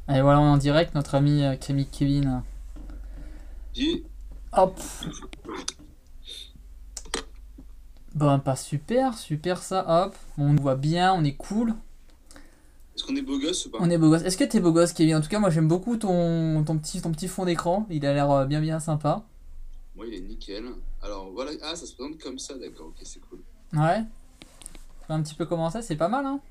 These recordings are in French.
Allez, voilà, on est en direct, notre ami Kevin. Dis, Hop. Bon, pas super, super ça, hop. On nous voit bien, on est cool. est-ce qu'on est beau gosse ou On pas? est beau gosse. Est-ce que t'es beau gosse, Kevin? En tout cas, moi j'aime beaucoup ton petit fond d'écran. Il a l'air bien bien sympa. Moi, il est nickel. Alors, voilà. Ah, ça se présente comme ça, d'accord. Ok, c'est cool. Ouais. Tu vois un petit peu comment ça, c'est pas mal, hein?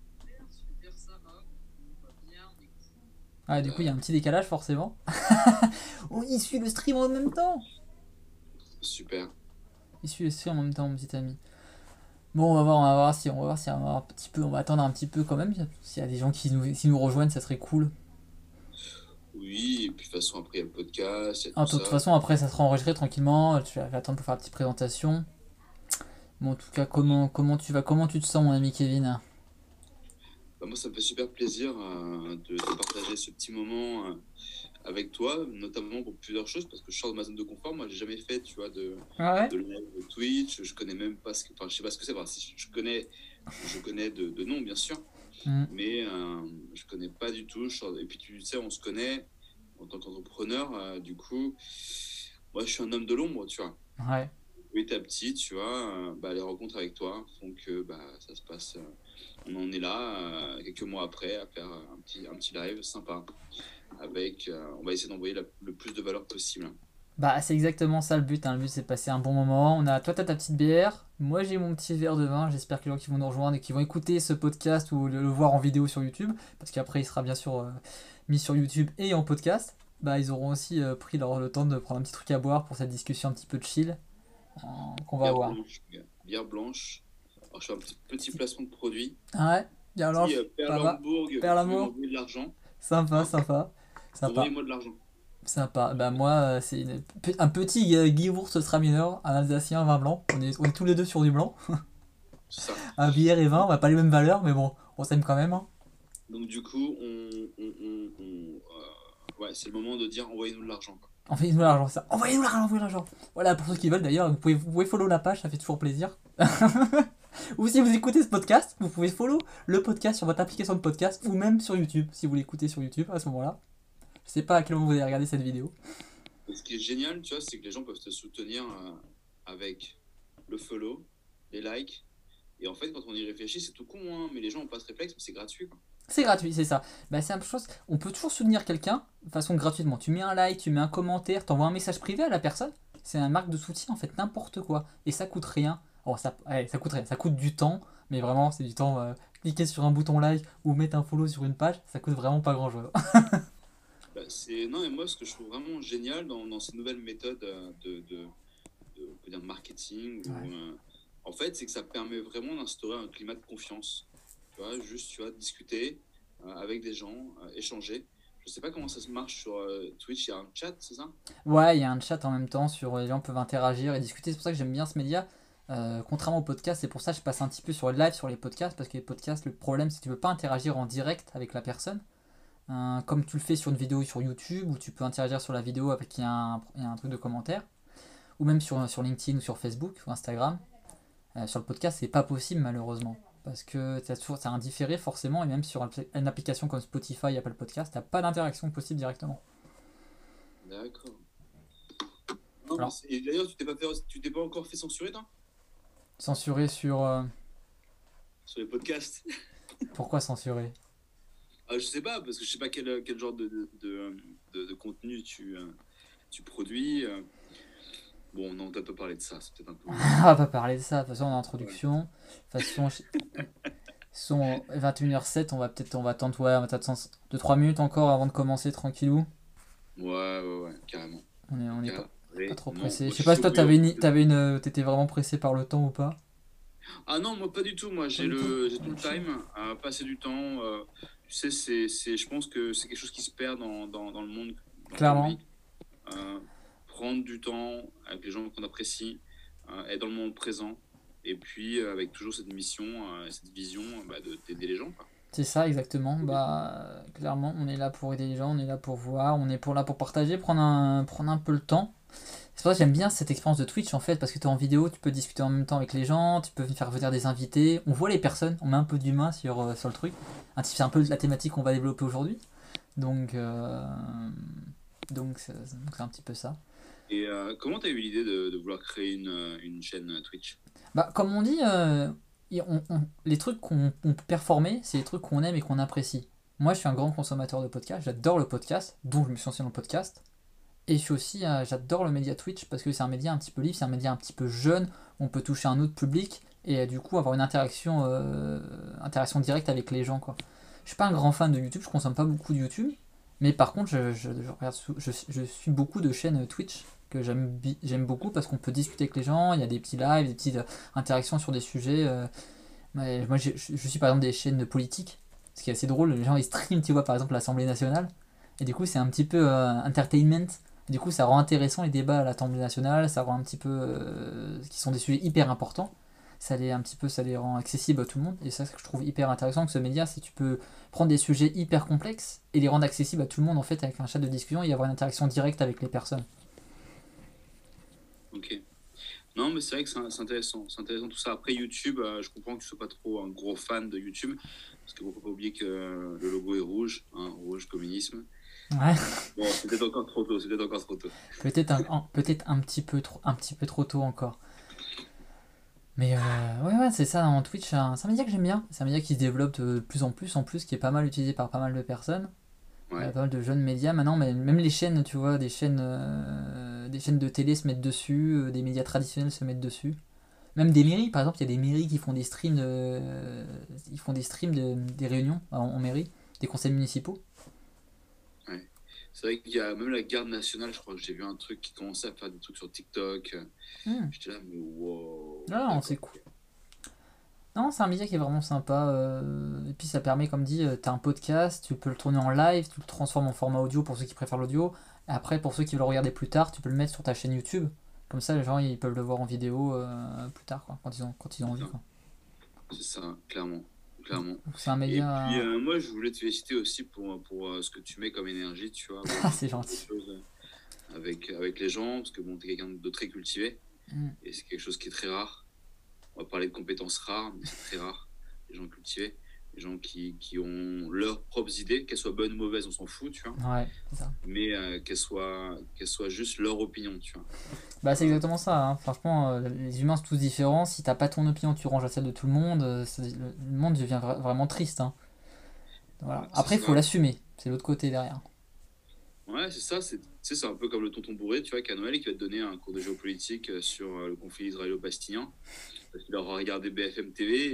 Ouais, du coup, il y a un petit décalage forcément. Oh, il suit le stream en même temps. Super. Il suit le stream en même temps, mon petit ami. Bon, on va voir si on va avoir un petit peu, on va attendre un petit peu quand même. S'il y a des gens qui nous rejoignent, ça serait cool. Oui, et puis de toute façon, après, il y a le podcast, il y a De tout toute ça. façon, après, ça sera enregistré tranquillement. Tu vas attendre pour faire la petite présentation. Bon, en tout cas, comment tu vas? Comment tu te sens, mon ami Kevin? Bah, moi, ça me fait super plaisir de partager ce petit moment avec toi, notamment pour plusieurs choses, parce que je sors de ma zone de confort. Moi, j'ai jamais fait, tu vois, Ah ouais. de live de Twitch. Je connais même pas ce que. Enfin, je sais pas ce que c'est. Enfin, si je connais de nom, bien sûr, Hmm. mais je connais pas du tout. Et puis, tu sais, on se connaît en tant qu'entrepreneur. Du coup, moi, je suis un homme de l'ombre, tu vois. Ouais. Petit à petit, tu vois, bah, les rencontres avec toi font que bah, ça se passe. On en est là, quelques mois après, à faire un petit live sympa. On va essayer d'envoyer le plus de valeur possible. Bah, c'est exactement ça le but, hein. Le but, c'est de passer un bon moment. Toi, t'as ta petite bière. Moi, j'ai mon petit verre de vin. J'espère que les gens qui vont nous rejoindre et qui vont écouter ce podcast ou le voir en vidéo sur YouTube, parce qu'après, il sera bien sûr mis sur YouTube et en podcast. Bah, ils auront aussi pris le temps de prendre un petit truc à boire pour cette discussion un petit peu chill qu'on va Bière avoir. blanche, gars. Bière blanche. Alors, je fais un petit placement de produit. Ah ouais, bien Si blanche, ça va. Perlembourg, Faire tu veux l'amour. m'envoyer de l'argent, Sympa, hein, sympa. Sympa. envoyez-moi de l'argent. Sympa. Bah moi, c'est un petit Guy Straminor, un Alsacien, vin blanc. On est tous les deux sur du blanc. C'est ça. Un bière et vin, on n'a pas les mêmes valeurs, mais bon, on s'aime quand même, hein. Donc, du coup, ouais, c'est le moment de dire envoyez-nous de l'argent, quoi. Envoyez-nous l'argent, ça. Envoyez-nous l'argent, envoyez l'argent. Voilà, pour ceux qui veulent d'ailleurs, vous pouvez follow la page, ça fait toujours plaisir. Ou si vous écoutez ce podcast, vous pouvez follow le podcast sur votre application de podcast ou même sur YouTube, si vous l'écoutez sur YouTube à ce moment-là. Je sais pas à quel moment vous allez regarder cette vidéo. Et ce qui est génial, tu vois, c'est que les gens peuvent te soutenir avec le follow, les likes. Et en fait, quand on y réfléchit, c'est tout con, hein, mais les gens ont pas ce réflexe, mais c'est gratuit, quoi. C'est gratuit, c'est ça. Bah, c'est un peu chose. On peut toujours soutenir quelqu'un de façon gratuitement. Tu mets un like, tu mets un commentaire, t'envoies un message privé à la personne. C'est un marque de soutien en fait, n'importe quoi. Et ça coûte rien. Oh, ça coûte rien. Ça coûte du temps, mais vraiment, c'est du temps. Cliquer sur un bouton like ou mettre un follow sur une page, ça coûte vraiment pas grand chose. Bah, Non, et moi, ce que je trouve vraiment génial dans ces nouvelles méthodes on peut dire, marketing, Ouais. en fait, c'est que ça permet vraiment d'instaurer un climat de confiance. Tu vois, juste, tu vois, discuter avec des gens, échanger. Je sais pas comment ça se marche sur Twitch, il y a un chat, c'est ça? Ouais, il y a un chat en même temps sur les gens peuvent interagir et discuter. C'est pour ça que j'aime bien ce média. Contrairement au podcast, c'est pour ça que je passe un petit peu sur le live sur les podcasts parce que les podcasts, le problème c'est que tu peux pas interagir en direct avec la personne. Comme tu le fais sur une vidéo sur YouTube où tu peux interagir sur la vidéo avec il y a un truc de commentaire, ou même sur LinkedIn ou sur Facebook ou Instagram. Sur le podcast, c'est pas possible malheureusement. Parce que c'est un différé forcément, et même sur une application comme Spotify, Apple Podcast, t'as pas d'interaction possible directement. D'accord. Non, Alors, et d'ailleurs, tu t'es pas encore fait censurer, toi, censurer sur. sur les podcasts? Pourquoi censurer? Je sais pas, parce que je sais pas quel genre de contenu tu produis. Bon, non, on t'a pas parlé de ça, c'est peut-être un peu. On va pas parler de ça, de toute façon en Ouais. introduction. De toute façon, sont 21h07, on va attendre, ouais, on va attendre 2-3 minutes encore avant de commencer tranquillou. Ouais, ouais, ouais, carrément. On est pas trop Carrément. pressé. Moi, Je je sais suis pas si chaud toi bouillant. t'étais vraiment pressé par le temps ou pas. Ah non, moi pas du tout. Moi Pas j'ai du tout. j'ai tout le time à passer du temps. Tu sais, je pense que c'est quelque chose qui se perd dans le monde dans lequel on Clairement. vit. Euh, Prendre du temps avec les gens qu'on apprécie, être dans le moment présent, et puis avec toujours cette mission, cette vision bah, d'aider les gens, quoi. C'est ça exactement. Bah clairement, on est là pour aider les gens, on est là pour voir, on est pour là pour partager, prendre un peu le temps. C'est pour ça que j'aime bien cette expérience de Twitch en fait, parce que tu es en vidéo, tu peux discuter en même temps avec les gens, tu peux faire venir des invités, on voit les personnes, on met un peu d'humain sur le truc. C'est un peu la thématique qu'on va développer aujourd'hui. Donc, euh, donc c'est un petit peu ça. Et comment tu as eu l'idée de vouloir créer une chaîne Twitch? Bah, comme on dit, les trucs qu'on peut performer, c'est les trucs qu'on aime et qu'on apprécie. Moi, je suis un grand consommateur de podcasts, j'adore le podcast, donc je me suis lancé dans le podcast. Et je suis aussi, j'adore le média Twitch parce que c'est un média un petit peu libre, c'est un média un petit peu jeune, on peut toucher un autre public et du coup avoir une interaction directe avec les gens, quoi. Je suis pas un grand fan de YouTube, je consomme pas beaucoup de YouTube, mais par contre je regarde je suis beaucoup de chaînes Twitch que j'aime beaucoup parce qu'on peut discuter avec les gens, il y a des petits lives, des petites interactions sur des sujets. Moi je suis par exemple des chaînes de politique, ce qui est assez drôle, les gens ils streament, tu vois, par exemple l'Assemblée nationale, et du coup c'est un petit peu entertainment. Du coup, ça rend intéressant les débats à l'Assemblée nationale, ça rend un petit peu, qui sont des sujets hyper importants, ça les rend accessibles à tout le monde. Et ça, c'est ce que je trouve hyper intéressant que ce média, c'est que tu peux prendre des sujets hyper complexes et les rendre accessibles à tout le monde en fait avec un chat de discussion et avoir une interaction directe avec les personnes. Ok. Non, mais c'est vrai que c'est intéressant. C'est intéressant tout ça. Après YouTube, je comprends que tu sois pas trop un gros fan de YouTube, parce qu'il ne faut pas oublier que le logo est rouge, hein, rouge communisme. Ouais, Bon, c'est peut-être encore trop tôt, c'est peut-être encore trop tôt. peut-être un petit peu trop tôt encore. Mais ouais, c'est ça, en Twitch, c'est un média que j'aime bien. C'est un média qui se développe de plus en plus, qui est pas mal utilisé par pas mal de personnes. Ouais, Pas mal de jeunes médias maintenant, mais même les chaînes, tu vois, des chaînes de télé se mettent dessus, des médias traditionnels se mettent dessus. Même des mairies, par exemple, il y a des mairies qui font des streams des réunions en mairie, des conseils municipaux. ouais. C'est vrai qu'il y a même la garde nationale, je crois que j'ai vu un truc qui commençait à faire des trucs sur TikTok. Hmm. J'étais là, mais wow, Ah non, c'est d'accord. cool. Non, c'est un média qui est vraiment sympa. Et puis ça permet, comme dit, t'as un podcast, tu peux le tourner en live, tu le transformes en format audio pour ceux qui préfèrent l'audio. Et après, pour ceux qui veulent le regarder plus tard, tu peux le mettre sur ta chaîne YouTube. Comme ça, les gens ils peuvent le voir en vidéo plus tard, quoi, quand ils ont C'est envie, ça, quoi. c'est ça, clairement, clairement. Donc c'est un Et puis, média. moi, je voulais te féliciter aussi pour ce que tu mets comme énergie, tu vois, Ah, pour c'est partager des gentil. choses avec les gens, parce que bon, tu es quelqu'un de très cultivé, Mm. et c'est quelque chose qui est très rare. On va parler de compétences rares, mais c'est très rare. Les gens cultivés, les gens qui ont leurs propres idées, qu'elles soient bonnes ou mauvaises, on s'en fout, tu vois, Ouais, c'est ça. mais qu'elles soient juste leur opinion, tu vois. Bah, c'est Euh, exactement ça, hein. Franchement, les humains sont tous différents. Si t'as pas ton opinion, tu ranges à celle de tout le monde, le monde devient vraiment triste, hein. Voilà. ouais, c'est Après, il faut ça. l'assumer. C'est l'autre côté derrière. Ouais, c'est ça. Tu sais, c'est un peu comme le tonton bourré, tu vois, qu'à Noël, qui va te donner un cours de géopolitique sur le conflit israélo-palestinien, parce qu'il aura regardé BFM TV,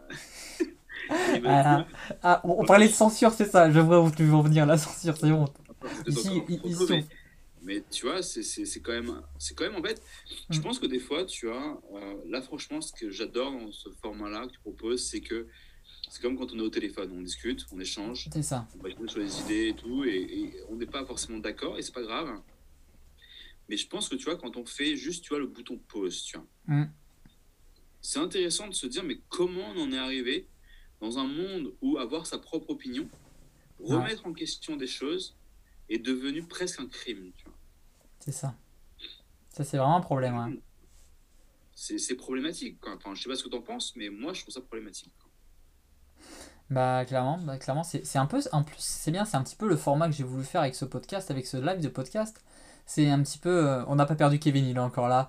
et il va te dire, Ah, on enfin, parlait de censure, c'est ça. Je vois où tu veux en venir. La censure, c'est bon. c'est peut-être Ici, encore trop tôt, ici, mais tu vois, c'est quand même, en fait, je Hmm, pense que des fois, tu vois, là, franchement, ce que j'adore dans ce format-là que tu proposes, c'est que c'est comme quand on est au téléphone, on discute, on échange, c'est ça. on va échanger sur les idées et tout, et on n'est pas forcément d'accord, et c'est pas grave. Mais je pense que tu vois, quand on fait juste, tu vois, le bouton pause, tu vois, Hmm, c'est intéressant de se dire, mais comment on en est arrivé dans un monde où avoir sa propre opinion, ouais, remettre en question des choses, est devenu presque un crime, tu vois. c'est ça. Ça, c'est vraiment un problème, ouais. C'est problématique, quoi. Enfin, je sais pas ce que tu en penses, mais moi, je trouve ça problématique, quoi. Bah, clairement, c'est un peu, en plus, c'est bien, c'est un petit peu le format que j'ai voulu faire avec ce podcast, avec ce live de podcast. C'est un petit peu, on n'a pas perdu Kevin, il est encore là.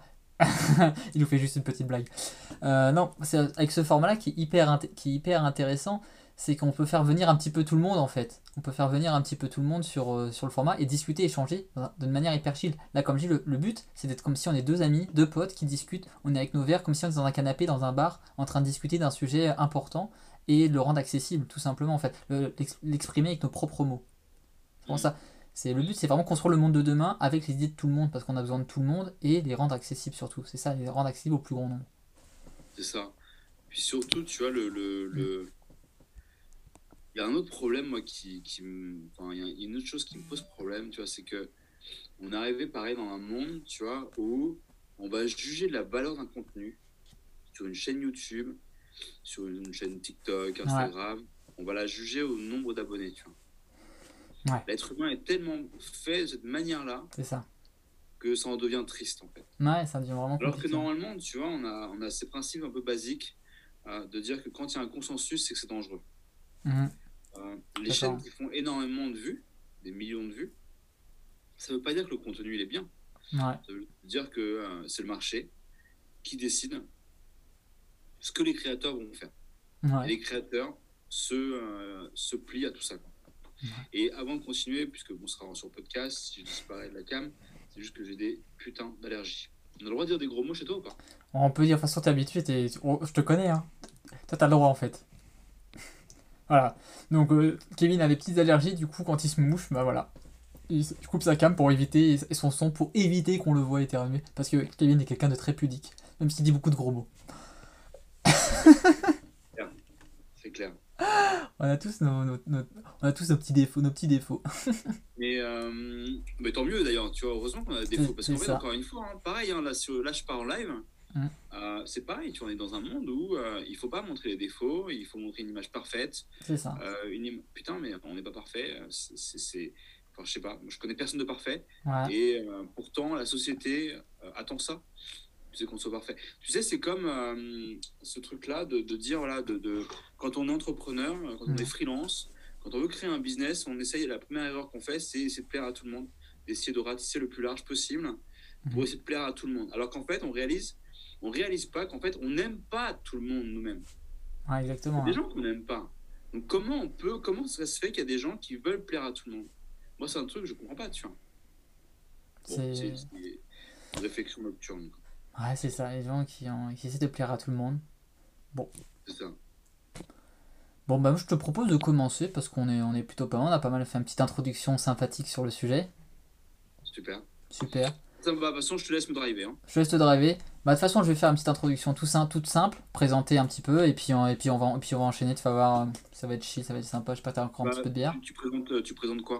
Il nous fait juste une petite blague. Non, c'est avec ce format-là qui est hyper intéressant, c'est qu'on peut faire venir un petit peu tout le monde en fait. On peut faire venir un petit peu tout le monde sur le format et discuter, échanger d'une manière hyper chill. Là, comme je dis, le but c'est d'être comme si on est deux amis, deux potes qui discutent, on est avec nos verres, comme si on était dans un canapé, dans un bar, en train de discuter d'un sujet important et de le rendre accessible tout simplement en fait. L'exprimer avec nos propres mots. C'est vraiment Mm. ça. Le but, c'est vraiment construire le monde de demain avec les idées de tout le monde parce qu'on a besoin de tout le monde et les rendre accessibles surtout. C'est ça, les rendre accessibles au plus grand nombre. C'est ça. Puis surtout, tu vois, Mm. il y a un autre problème, moi, enfin, il y a une autre chose qui me pose problème, tu vois, c'est que on est arrivé, pareil, dans un monde, tu vois, où on va juger de la valeur d'un contenu sur une chaîne YouTube, sur une chaîne TikTok, Ouais, Instagram. On va la juger au nombre d'abonnés, tu vois. ouais, L'être humain est tellement fait de cette manière-là c'est ça. que ça en devient triste, en fait. Ouais, ça devient vraiment Alors que compliqué. normalement, tu vois, on a ces principes un peu basiques de dire que quand il y a un consensus, c'est que c'est dangereux. Mhm. Les chaînes D'accord. qui font énormément de vues, des millions de vues, ça ne veut pas dire que le contenu il est bien. Ouais. Ça veut dire que c'est le marché qui décide ce que les créateurs vont faire. Ouais. Et les créateurs se plient à tout ça. Quoi. Ouais. Et avant de continuer, puisque on sera sur podcast, si je disparais de la cam, c'est juste que j'ai des putains d'allergies. On a le droit de dire des gros mots chez toi ou pas? On peut dire, de toute façon, t'es habitué, je te connais, hein. Toi, t'as le droit, en fait. Voilà. Donc, Kevin a des petites allergies, du coup, quand il se mouche, bah voilà. Il coupe sa cam pour éviter, et son son pour éviter qu'on le voit éternuer. Parce que Kevin est quelqu'un de très pudique, même s'il dit beaucoup de gros mots. C'est clair. On a tous on a tous nos petits défauts, Mais tant mieux d'ailleurs, tu vois, heureusement qu'on a des défauts. Parce qu'en fait, encore une fois, hein, pareil, hein, là, je pars en live, c'est pareil, tu vois, on est dans un monde où il faut pas montrer les défauts, il faut montrer une image parfaite. C'est ça. Putain, mais on n'est pas parfait, enfin, je sais pas, je connais personne de parfait, Ouais. et pourtant la société attend ça. Tu sais qu'on soit parfait. Tu sais, c'est comme ce truc-là de dire, voilà, quand on est entrepreneur, quand on est freelance, quand on veut créer un business, on essaye, la première erreur qu'on fait, c'est essayer de plaire à tout le monde, d'essayer de ratisser le plus large possible pour essayer de plaire à tout le monde. Alors qu'en fait, on réalise pas qu'en fait, on n'aime pas tout le monde nous-mêmes. Ouais, exactement. Il y a des gens qu'on n'aime pas. Donc comment ça se fait qu'il y a des gens qui veulent plaire à tout le monde? Moi, c'est un truc que je comprends pas, tu vois. Bon, c'est une réflexion nocturne. Ouais, c'est ça, les gens qui essaient de plaire à tout le monde. Bon. C'est ça. Bon, bah, je te propose de commencer parce qu'on est plutôt pas mal. On a pas mal fait une petite introduction sympathique sur le sujet. Super. Super. Ça me va, de toute façon, je te laisse me driver. Hein. Je te laisse te driver. Bah, de toute façon, je vais faire une petite introduction toute simple, présenter un petit peu, et puis on va enchaîner. Tu vas voir, ça va être chill, ça va être sympa. Je t'as encore un petit peu de bière. Tu présentes quoi?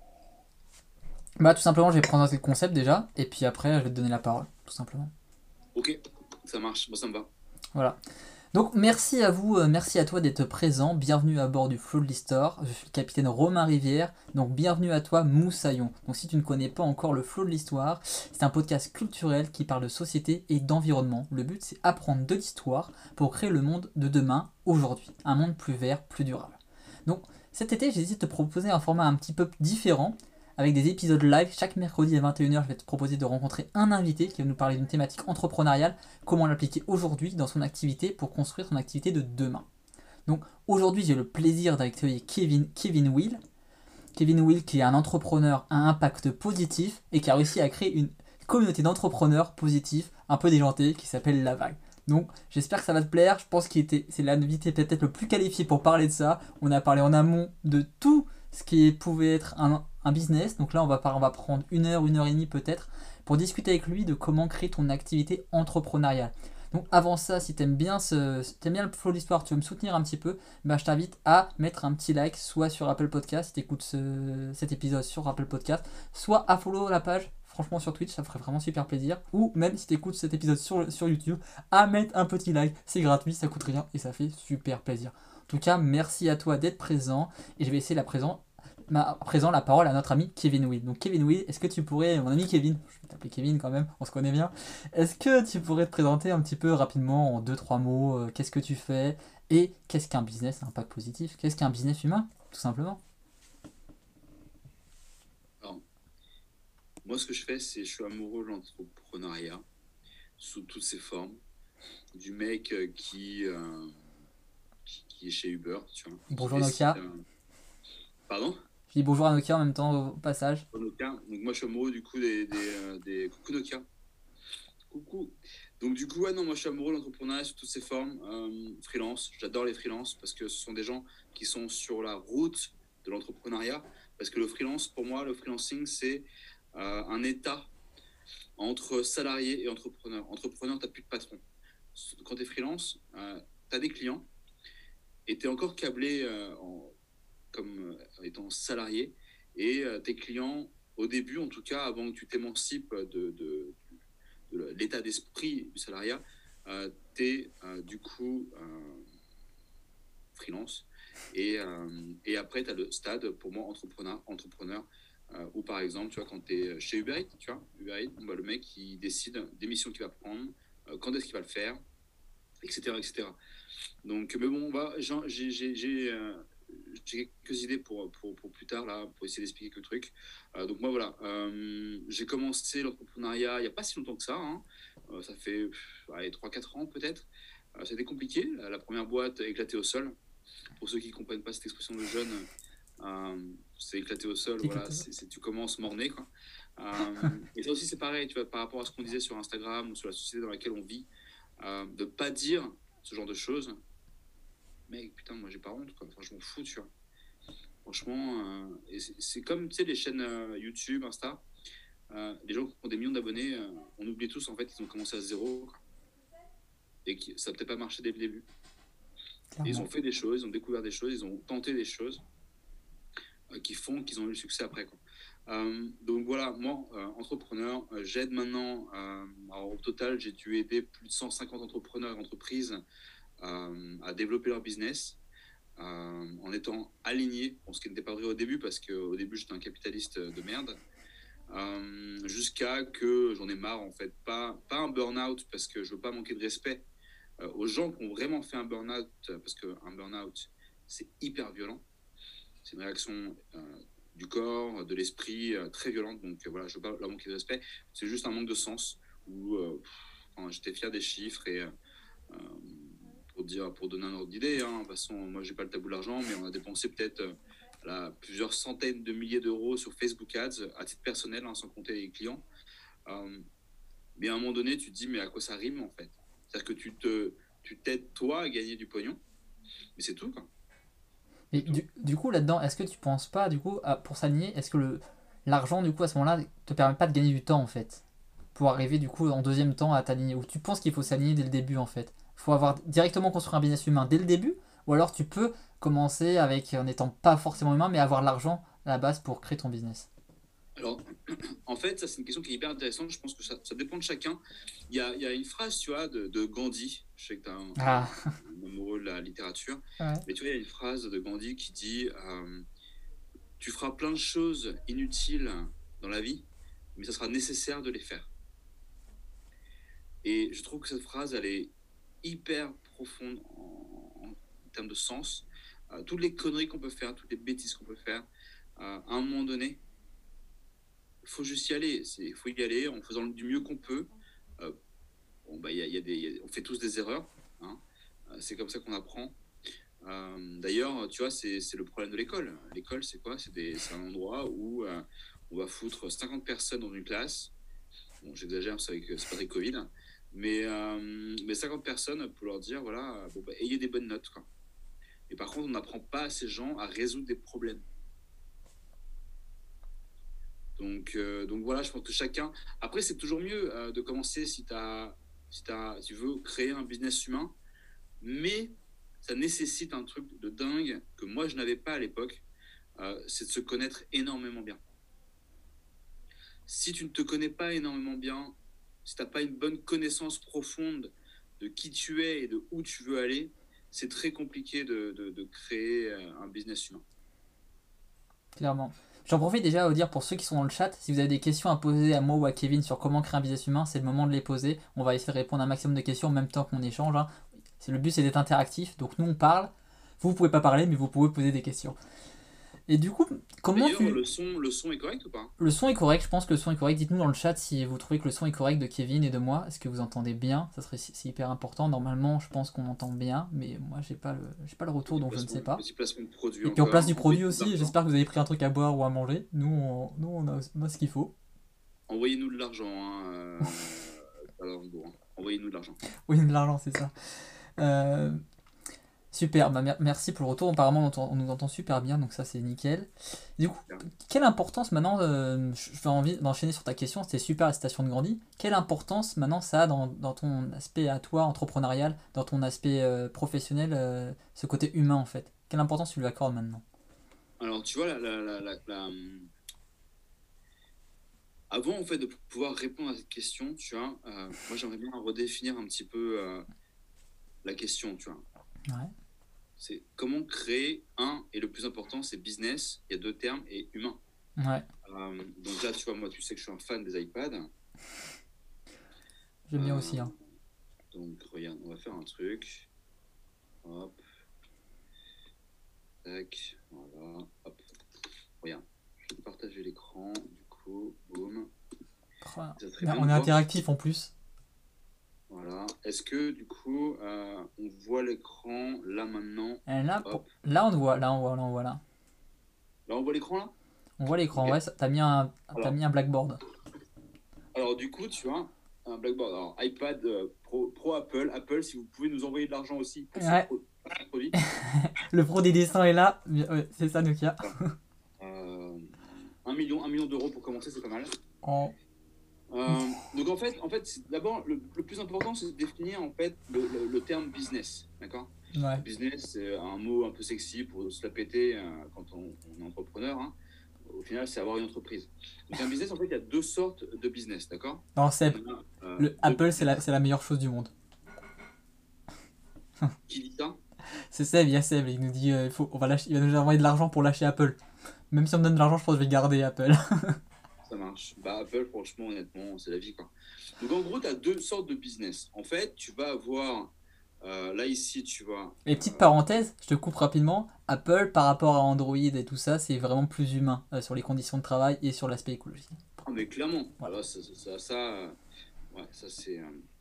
Bah, tout simplement, je vais présenter le concept déjà, et puis après, je vais te donner la parole, tout simplement. Ok, ça marche, moi ça me va. Voilà. Donc merci à vous, merci à toi d'être présent, bienvenue à bord du Flow de l'Histoire, je suis le capitaine Romain Rivière, donc bienvenue à toi Moussaillon. Donc si tu ne connais pas encore le Flow de l'Histoire, c'est un podcast culturel qui parle de société et d'environnement. Le but c'est apprendre de l'histoire pour créer le monde de demain, aujourd'hui, un monde plus vert, plus durable. Donc cet été j'ai décidé de te proposer un format un petit peu différent, avec des épisodes live. Chaque mercredi à 21h, je vais te proposer de rencontrer un invité qui va nous parler d'une thématique entrepreneuriale, comment l'appliquer aujourd'hui dans son activité pour construire son activité de demain. Donc aujourd'hui, j'ai le plaisir d'accueillir Kevin Will. Kevin Will qui est un entrepreneur à impact positif et qui a réussi à créer une communauté d'entrepreneurs positifs un peu déjantés qui s'appelle La Vague. Donc j'espère que ça va te plaire, je pense c'est l'invité peut-être le plus qualifié pour parler de ça. On a parlé en amont de tout ce qui pouvait être un business. Donc là, on va prendre une heure et demie peut-être pour discuter avec lui de comment créer ton activité entrepreneuriale. Donc avant ça, si t'aimes bien le flow de l'histoire, tu veux me soutenir un petit peu, bah, je t'invite à mettre un petit like, soit sur Apple Podcast, si t'écoutes cet épisode sur Apple Podcast, soit à follow la page, franchement sur Twitch, ça ferait vraiment super plaisir, ou même si t'écoutes cet épisode sur YouTube, à mettre un petit like, c'est gratuit, ça coûte rien et ça fait super plaisir. En tout cas, merci à toi d'être présent et je vais essayer la parole à notre ami Kevin Will. Donc Kevin Will, est-ce que tu pourrais, mon ami Kevin, je vais t'appeler Kevin quand même, on se connaît bien, est-ce que tu pourrais te présenter un petit peu rapidement en 2-3 mots, qu'est-ce que tu fais et qu'est-ce qu'un business à impact positif? Qu'est-ce qu'un business humain, tout simplement? Alors, moi ce que je fais, c'est je suis amoureux de l'entrepreneuriat sous toutes ses formes, du mec qui est chez Uber, tu vois. Bonjour Nokia. Pardon? Je dis bonjour à Nokia en même temps au passage. Nokia. Donc moi je suis amoureux du coup des coucou Nokia. Coucou. Donc du coup, non, moi je suis amoureux de l'entrepreneuriat sous toutes ses formes. Freelance, j'adore les freelances parce que ce sont des gens qui sont sur la route de l'entrepreneuriat. Parce que le freelance, pour moi, le freelancing, c'est un état entre salarié et entrepreneur. Entrepreneur, tu n'as plus de patron. Quand tu es freelance, tu as des clients et tu es encore câblé comme étant salarié. Et tes clients, au début en tout cas, avant que tu t'émancipes de l'état d'esprit du salariat, tu es du coup freelance. Et après, tu as le stade, pour moi, entrepreneur où par exemple, tu vois, quand tu es chez Uber Eats, tu vois, Uber Eats, le mec, il décide des missions qu'il va prendre, quand est-ce qu'il va le faire, etc. etc. Donc, mais bon, j'ai quelques idées pour plus tard, là, pour essayer d'expliquer quelques trucs. Donc moi, voilà, j'ai commencé l'entrepreneuriat il n'y a pas si longtemps que ça, hein. Ça fait allez, 3-4 ans peut-être. C'était compliqué. La première boîte a éclaté au sol. Pour ceux qui ne comprennent pas cette expression de jeune, c'est éclaté au sol, voilà, tu commences mort-né, quoi. Et ça aussi, c'est pareil, tu vois, par rapport à ce qu'on disait sur Instagram ou sur la société dans laquelle on vit, de ne pas dire ce genre de choses. Mec, putain, moi, j'ai pas honte, quoi. Enfin, je m'en fous, tu vois. Franchement, c'est comme, tu sais, les chaînes YouTube, Insta. Les gens qui ont des millions d'abonnés, on oublie tous, en fait, ils ont commencé à zéro, quoi. Et ça n'a peut-être pas marché dès le début. Et ils ont fait des choses, ils ont découvert des choses, ils ont tenté des choses qui font qu'ils ont eu le succès après, quoi. Donc voilà, moi, entrepreneur, j'aide maintenant. Alors, au total, j'ai dû aider plus de 150 entrepreneurs et entreprises à développer leur business en étant aligné, ce qui n'était pas vrai au début, parce qu'au début, j'étais un capitaliste de merde. Jusqu'à que j'en ai marre, en fait. Pas un burn-out, parce que je veux pas manquer de respect aux gens qui ont vraiment fait un burn-out, parce qu'un burn-out, c'est hyper violent. C'est une réaction du corps, de l'esprit, très violente. Donc voilà, je ne veux pas leur manquer de respect. C'est juste un manque de sens où j'étais fier des chiffres et pour donner un ordre d'idée, hein, de toute façon, moi, j'ai pas le tabou de l'argent, mais on a dépensé peut-être plusieurs centaines de milliers d'euros sur Facebook Ads à titre personnel, hein, sans compter les clients. Mais à un moment donné, tu te dis, mais à quoi ça rime, en fait? C'est-à-dire que tu t'aides, toi, à gagner du pognon, mais c'est tout, quoi. Et du coup, là-dedans, est-ce que tu penses pas, du coup, pour s'aligner, est-ce que l'argent, du coup, à ce moment-là, te permet pas de gagner du temps, en fait, pour arriver, du coup, en deuxième temps à t'aligner? Ou tu penses qu'il faut s'aligner dès le début, en fait? Faut avoir directement construit un business humain dès le début, ou alors tu peux commencer avec, en n'étant pas forcément humain, mais avoir l'argent à la base pour créer ton business? Alors, en fait, ça, c'est une question qui est hyper intéressante. Je pense que ça dépend de chacun. Il y a une phrase, tu vois, de Gandhi. Je sais que tu es Ah, un amoureux de la littérature. ouais. Mais tu vois, il y a une phrase de Gandhi qui dit tu feras plein de choses inutiles dans la vie, mais ça sera nécessaire de les faire. Et je trouve que cette phrase, elle est hyper profonde en termes de sens. Toutes les conneries qu'on peut faire, toutes les bêtises qu'on peut faire, à un moment donné, il faut juste y aller. Il faut y aller en faisant du mieux qu'on peut. Bon, bah, on fait tous des erreurs, hein. C'est comme ça qu'on apprend. D'ailleurs, tu vois, c'est le problème de l'école. L'école, c'est quoi? C'est un endroit où on va foutre 50 personnes dans une classe. Bon, j'exagère, c'est pas très Covid. Mais 50 personnes pour leur dire, voilà, bon, bah, ayez des bonnes notes, quoi. Et par contre, on n'apprend pas à ces gens à résoudre des problèmes. Donc voilà, je pense que chacun. Après, c'est toujours mieux de commencer si tu veux créer un business humain, mais ça nécessite un truc de dingue que moi je n'avais pas à l'époque, c'est de se connaître énormément bien. Si tu ne te connais pas énormément bien, si tu n'as pas une bonne connaissance profonde de qui tu es et de où tu veux aller, c'est très compliqué de créer un business humain. Clairement. J'en profite déjà à vous dire pour ceux qui sont dans le chat, si vous avez des questions à poser à moi ou à Kevin sur comment créer un business humain, c'est le moment de les poser. On va essayer de répondre à un maximum de questions en même temps qu'on échange, hein. Le but c'est d'être interactif, donc nous on parle. Vous pouvez pas parler, mais vous pouvez poser des questions. Et du coup, comment D'ailleurs, tu... le son est correct ou pas? Le son est correct, je pense que le son est correct. Dites-nous dans le chat si vous trouvez que le son est correct de Kevin et de moi. Est-ce que vous entendez bien? C'est hyper important. Normalement, je pense qu'on entend bien, mais moi j'ai pas le retour, donc je ne sais pas. Petit placement de produit Et puis on place encore. du produit aussi. J'espère que vous avez pris un truc à boire ou à manger. Nous on a ce qu'il faut. Envoyez-nous de l'argent, hein, envoyez-nous de l'argent. Oui, de l'argent, c'est ça. Euh, Super, bah merci pour le retour. Apparemment, on nous entend super bien, donc ça c'est nickel. Du coup, quelle importance maintenant, je vais envie d'enchaîner sur ta question, c'était super la citation de Gandhi. Quelle importance maintenant ça a dans ton aspect à toi, entrepreneurial, dans ton aspect professionnel, ce côté humain en fait? Quelle importance tu lui accordes maintenant? Alors, tu vois, avant en fait de pouvoir répondre à cette question, tu vois, moi j'aimerais bien redéfinir un petit peu la question, tu vois. Ouais. C'est comment créer et le plus important, c'est business, il y a deux termes, et humain. Ouais. Donc là, tu vois, moi, tu sais que je suis un fan des iPads. J'aime bien aussi, hein. Donc, regarde, on va faire un truc. Hop. Tac, voilà, hop. Regarde, je vais partager l'écran, du coup, boum. Ça serait bien On de est voir. interactif en plus. Voilà. Est-ce que du coup, on voit l'écran là maintenant? Et là, Hop. là, on voit, là, on voit, là, on voit, là. Là, on voit l'écran là? On voit l'écran, Ok. ouais, t'as Alors, mis un blackboard. alors du coup, tu vois, un Blackboard. Alors, iPad Pro Apple. Apple, si vous pouvez nous envoyer de l'argent aussi pour ce Ouais, produit. le pro des dessins est là. Ouais, c'est ça, Nokia. Voilà. Euh, 1 million d'euros pour commencer, c'est pas mal. En... Donc en fait d'abord, le plus important, c'est de définir en fait le terme business. D'accord? Ouais. Business, c'est un mot un peu sexy pour se la péter quand on est entrepreneur. Hein. Au final, c'est avoir une entreprise. Donc un business, en fait, il y a deux sortes de business. D'accord? Non, On Seb, a le deux Apple, c'est business. la meilleure chose du monde. Qui dit ça? C'est Seb, il y a Seb, il nous dit il va nous envoyer de l'argent pour lâcher Apple. Même si on me donne de l'argent, je pense que je vais garder Apple. Ça marche. Bah, Apple, franchement, honnêtement, c'est la vie, quoi. Donc, en gros, tu as deux sortes de business. En fait, tu vas avoir, là, ici, tu vois. Et petite parenthèse, je te coupe rapidement. Apple, par rapport à Android et tout ça, c'est vraiment plus humain sur les conditions de travail et sur l'aspect écologique. Ah, mais clairement. Voilà. Voilà, ouais, ça, c'est.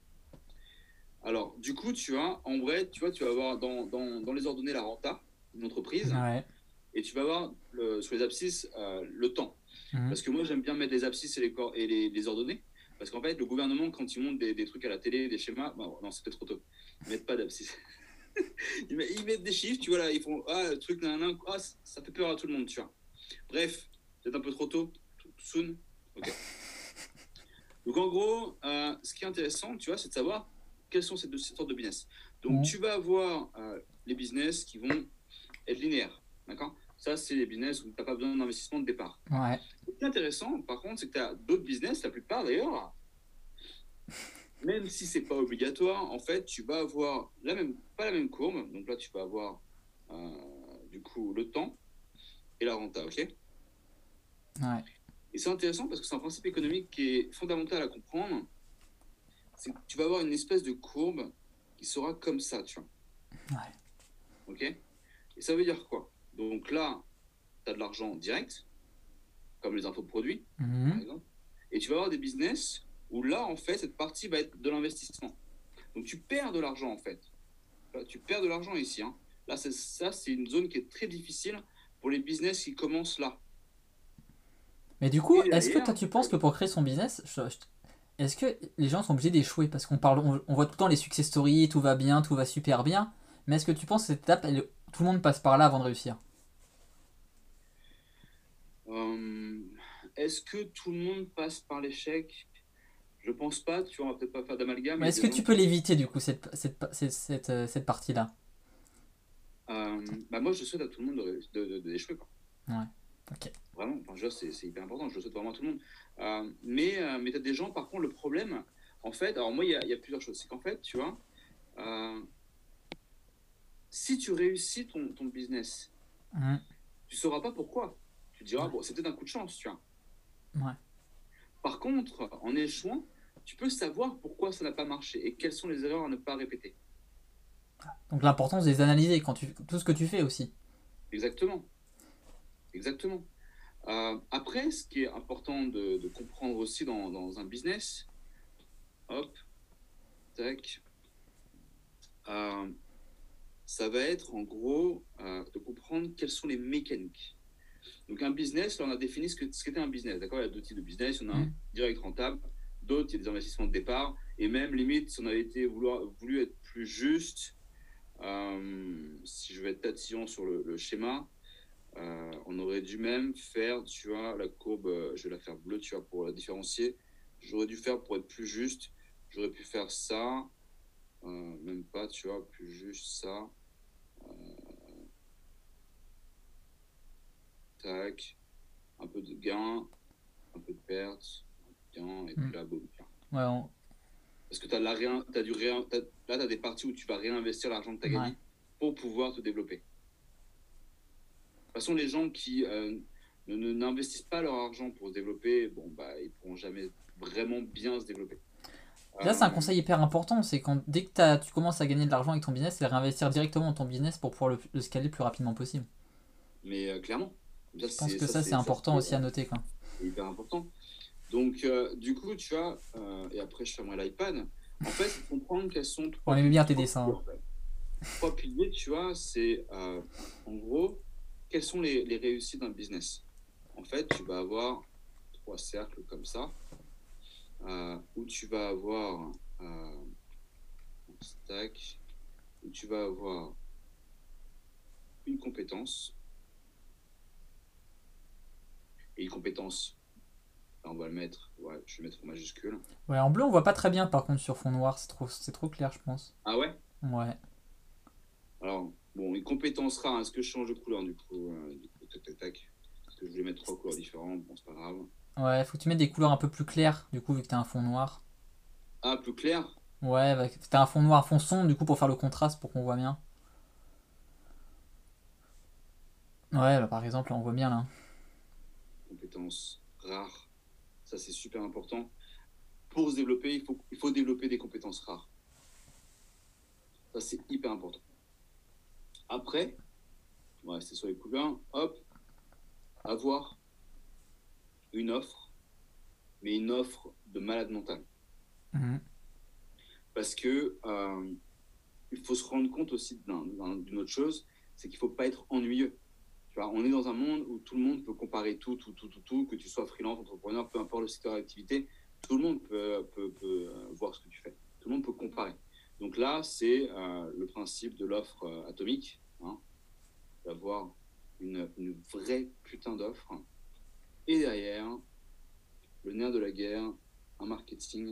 Alors, du coup, tu vois, en vrai, tu vois, tu vas avoir dans les ordonnées la renta, une entreprise, Ouais. et tu vas avoir sur les abscisses le temps. Mhm. Parce que moi, j'aime bien mettre les abscisses et les ordonnées. Parce qu'en fait, le gouvernement, quand il monte des trucs à la télé, des schémas, bon, non, c'est peut-être trop tôt. Ils mettent pas d'abscisses. Ils mettent des chiffres, tu vois, là, ils font ah, le truc, ah, ça fait peur à tout le monde, tu vois. Bref, peut-être un peu trop tôt, soon. Ok. Donc, en gros, ce qui est intéressant, tu vois, c'est de savoir quelles sont ces deux sortes de business. Donc, Mhm. tu vas avoir les business qui vont être linéaires, d'accord? Ça, c'est les business où tu n'as pas besoin d'investissement de départ. Ouais. Ce qui est intéressant, par contre, c'est que tu as d'autres business, la plupart d'ailleurs, même si c'est pas obligatoire, en fait, tu vas avoir pas la même courbe. Donc là, tu vas avoir du coup le temps et la renta, ok? Ouais. Et c'est intéressant parce que c'est un principe économique qui est fondamental à comprendre. C'est que tu vas avoir une espèce de courbe qui sera comme ça, tu vois. Ouais. Ok? Et ça veut dire quoi? Donc là, tu as de l'argent direct, comme les infoproduits, par Mhm. exemple. Et tu vas avoir des business où là, en fait, cette partie va être de l'investissement. Donc tu perds de l'argent, en fait. Là, tu perds de l'argent ici. Hein. Là, c'est une zone qui est très difficile pour les business qui commencent là. Mais du coup, Et est-ce que derrière, toi tu penses que pour créer son business, est-ce que les gens sont obligés d'échouer? Parce on voit tout le temps les success stories, tout va bien, tout va super bien. Mais est-ce que tu penses que cette étape, tout le monde passe par là avant de réussir? euh, est-ce que tout le monde passe par l'échec? Je pense pas, tu vois, on va peut-être pas faire d'amalgame, il Mais y a est-ce des que gens tu peux qui... l'éviter du coup, cette partie-là? Bah moi, je souhaite à tout le monde d'échouer, quoi. Ouais, ok. Vraiment, enfin, je veux dire, c'est hyper important, je le souhaite vraiment à tout le monde. Mais tu as des gens, par contre, le problème, en fait, alors moi, il y a plusieurs choses. C'est qu'en fait, tu vois, euh, si tu réussis ton business, Mhm. tu sauras pas pourquoi. Tu te diras, Ouais. bon, c'est peut-être un coup de chance, tu vois. Ouais. Par contre, en échouant, tu peux savoir pourquoi ça n'a pas marché et quelles sont les erreurs à ne pas répéter. Donc l'important c'est de les analyser tout ce que tu fais aussi. Exactement, exactement. Après, ce qui est important de comprendre aussi dans un business, hop, tac, euh, ça va être en gros de comprendre quelles sont les mécaniques. Donc un business, là on a défini ce qu'était un business, d'accord? Il y a deux types de business, il y en a un Mhm. direct rentable, d'autres il y a des investissements de départ, et même limite si on avait voulu être plus juste, si je vais être tatillon sur le schéma, on aurait dû même faire, tu vois, la courbe, je vais la faire bleue, tu vois, pour la différencier. J'aurais dû faire pour être plus juste, j'aurais pu faire ça, même pas, tu vois, plus juste ça. Tac, un peu de gain, un peu de perte, un peu de gain, et puis Mhm. là, boum. Ouais, Parce que tu as, là, tu as des parties où tu vas réinvestir l'argent que tu as ouais. gagné pour pouvoir te développer. De toute façon, les gens qui n'investissent pas leur argent pour se développer, bon, bah, ils pourront jamais vraiment bien se développer. Déjà c'est un Euh, conseil hyper important, c'est quand tu commences à gagner de l'argent avec ton business, c'est de réinvestir directement dans ton business pour pouvoir le scaler le plus rapidement possible. Mais clairement, ça, Je pense que ça, ça, c'est important aussi à noter, quoi. c'est hyper important. Donc, du coup, tu vois, et après, je fermerai l'iPad. En fait, il faut comprendre quels sont On aimait bien tes dessins. en fait. Trois piliers, tu vois, c'est en gros, quelles sont les réussites d'un business. En fait, tu vas avoir trois cercles comme ça, où tu vas avoir stack, où tu vas avoir une compétence, et une compétence, là, on va le mettre, ouais, je vais le mettre en majuscule. Ouais, en bleu, on voit pas très bien par contre sur fond noir, c'est trop clair, je pense. Ah ouais? Ouais. Alors, bon, une compétence rare, est-ce que je change de couleur du coup, tac, tac, tac. Parce que je voulais mettre trois couleurs différentes, bon, c'est pas grave. Ouais, faut que tu mettes des couleurs un peu plus claires, du coup, vu que t'as un fond noir. Ah, plus clair? Ouais, bah, t'as un fond noir, fond sombre, du coup, pour faire le contraste, pour qu'on voit bien. Ouais, bah, par exemple, là, on voit bien là. Compétence rare, ça c'est super important. Pour se développer, il faut développer des compétences rares. Ça c'est hyper important. Après, on va rester sur les couleurs, hop, avoir une offre, mais une offre de malade mental. Mhm. Parce que il faut se rendre compte aussi d'une autre chose, c'est qu'il ne faut pas être ennuyeux. Tu vois, on est dans un monde où tout le monde peut comparer tout, que tu sois freelance, entrepreneur, peu importe le secteur d'activité, tout le monde peut voir ce que tu fais. Tout le monde peut comparer. Donc là, c'est le principe de l'offre atomique, hein, d'avoir une vraie putain d'offre. Et derrière, le nerf de la guerre, un marketing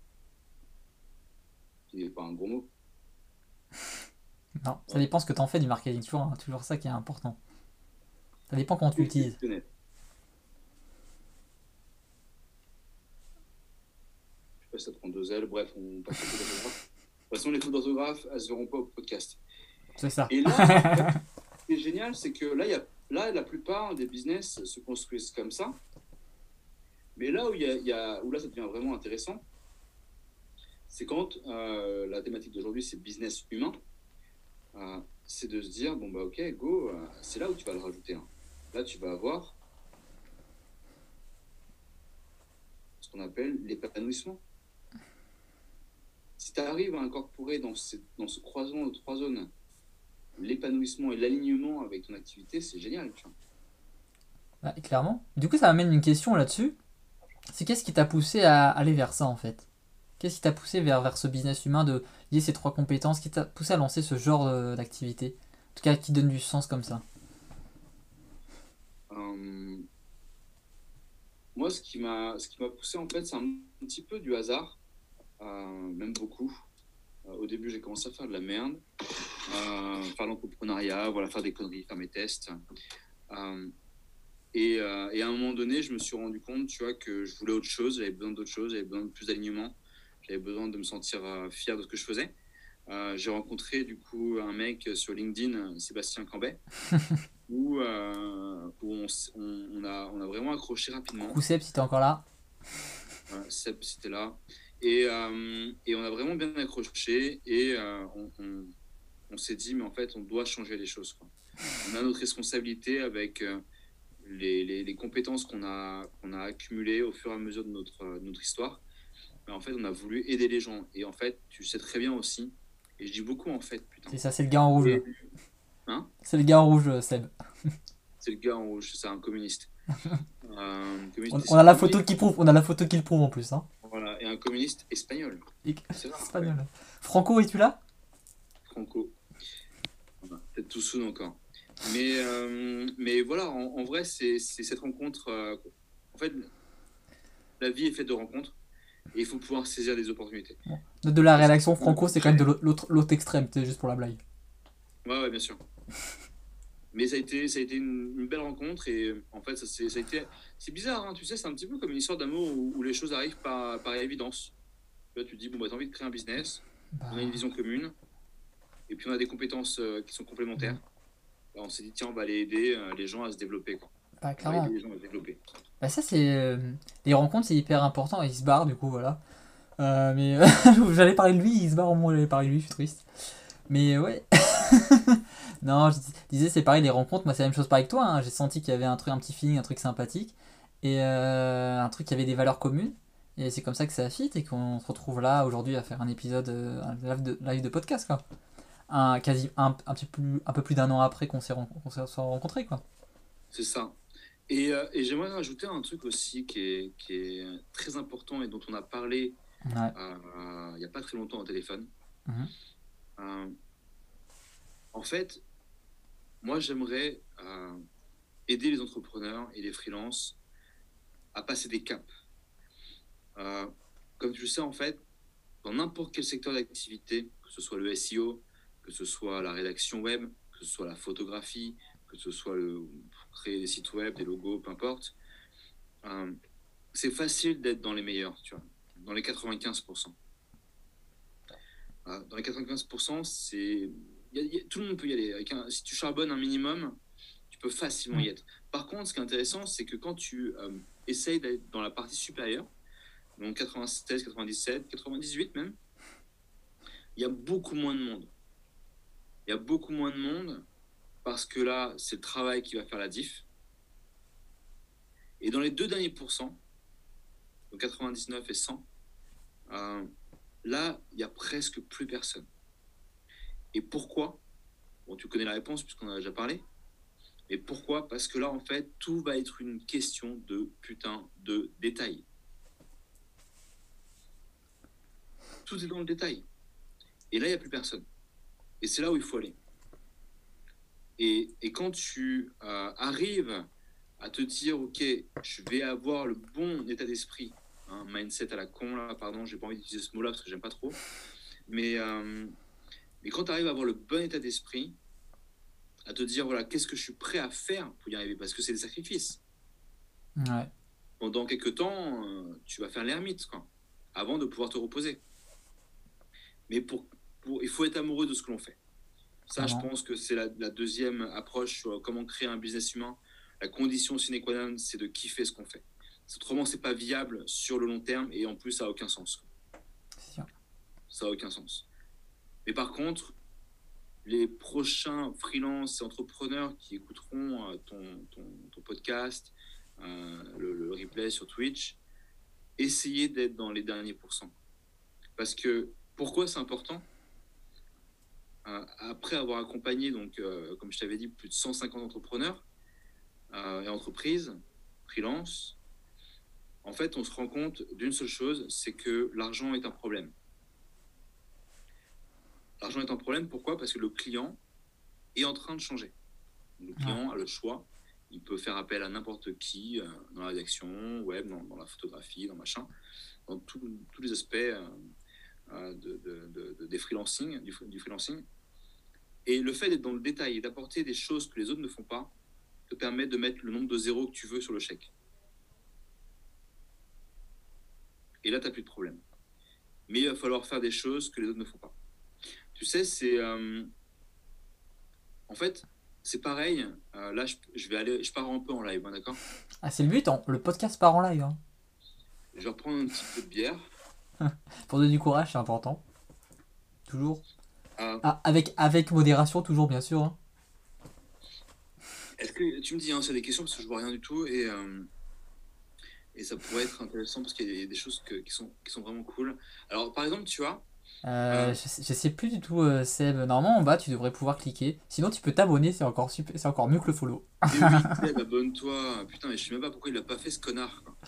qui n'est pas un gros mot. Non, ça dépend ce que t'en fais du marketing, toujours ça qui est important. Ça dépend comment tu l'utilises. Je sais pas si ça prend deux ailes, bref, on passe aux fautes d'orthographe. De toute façon, les fautes d'orthographe, elles ne se verront pas au podcast. C'est ça. Et là, en fait, ce qui est génial, c'est que là, la plupart des business se construisent comme ça. Mais là où, où là, ça devient vraiment intéressant, c'est quand la thématique d'aujourd'hui, c'est business humain. C'est de se dire, bon, bah ok, go, c'est là où tu vas le rajouter. Hein. Là, tu vas avoir ce qu'on appelle l'épanouissement. Si tu arrives à incorporer dans ce croisement de trois zones l'épanouissement et l'alignement avec ton activité, c'est génial. Tu vois. Bah, clairement. Du coup, ça m'amène une question là-dessus. C'est qu'est-ce qui t'a poussé à aller vers ça en fait? Qu'est-ce qui t'a poussé vers ce business humain de lier ces trois compétences, qui t'a poussé à lancer ce genre d'activité? En tout cas, qui donne du sens comme ça. Moi, ce qui m'a poussé, en fait, c'est un petit peu du hasard, même beaucoup. Au début, j'ai commencé à faire de la merde, faire l'entrepreneuriat, voilà, faire des conneries, faire mes tests. Et à un moment donné, je me suis rendu compte, tu vois, que je voulais autre chose, j'avais besoin d'autre chose, j'avais besoin de plus d'alignement, j'avais besoin de me sentir fier de ce que je faisais. J'ai rencontré du coup un mec sur LinkedIn, Sébastien Cambet, où on a vraiment accroché rapidement. Coucou Seb, si t'es encore là. Seb, c'était là. Et on a vraiment bien accroché et on s'est dit, mais en fait, on doit changer les choses. Quoi. On a notre responsabilité avec les compétences qu'on a accumulées au fur et à mesure de notre histoire. Mais en fait, on a voulu aider les gens. Et en fait, tu sais très bien aussi, et je dis beaucoup en fait, putain. C'est ça, c'est le gars en rouge. Et, hein? C'est le gars en rouge, Seb. C'est le gars en rouge, c'est un communiste. On a la photo qui prouve, on a la photo qui le prouve en plus. Hein. Voilà, et un communiste espagnol. C'est rare, espagnol. Ouais. Franco, es-tu là? Franco. Voilà, peut-être tout soon encore. Mais voilà, en vrai, c'est cette rencontre. En fait, la vie est faite de rencontres et il faut pouvoir saisir des opportunités. Bon. De la rédaction Franco, c'est quand même de l'autre extrême, c'est juste pour la blague. Ouais, bien sûr. Mais ça a été une belle rencontre et en fait, c'est bizarre, hein, tu sais, c'est un petit peu comme une histoire d'amour où les choses arrivent par évidence. Là, tu te dis, bon, bah, t'as envie de créer un business, on a une vision commune et puis on a des compétences qui sont complémentaires. Là, on s'est dit, tiens, on va aller aider les gens à se développer. Quoi. Bah, clairement. On va aider les gens à se développer. Bah, ça, c'est. Les rencontres, c'est hyper important. Il se barre, du coup, voilà. Mais j'allais parler de lui, il se barre au moment où j'allais parler de lui, je suis triste. Mais ouais. Non, je disais, c'est pareil, les rencontres, moi c'est la même chose pareil que toi, hein. J'ai senti qu'il y avait un petit feeling, un truc sympathique, et un truc qui avait des valeurs communes, et c'est comme ça que ça fit, et qu'on se retrouve là aujourd'hui à faire un épisode, un live de podcast, quoi. Un peu plus d'un an après qu'on s'est rencontrés, quoi. C'est ça. Et j'aimerais rajouter un truc aussi qui est très important et dont on a parlé Ouais. il n'y a pas très longtemps au téléphone. Mhm. Euh, En fait, moi, j'aimerais aider les entrepreneurs et les freelances à passer des caps. Euh, Comme tu le sais, en fait, dans n'importe quel secteur d'activité, que ce soit le SEO, que ce soit la rédaction web, que ce soit la photographie, que ce soit créer des sites web, des logos, peu importe, euh, c'est facile d'être dans les meilleurs, tu vois, dans les 95%. Dans les 95%, tout le monde peut y aller. Si tu charbonnes un minimum, tu peux facilement y Mm. être. Par contre, ce qui est intéressant, c'est que quand tu essayes d'être dans la partie supérieure, donc 96, 97, 98 même, il y a beaucoup moins de monde. Il y a beaucoup moins de monde parce que là, c'est le travail qui va faire la diff. Et dans les deux derniers pourcents, donc 99 et 100, là, il n'y a presque plus personne. Et pourquoi? Bon, tu connais la réponse puisqu'on en a déjà parlé. Mais pourquoi? Parce que là, en fait, tout va être une question de putain de détails. Tout est dans le détail. Et là, il n'y a plus personne. Et c'est là où il faut aller. Et quand tu arrives à te dire, OK, je vais avoir le bon état d'esprit, hein, mindset à la con, là, pardon, j'ai pas envie d'utiliser ce mot-là parce que j'aime pas trop, mais quand tu arrives à avoir le bon état d'esprit, à te dire, voilà, qu'est-ce que je suis prêt à faire pour y arriver, parce que c'est des sacrifices. Ouais. Pendant quelques temps, tu vas faire l'ermite, quoi, avant de pouvoir te reposer. Mais il faut être amoureux de ce que l'on fait. Ça, je Clairement. pense que c'est la deuxième approche sur comment créer un business humain. La condition sine qua non, c'est de kiffer ce qu'on fait. Autrement, c'est pas viable sur le long terme et en plus, ça n'a aucun sens. C'est sûr. Ça n'a aucun sens. Mais par contre, les prochains freelances et entrepreneurs qui écouteront ton podcast, le replay sur Twitch, essayez d'être dans les derniers pourcents. Parce que, pourquoi c'est important? Après avoir accompagné, donc, comme je t'avais dit, plus de 150 entrepreneurs et entreprises, freelance, en fait, on se rend compte d'une seule chose, c'est que l'argent est un problème. L'argent est un problème, pourquoi? Parce que le client est en train de changer. Le client Ouais. a le choix, il peut faire appel à n'importe qui dans la rédaction, web, dans la photographie, dans machin, dans tous les aspects des freelancing, du freelancing. Et le fait d'être dans le détail et d'apporter des choses que les autres ne font pas te permet de mettre le nombre de zéros que tu veux sur le chèque. Et là, tu n'as plus de problème. Mais il va falloir faire des choses que les autres ne font pas. Tu sais, en fait, c'est pareil. Là, je pars un peu en live, hein, d'accord? Ah, c'est le but, hein. Le podcast part en live, hein. Je vais reprendre un petit peu de bière. Pour donner du courage, c'est important. Toujours. Euh, Ah, avec modération, toujours, bien sûr, hein. Est-ce que tu me dis, hein, c'est des questions parce que je vois rien du tout et ça pourrait être intéressant parce qu'il y a des choses qui sont vraiment cool. Alors, par exemple, tu vois, Je sais plus du tout, Seb. Normalement, en bas, tu devrais pouvoir cliquer. Sinon, tu peux t'abonner, c'est encore mieux que le follow. mais oui, Seb, abonne-toi. Putain, mais je sais même pas pourquoi il l'a pas fait ce connard, quoi.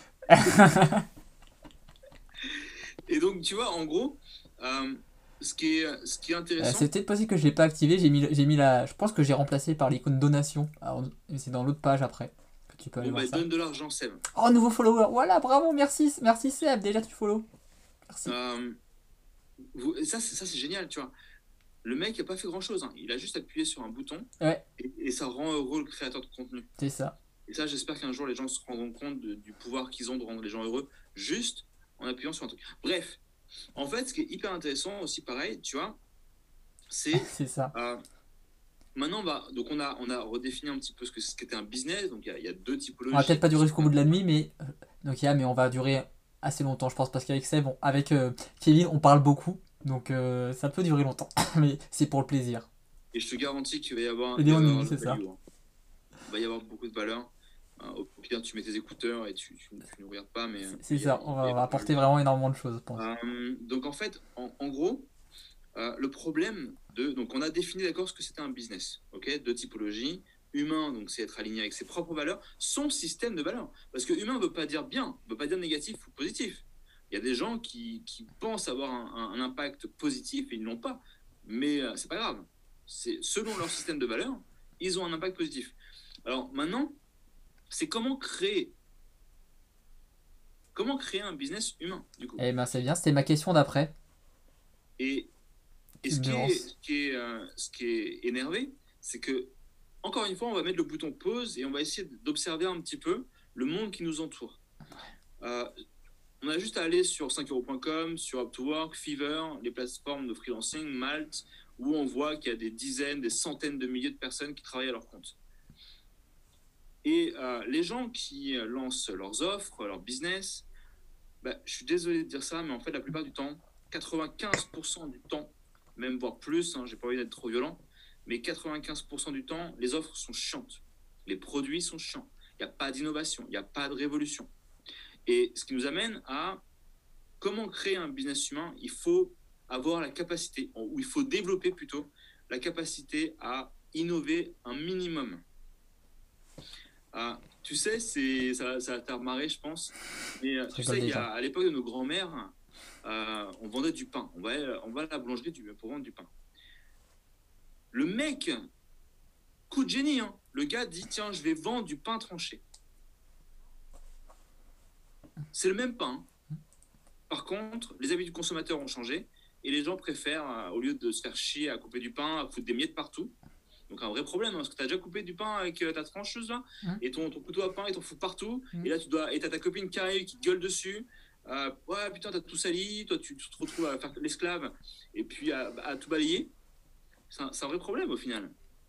Et donc, tu vois, en gros, ce qui est C'est intéressant, peut-être possible que je l'ai pas activé. J'ai mis la. Je pense que j'ai remplacé par l'icône donation. Alors, c'est dans l'autre page après que tu peux aller bon, voir ben, ça. donne de l'argent, Seb. Oh, nouveau follower. Voilà, bravo, merci, merci Seb. Déjà, tu follow. Merci. Euh, et ça, c'est génial, tu vois. Le mec n'a pas fait grand-chose, hein. Il a juste appuyé sur un bouton Ouais, et ça rend heureux le créateur de contenu. c'est ça. Et ça, j'espère qu'un jour, les gens se rendront compte du pouvoir qu'ils ont de rendre les gens heureux juste en appuyant sur un truc. Bref, en fait, ce qui est hyper intéressant aussi, pareil, tu vois, c'est C'est ça. euh, maintenant, donc on a redéfini un petit peu ce qu'était un business. Donc, il y a deux On va peut-être typologies. pas durer jusqu'au bout de la nuit, mais. Donc, mais on va durer assez longtemps, je pense, parce qu'avec Seb, avec Kevin, on parle beaucoup. Donc, ça peut durer longtemps. Mais c'est pour le plaisir. Et je te garantis qu'il va y avoir, Et il va y on avoir oublie, de c'est la ça. value, hein. Il va y avoir beaucoup de valeur. Au pire, tu mets tes écouteurs et tu ne regardes pas, mais C'est ça, il va y on va avoir de la apporter value. vraiment énormément de choses, je pense. Donc en fait, en gros, le problème de... Donc on a défini d'accord ce que c'était un business, ok? Deux typologies. Humain, donc c'est être aligné avec ses propres valeurs, son système de valeurs. Parce que humain ne veut pas dire bien, ne veut pas dire négatif ou positif. Il y a des gens qui pensent avoir un impact positif et ils ne l'ont pas. Mais c'est pas grave. C'est selon leur système de valeurs, ils ont un impact positif. Alors maintenant, c'est comment créer un business humain, du coup. Eh ben c'est bien, c'était ma question d'après. Et, et Tu ce me qui est, devances. ce qui est, ce qui est énervé, c'est que, encore une fois, on va mettre le bouton pause et on va essayer d'observer un petit peu le monde qui nous entoure. Euh, on a juste à aller sur 5euros.com, sur Upwork, Fiverr, les plateformes de freelancing, Malte, où on voit qu'il y a des dizaines, des centaines de milliers de personnes qui travaillent à leur compte. Et les gens qui lancent leurs offres, leurs business, bah, je suis désolé de dire ça, mais en fait, la plupart du temps, 95% du temps, même voire plus, hein, j'ai pas envie d'être trop violent, mais 95% du temps, les offres sont chiantes. Les produits sont chiants. Il n'y a pas d'innovation, il n'y a pas de révolution. Et ce qui nous amène à comment créer un business humain. Il faut avoir la capacité, ou il faut développer plutôt, la capacité à innover un minimum. Tu sais, ça va te remarrer, je pense. Mais Je tu rigole sais, déjà. à l'époque de nos grands-mères, on vendait du pain. On va à la boulangerie pour vendre du pain. Le mec, coup de génie, hein. Le gars dit, tiens, je vais vendre du pain tranché. C'est le même pain. Par contre, les habitudes du consommateur ont changé et les gens préfèrent, au lieu de se faire chier à couper du pain, à foutre des miettes partout. Donc un vrai problème, hein, parce que tu as déjà coupé du pain avec ta trancheuse là, Hum, et ton couteau à pain, et t'en fous partout, et hum. là et t'as ta copine qui arrive, qui gueule dessus. Ouais, putain, t'as tout sali, toi tu te retrouves à faire l'esclave, et puis à tout balayer. C'est un vrai problème au final.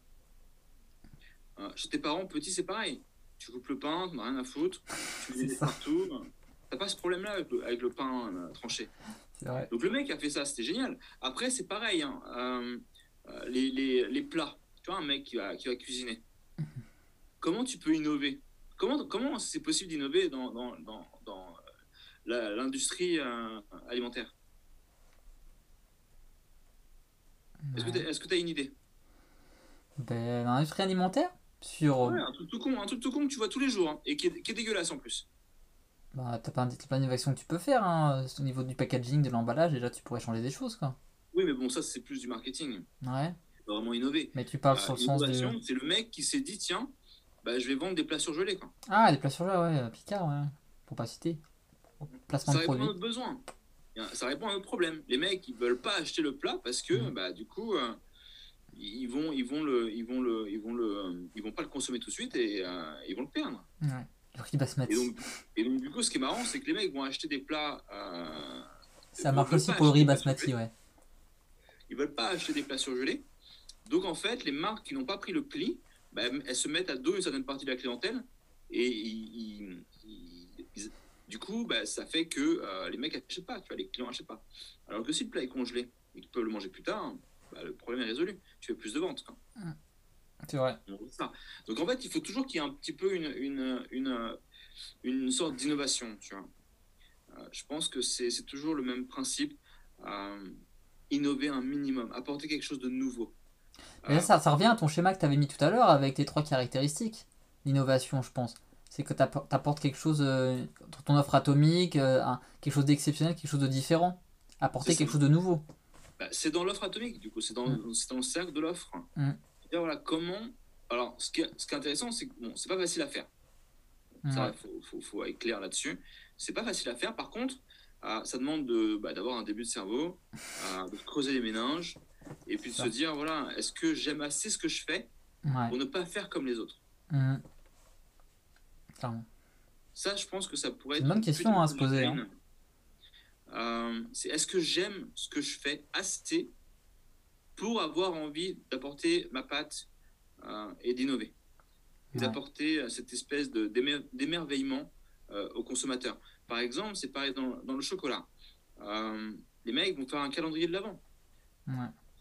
Chez tes parents, petits, c'est pareil. Tu coupes le pain, t'en as rien à foutre, tu mets C'est des miettes ça, partout. T'as pas ce problème-là avec le pain tranché. c'est vrai. Donc le mec a fait ça, c'était génial. Après, c'est pareil, hein, les plats. Tu vois, un mec qui va cuisiner. Comment tu peux innover? Comment c'est possible d'innover dans l'industrie alimentaire? Ouais. Est-ce que tu as une idée? Ben, dans l'industrie alimentaire, sur. Ouais, un truc tout con que tu vois tous les jours, hein, et qui est dégueulasse en plus. Bah, t'as plein d'innovations que tu peux faire, hein. Au niveau du packaging, de l'emballage, déjà tu pourrais changer des choses, quoi. Oui, mais bon, ça c'est plus du marketing. Ouais. C'est pas vraiment innover. Mais tu parles sur le sens du. L'innovation, c'est le mec qui s'est dit, tiens, bah, je vais vendre des plats surgelés, quoi. Ah, les plats surgelés, ouais, Picard, ouais. Pour pas citer. Placement Ça de répond à produit. notre besoin. Ça répond à notre problème. Les mecs, ils veulent pas acheter le plat parce que, Mhm. bah, du coup, ils vont pas le consommer tout de suite et ils vont le perdre. Ouais. Le riz Et basmati. donc, du coup, ce qui est marrant, c'est que les mecs vont acheter des plats, Ça marche veulent aussi pas pour le acheter riz des plats basmati, surgelés. ouais. Ils veulent pas acheter des plats surgelés. Donc, en fait, les marques qui n'ont pas pris le pli, bah, elles se mettent à dos une certaine partie de la clientèle et du coup, bah, ça fait que les mecs n'achètent pas, tu vois, les clients n'achètent pas. Alors que si le plat est congelé et qu'ils peuvent le manger plus tard, bah, le problème est résolu. Tu fais plus de ventes, quoi. C'est vrai. Donc, ça. Donc en fait, il faut toujours qu'il y ait un petit peu une sorte d'innovation, tu vois. Je pense que c'est toujours le même principe. euh, Innover un minimum, apporter quelque chose de nouveau. Mais là, Euh, ça revient à ton schéma que tu avais mis tout à l'heure avec les trois caractéristiques. L'innovation, je pense. C'est que tu apportes quelque chose, dans ton offre atomique, quelque chose d'exceptionnel, quelque chose de différent. c'est Apporter ça. quelque chose de nouveau. Bah, c'est dans l'offre atomique, du coup, Mm, c'est dans le cercle de l'offre. mm, C'est-à-dire, voilà, comment. Alors, ce qui est intéressant, c'est que bon, c'est pas facile à faire. Ça, ouais, faut être clair là-dessus. C'est pas facile à faire. Par contre, ça demande d'avoir un début de cerveau, de creuser les méninges, et puis c'est de se ça. dire, voilà, est-ce que j'aime assez ce que je fais Ouais, pour ne pas faire comme les autres? mm, clairement. Ça, je pense que ça pourrait C'est une être bonne plutôt question une à se poser, hein. punchline. C'est est-ce que j'aime ce que je fais assez pour avoir envie d'apporter ma patte et d'innover, et Ouais, d'apporter cette espèce d'émerveillement aux consommateurs. Par exemple, c'est pareil dans le chocolat. Les mecs vont faire un calendrier de l'Avent. ouais.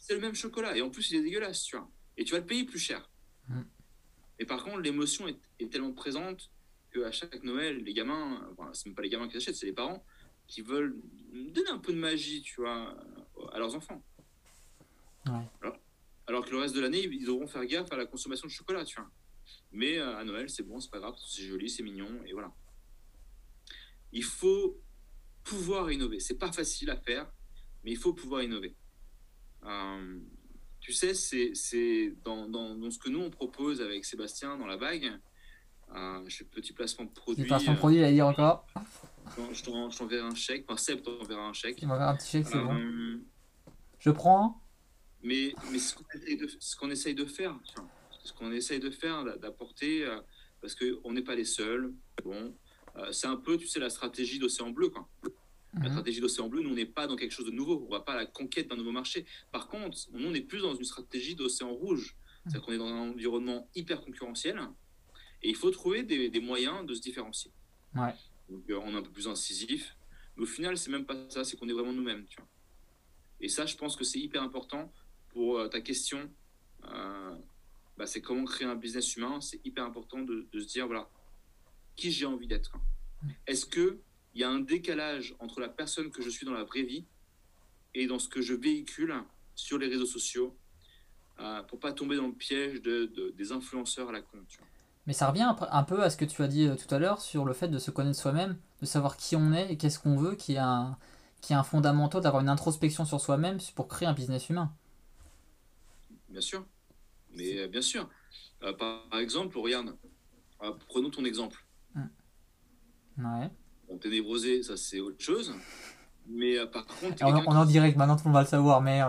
c'est le même chocolat. Et en plus, il est dégueulasse, tu vois. Et tu vas le payer plus cher. Mm. Et par contre, l'émotion est tellement présente qu'à chaque Noël, les gamins, enfin, c'est même pas les gamins qui achètent, c'est les parents qui veulent donner un peu de magie, tu vois, à leurs enfants. Ouais. Alors que le reste de l'année, ils devront faire gaffe à la consommation de chocolat, tu vois. Mais à Noël, c'est bon, c'est pas grave, c'est joli, c'est mignon, et voilà. Il faut pouvoir innover. C'est pas facile à faire, mais il faut pouvoir innover. Euh, Tu sais, c'est dans ce que nous, on propose avec Sébastien dans la bague. Je fais petit placement de Petit produit. placement de produit, j'allais dire encore. Je t'enverrai un chèque. Enfin, Seb t'enverra un Il chèque. m'a fait un petit chèque, c'est bon. Euh, Je prends. mais ce qu'on essaye de faire, tu vois, ce qu'on essaye de faire, d'apporter, parce qu'on n'est pas les seuls. Bon, c'est un peu, tu sais, la stratégie d'Océan Bleu, quoi. La Mhm. stratégie d'Océan Bleu, nous, on n'est pas dans quelque chose de nouveau. On ne va pas à la conquête d'un nouveau marché. Par contre, nous, on est plus dans une stratégie d'Océan Rouge. C'est-à-dire qu'on est dans un environnement hyper concurrentiel et il faut trouver des moyens de se différencier. Ouais. Donc, on est un peu plus incisif. Mais au final, c'est même pas ça, c'est qu'on est vraiment nous-mêmes. Tu vois. Et ça, je pense que c'est hyper important pour ta question. Euh, c'est comment créer un business humain. C'est hyper important de se dire, voilà, qui j'ai envie d'être. Est-ce qu'il y a un décalage entre la personne que je suis dans la vraie vie et dans ce que je véhicule sur les réseaux sociaux pour pas tomber dans le piège des influenceurs à la con. Tu vois. Mais ça revient un peu à ce que tu as dit tout à l'heure sur le fait de se connaître soi-même, de savoir qui on est et qu'est-ce qu'on veut, qui est un fondamental d'avoir une introspection sur soi-même pour créer un business humain. Bien sûr. Mais bien sûr. Par exemple, regarde, prenons ton exemple. Ouais. Bon, t'es névrosé, ça c'est autre chose. Mais par contre, Et on est en direct, maintenant tout le monde va le savoir, merde.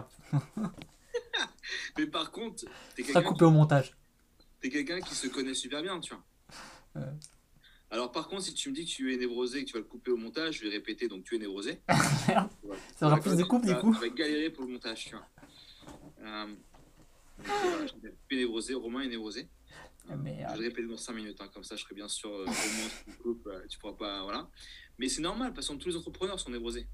mais par contre, t'es Ce sera quelqu'un coupé au montage. qui se connaît super bien, tu vois. Euh, Alors par contre, si tu me dis que tu es névrosé et que tu vas le couper au montage, je vais répéter, donc tu es névrosé. Merde. Voilà. Ça aura plus de coupe du coup. Ça va galérer pour le montage, tu vois. Donc, voilà, je suis névrosé, Romain est névrosé. Je vais le répéter dans 5 minutes, hein, comme ça je serai bien sûr, au moins si tu coupes, tu pourras pas, voilà. Mais c'est normal, parce que tous les entrepreneurs sont névrosés.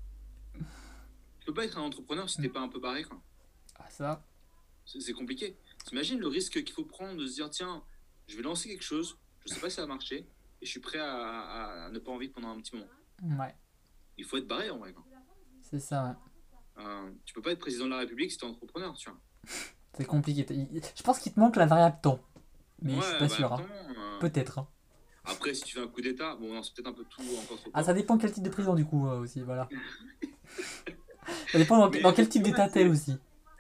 Tu peux pas être un entrepreneur si t'es pas un peu barré, quoi. Ah, ça. C'est compliqué. T'imagines le risque qu'il faut prendre de se dire, tiens, je vais lancer quelque chose, je sais pas si ça va marcher, et je suis prêt à ne pas en vivre pendant un petit moment. Ouais. Il faut être barré en vrai, quoi. C'est ça, ouais. Tu peux pas être président de la République si t'es entrepreneur, tu vois. C'est compliqué. Je pense qu'il te manque la variable temps. Mais je suis pas Ouais, sûr. attends, Peut-être. après, si tu fais un coup d'État, bon, non, c'est peut-être un peu tout encore trop Ah, fort. ça dépend quel type de président du coup aussi, voilà. Ça dépend dans quel type d'état t'es aussi.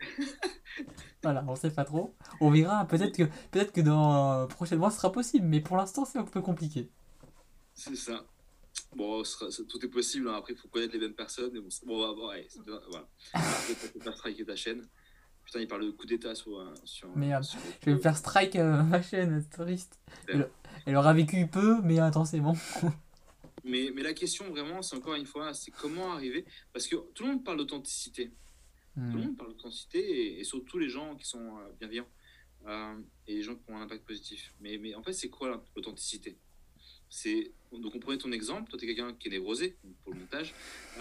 Voilà, on sait pas trop. On verra. Peut-être que dans prochainement ce sera possible, mais pour l'instant c'est un peu compliqué. C'est ça. Bon, tout est possible, hein. Après, il faut connaître les bonnes personnes. Mais bon, ouais, voilà. Après, tu peux pas striker ta chaîne. Putain, il parle de coup d'État Merde, sur je vais me faire strike ma chaîne, c'est triste. Ouais. Elle aura vécu peu, mais attends, c'est bon. Mais la question, vraiment, c'est encore une fois, c'est comment arriver. Parce que tout le monde parle d'authenticité. Tout le monde parle d'authenticité et surtout les gens qui sont bienveillants et les gens qui ont un impact positif. Mais en fait, c'est quoi l'authenticité? Donc on prenait ton exemple, toi tu es quelqu'un qui est névrosé pour le montage,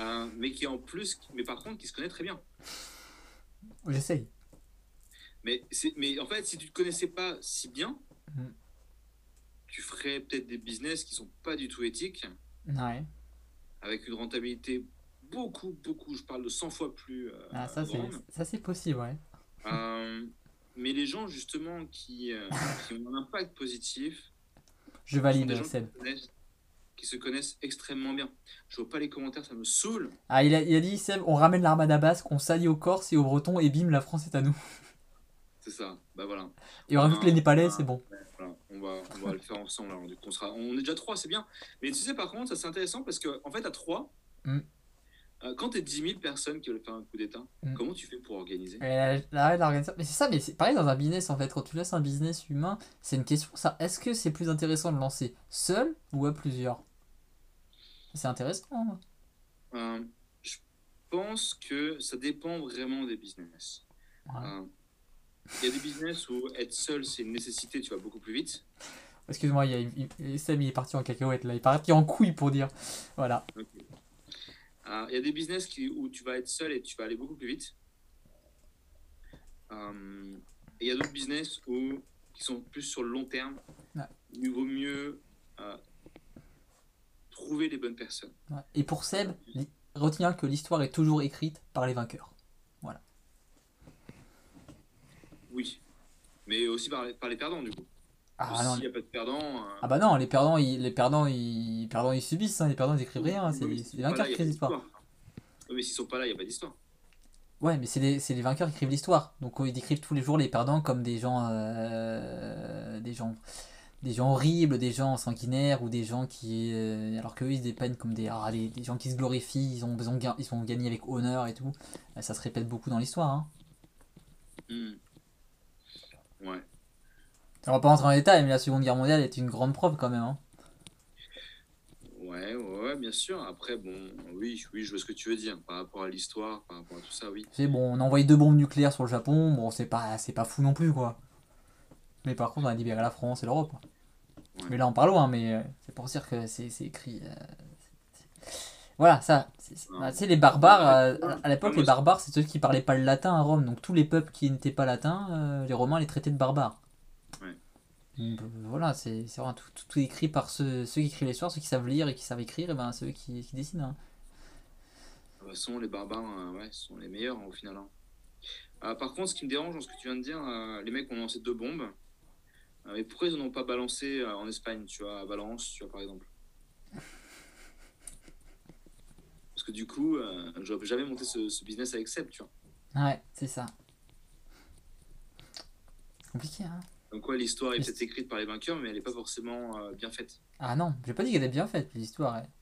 mais par contre qui se connaît très bien. J'essaye. Mais en fait, si tu te connaissais pas si bien, Mm. tu ferais peut-être des business qui sont pas du tout éthiques, Ouais. avec une rentabilité beaucoup, je parle de 100 fois plus Ah, grande. ça c'est possible, ouais. Mais les gens justement qui ont un impact positif Je sont des valide, gens Seb. qui se connaissent extrêmement bien. Je vois pas les commentaires, ça me saoule. Ah, il a dit, Seb, on ramène l'armada basque, on s'allie aux Corses et aux Bretons, et bim, la France est à nous. C'est ça, bah voilà. Et on rajoute les Népalais, c'est bon. Voilà. On va le faire ensemble. Alors, du coup, on est déjà trois, c'est bien. Mais tu sais, par contre, ça c'est intéressant parce qu'en en fait, à trois, Mm. quand t'es 10 000 personnes qui veulent faire un coup d'État, Mm. comment tu fais pour organiser? L'organisation. Mais c'est ça, mais c'est pareil dans un business en fait. Quand tu laisses un business humain, c'est une question ça. Est-ce que c'est plus intéressant de lancer seul ou à plusieurs? C'est intéressant, hein. Je pense que ça dépend vraiment des business. Ouais. Il y a des business où être seul, c'est une nécessité, tu vas beaucoup plus vite. Excuse-moi, Sam il est parti en cacahuète là. Il est parti en couille pour dire. Voilà. Okay. Il y a des business où tu vas être seul et tu vas aller beaucoup plus vite. Et il y a d'autres business qui sont plus sur le long terme. Ouais. Il vaut mieux trouver les bonnes personnes. Ouais. Et pour Seb, retenir que l'histoire est toujours écrite par les vainqueurs. Voilà. Oui, mais aussi par les perdants, du coup. Parce Ah que non, s'il n'y a pas de perdants, ah bah non, les perdants ils subissent, hein, les perdants ils écrivent rien, hein, oui, mais c'est s'ils les sont pas vainqueurs là, qui il n'y a écrivent pas l'histoire. d'histoire. Oui, mais s'ils sont pas là, il n'y a pas d'histoire. Ouais, mais c'est les vainqueurs qui écrivent l'histoire. Donc ils décrivent tous les jours les perdants comme des gens horribles, des gens sanguinaires ou des gens qui, alors qu'eux ils se dépeignent comme des gens qui se glorifient, ils ont gagné avec honneur et tout. Ça se répète beaucoup dans l'histoire. Hein. Hmm. Ouais. On va pas rentrer en détail, mais la Seconde Guerre mondiale est une grande preuve quand même. Hein. Ouais, bien sûr. Après, bon, oui, je vois ce que tu veux dire. Par rapport à l'histoire, par rapport à tout ça, oui. C'est bon, on a envoyé 2 bombes nucléaires sur le Japon, bon c'est pas fou non plus quoi. Mais par contre on a libéré la France et l'Europe. Ouais. Mais là on parle loin, mais c'est pour dire que c'est écrit. Voilà, ça. Bah, tu sais, les barbares, à Ouais, l'époque, les moi, barbares, c'est ceux qui parlaient pas le latin à Rome. Donc tous les peuples qui n'étaient pas latins, les Romains les traitaient de barbares. ouais. Donc, voilà, c'est vraiment tout est écrit par ceux qui écrivent l'histoire, ceux qui savent lire et qui savent écrire, et ben ceux qui dessinent. Hein. De toute façon, les barbares, ouais, sont les meilleurs au final. Hein. Par contre, ce qui me dérange dans ce que tu viens de dire, les mecs ont lancé 2 bombes. Mais pourquoi ils n'en ont pas balancé en Espagne, tu vois, à Valence, tu vois, par exemple? Parce que du coup, j'aurais jamais monté ce business avec Seb, tu vois. Ouais, c'est ça. Compliqué, hein. Donc quoi, l'histoire est Mais peut-être écrite par les vainqueurs, mais elle n'est pas forcément bien faite. Ah non, j'ai pas dit qu'elle était bien faite, l'histoire. Ouais.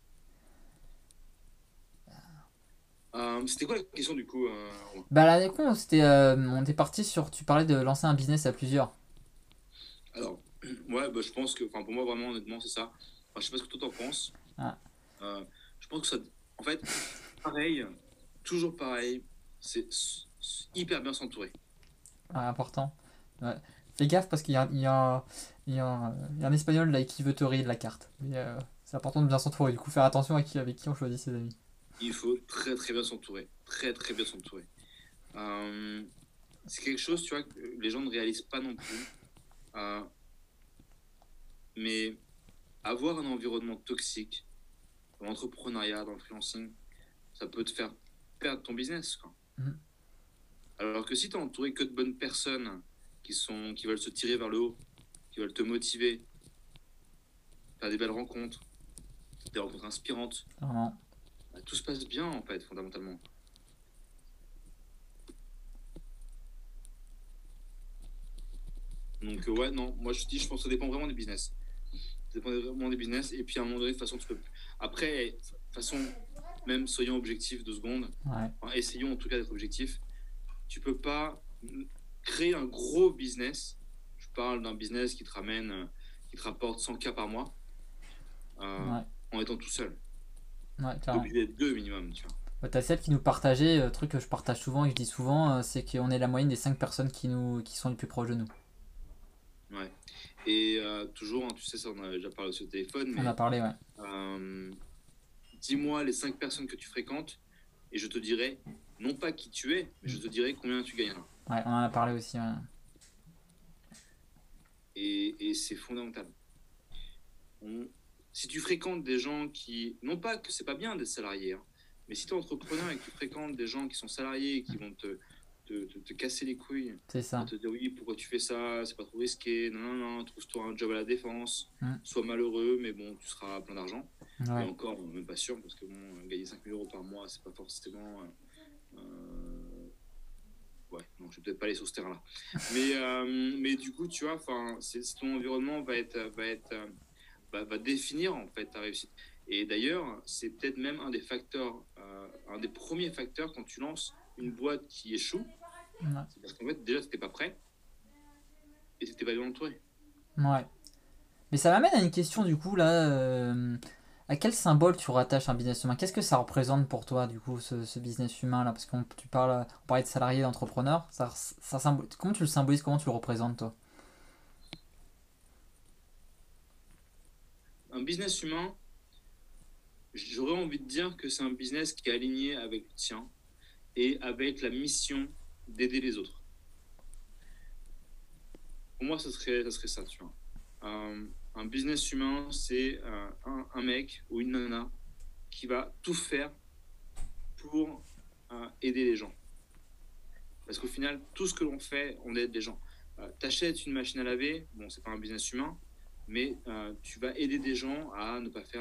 C'était quoi la question du coup Romain. Bah la con, on était parti sur, tu parlais de lancer un business à plusieurs. Alors, ouais, bah, je pense que, enfin, pour moi, vraiment, honnêtement, c'est ça. Enfin, je sais pas ce que toi t'en penses. Ah, Euh, je pense que ça, en fait, pareil, toujours pareil, c'est hyper bien s'entourer. ouais, important. Ouais. Fais gaffe parce qu'il y a un espagnol là qui veut te rayer de la carte. Mais c'est important de bien s'entourer. Du coup, faire attention avec qui on choisit ses amis. Il faut très très bien s'entourer, très très bien s'entourer. Euh, c'est quelque chose, tu vois, que les gens ne réalisent pas non plus. Euh, mais avoir un environnement toxique dans l'entrepreneuriat, dans le freelancing, ça peut te faire perdre ton business, quoi. Mhm. Alors que si tu es entouré que de bonnes personnes qui veulent se tirer vers le haut, qui veulent te motiver, faire des belles rencontres, des rencontres inspirantes, Vraiment. bah, tout se passe bien en fait, fondamentalement. Donc ouais, non, moi je pense que ça dépend vraiment des business. Ça dépend vraiment des business. Et puis à un moment donné, de toute façon, tu peux. Après, de toute façon, même soyons objectifs 2 secondes, Ouais. enfin, essayons en tout cas d'être objectifs. Tu peux pas créer un gros business. Je parle d'un business qui te rapporte 100K par mois euh, Ouais. en étant tout seul. Ouais, T'es clairement. obligé d'être deux minimum, tu vois. Bah, t'as Seb qui nous partageait, truc que je partage souvent et que je dis souvent, c'est qu'on est la moyenne des 5 personnes qui sont les plus proches de nous. Ouais. Et toujours, hein, tu sais, ça on en a déjà parlé sur le téléphone, On a mais parlé, ouais. euh, dis-moi les 5 personnes que tu fréquentes et je te dirai, non pas qui tu es, mais je te dirai combien tu gagneras. Ouais, on en a parlé aussi, ouais. Et c'est fondamental. On- Si tu fréquentes des gens qui, non pas que c'est pas bien d'être salarié, hein, mais si tu es entrepreneur et que tu fréquentes des gens qui sont salariés et qui vont te casser les couilles, C'est à ça. te dire oui, pourquoi tu fais ça, c'est pas trop risqué, non, non, non, trouve-toi un job à la défense, Mm. sois malheureux, mais bon, tu seras plein d'argent. Et Ouais. encore, même pas sûr, parce que bon, gagner 5 000 euros par mois, c'est pas forcément. Ouais, non, je vais peut-être pas aller sur ce terrain-là. Mais du coup, tu vois, ton environnement va définir en fait ta réussite. Et d'ailleurs, c'est peut-être même un des facteurs, un des premiers facteurs quand tu lances une boîte qui échoue, Ouais. c'est parce qu'en fait, déjà, tu n'étais pas prêt et tu n'étais pas bien entouré. Ouais. Mais ça m'amène à une question du coup là. À quel symbole tu rattaches un business humain? Qu'est-ce que ça représente pour toi du coup ce business humain là? Parce qu'on tu parles, on parlait de salarié, d'entrepreneur. Comment tu le symbolises? Comment tu le représentes toi? Un business humain, j'aurais envie de dire que c'est un business qui est aligné avec le tien et avec la mission d'aider les autres. Pour moi, ça serait ça, tu vois. Un business humain, c'est un mec ou une nana qui va tout faire pour aider les gens. Parce qu'au final, tout ce que l'on fait, on aide les gens. T'achètes une machine à laver, bon, c'est pas un business humain, mais tu vas aider des gens à ne pas faire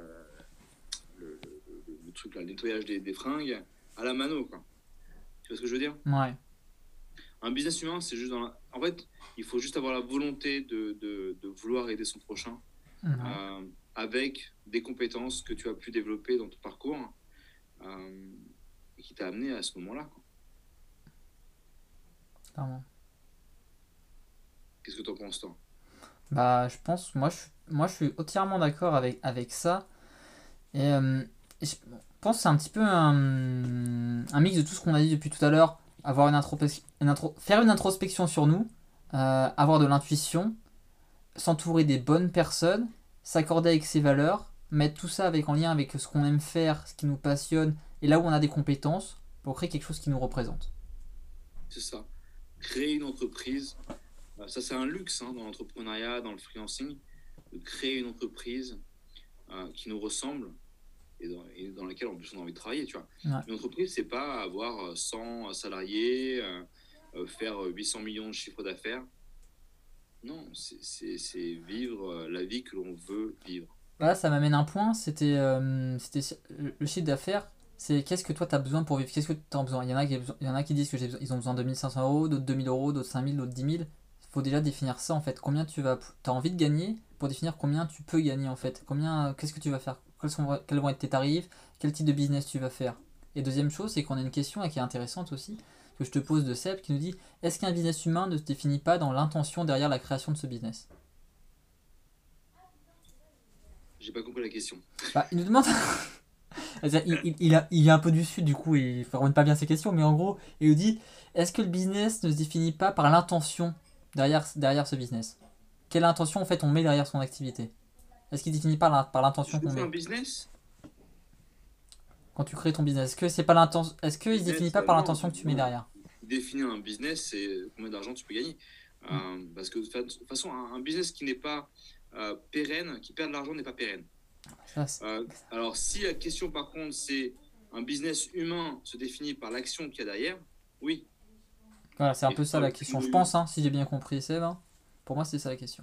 le truc là, le nettoyage des fringues à la mano, quoi. Tu vois ce que je veux dire? Ouais. Un business humain, c'est juste En fait, il faut juste avoir la volonté de vouloir aider son prochain Ouais. avec des compétences que tu as pu développer dans ton parcours euh, et qui t'a amené à ce moment-là, quoi. Clairement. Qu'est-ce que tu en penses, toi? Bah, je pense, moi, je suis entièrement d'accord avec ça. Et je pense que c'est un petit peu un mix de tout ce qu'on a dit depuis tout à l'heure. Avoir faire une introspection sur nous, avoir de l'intuition, s'entourer des bonnes personnes, s'accorder avec ses valeurs, mettre tout ça en lien avec ce qu'on aime faire, ce qui nous passionne, et là où on a des compétences, pour créer quelque chose qui nous représente. C'est ça. Créer une entreprise, ça c'est un luxe dans l'entrepreneuriat, dans le freelancing, de créer une entreprise qui nous ressemble et dans laquelle en plus on a envie de travailler, tu vois. Ouais. Une entreprise, c'est pas avoir 100 salariés, faire 800 millions de chiffre d'affaires. Non, c'est vivre la vie que l'on veut vivre. Voilà, ça m'amène un point, c'était le chiffre d'affaires, c'est qu'est-ce que toi tu as besoin pour vivre, qu'est-ce que tu as besoin. Il y en a qui disent ils ont besoin de 1500 euros, d'autres 2000 euros, d'autres 5000, d'autres 10 000. Il faut déjà définir ça en fait, combien as envie de gagner pour définir combien tu peux gagner en fait, qu'est-ce que tu vas faire, quels vont être tes tarifs, quel type de business tu vas faire. Et deuxième chose, c'est qu'on a une question qui est intéressante aussi, que je te pose de Seb, qui nous dit, est-ce qu'un business humain ne se définit pas dans l'intention derrière la création de ce business? J'ai pas compris la question. Bah, il nous demande. Il est un peu du sud, du coup, il ne formule pas bien ses questions, mais en gros, il nous dit, est-ce que le business ne se définit pas par l'intention derrière ce business? Quelle intention, en fait, on met derrière son activité? Est-ce qu'il définit pas par l'intention Je qu'on fais un met business. quand tu crées ton business? Est-ce que c'est pas l'intention, est-ce qu'il se définit Business, pas par non, l'intention que tu mets non. derrière? Définir un business, c'est combien d'argent tu peux gagner. Hmm. Parce que de toute façon, un business qui n'est pas pérenne, qui perd de l'argent, n'est pas pérenne. Ça, c'est- Alors, si la question, par contre, c'est un business humain se définit par l'action qu'il y a derrière, oui. Voilà, c'est un Et peu ça toi, la question. Je pense, hein, si j'ai bien compris, Seb, hein. Pour moi, c'est ça la question.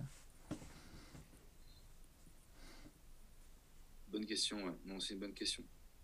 bonne question, ouais. Non, c'est une bonne question.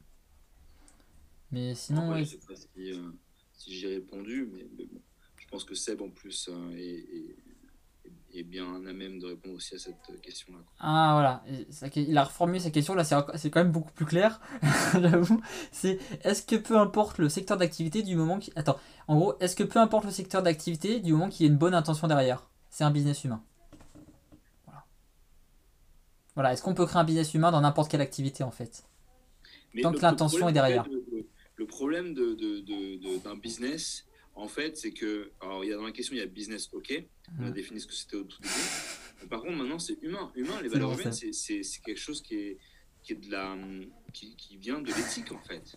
Mais En sinon, vrai, ouais, je sais pas si j'ai répondu, mais bon. Je pense que Seb, en plus, est bien à même de répondre aussi à cette question-là, quoi. ah voilà, il a reformulé sa question, là c'est quand même beaucoup plus clair, j'avoue. C'est est-ce que peu importe le secteur d'activité du moment qui... Attends, en gros, est-ce que peu importe le secteur d'activité du moment qu'il y ait une bonne intention derrière? C'est un business humain. Voilà. Voilà, est-ce qu'on peut créer un business humain dans n'importe quelle activité en fait? Mais Tant que l'intention est problème, en fait, derrière. le problème d'un business, en fait, c'est que, alors, dans la question, il y a business, ok, on a Mhm. défini ce que c'était au tout début. Mais par contre, maintenant, c'est humain. Humain, les C'est valeurs bon humaines, ça. c'est quelque chose qui est qui vient de l'éthique, en fait.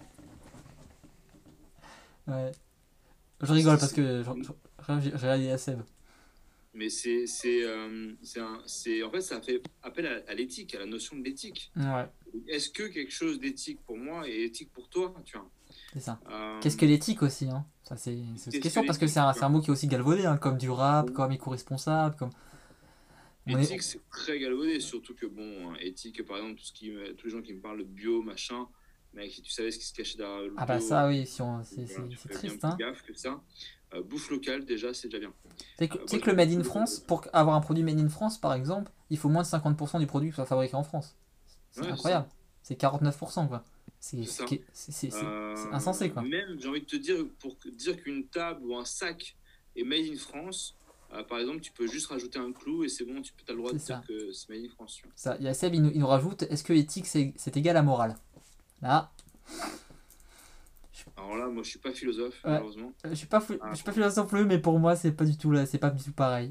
Ouais. Je C'est, rigole parce c'est- que j'ai réalisé à Seb. mais en fait, ça fait appel à l'éthique, à la notion de l'éthique. Ouais, Est-ce que quelque chose d'éthique pour moi est éthique pour toi, tu vois? c'est ça. Qu'est-ce que Euh, l'éthique aussi, hein? Ça c'est une Qu'est-ce que question parce que l'éthique, tu c'est un vois? mot qui est aussi galvaudé, hein, comme du rap, Bon, comme éco-responsable, comme... On est... éthique, c'est très galvaudé, surtout que, bon, éthique, par exemple, tous les gens qui me parlent de bio, machin, mec, si tu savais ce qui se cachait derrière le Ah bah bio, ça oui, voilà, tu c'est ferais bien triste, plus hein. gaffe que ça. Bouffe locale, déjà, c'est déjà bien. Tu sais Moi, que je le mange Made in bio. France, pour avoir un produit Made in France par exemple, il faut moins de 50% du produit qui soit fabriqué en France. C'est Ouais, c'est ça. incroyable. C'est 49% quoi. C'est ça. C'est insensé quoi. Même, j'ai envie de te dire, pour dire qu'une table ou un sac est made in France, par exemple, tu peux juste rajouter un clou et c'est bon, as le droit C'est de dire ça. que c'est made in France, tu vois. Ça. Il y a Seb, il nous rajoute, est-ce que éthique c'est égal à morale? Là, Alors là, moi, je suis pas philosophe, ouais. malheureusement. Je Ah, suis pas philosophe non plus, mais pour moi c'est pas du tout là, c'est pas du tout pareil.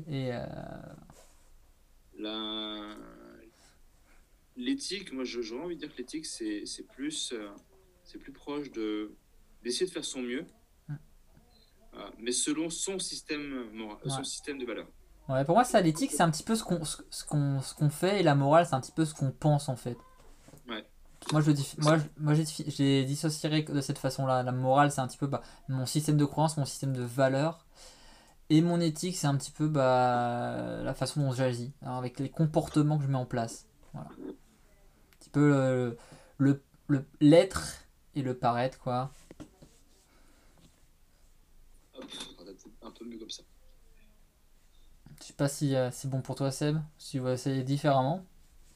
la... L'éthique, moi, j'aurais envie de dire que l'éthique, c'est plus proche d'essayer de faire son mieux, mais selon son système moral, son système de valeurs. Ouais, pour moi, ça, l'éthique, c'est un petit peu ce qu'on fait et la morale, c'est un petit peu ce qu'on pense en fait. Ouais. Moi, C'est- j'ai dissocierai de cette façon-là. La morale, c'est un petit peu bah, mon système de croyance, mon système de valeurs. Et mon éthique, c'est un petit peu bah, la façon dont j'agis, hein, avec les comportements que je mets en place. Voilà. Un petit peu le, l'être et le paraître, quoi. Hop, un peu mieux comme ça. Je sais pas si c'est bon pour toi, Seb, si tu vas essayer différemment.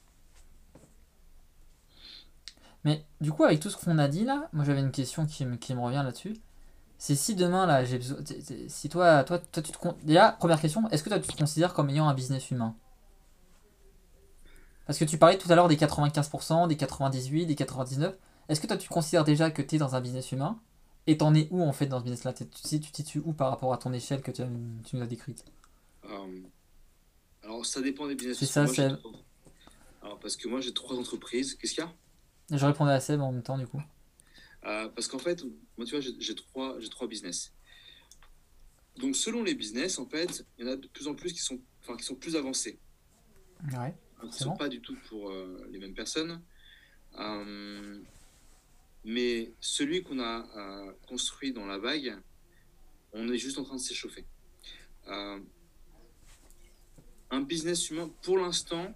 Mais du coup, avec tout ce qu'on a dit là, moi j'avais une question qui me revient là-dessus. C'est si demain là, j'ai besoin. Si toi, tu te. Déjà, première question, est-ce que toi tu te considères comme ayant un business humain? Parce que tu parlais tout à l'heure des 95%, des 98, des 99. Est-ce que toi tu considères déjà que tu es dans un business humain? Et t'en es où en fait dans ce business-là? Tu te situes où par rapport à ton échelle que tu nous as décrite? Euh, alors, ça dépend des business C'est parce que ça, moi, j'ai Seb. trois. Alors, parce que moi, j'ai trois entreprises. Qu'est-ce qu'il y a? Je répondais à Seb en même temps du coup. Parce qu'en fait, moi, tu vois, j'ai trois business. Donc, selon les business, en fait, il y en a de plus en plus qui sont plus avancés. Ouais, Donc, qui ne sont forcément. pas du tout pour les mêmes personnes. Euh, mais celui qu'on a construit dans la vague, on est juste en train de s'échauffer. Euh, un business humain, pour l'instant,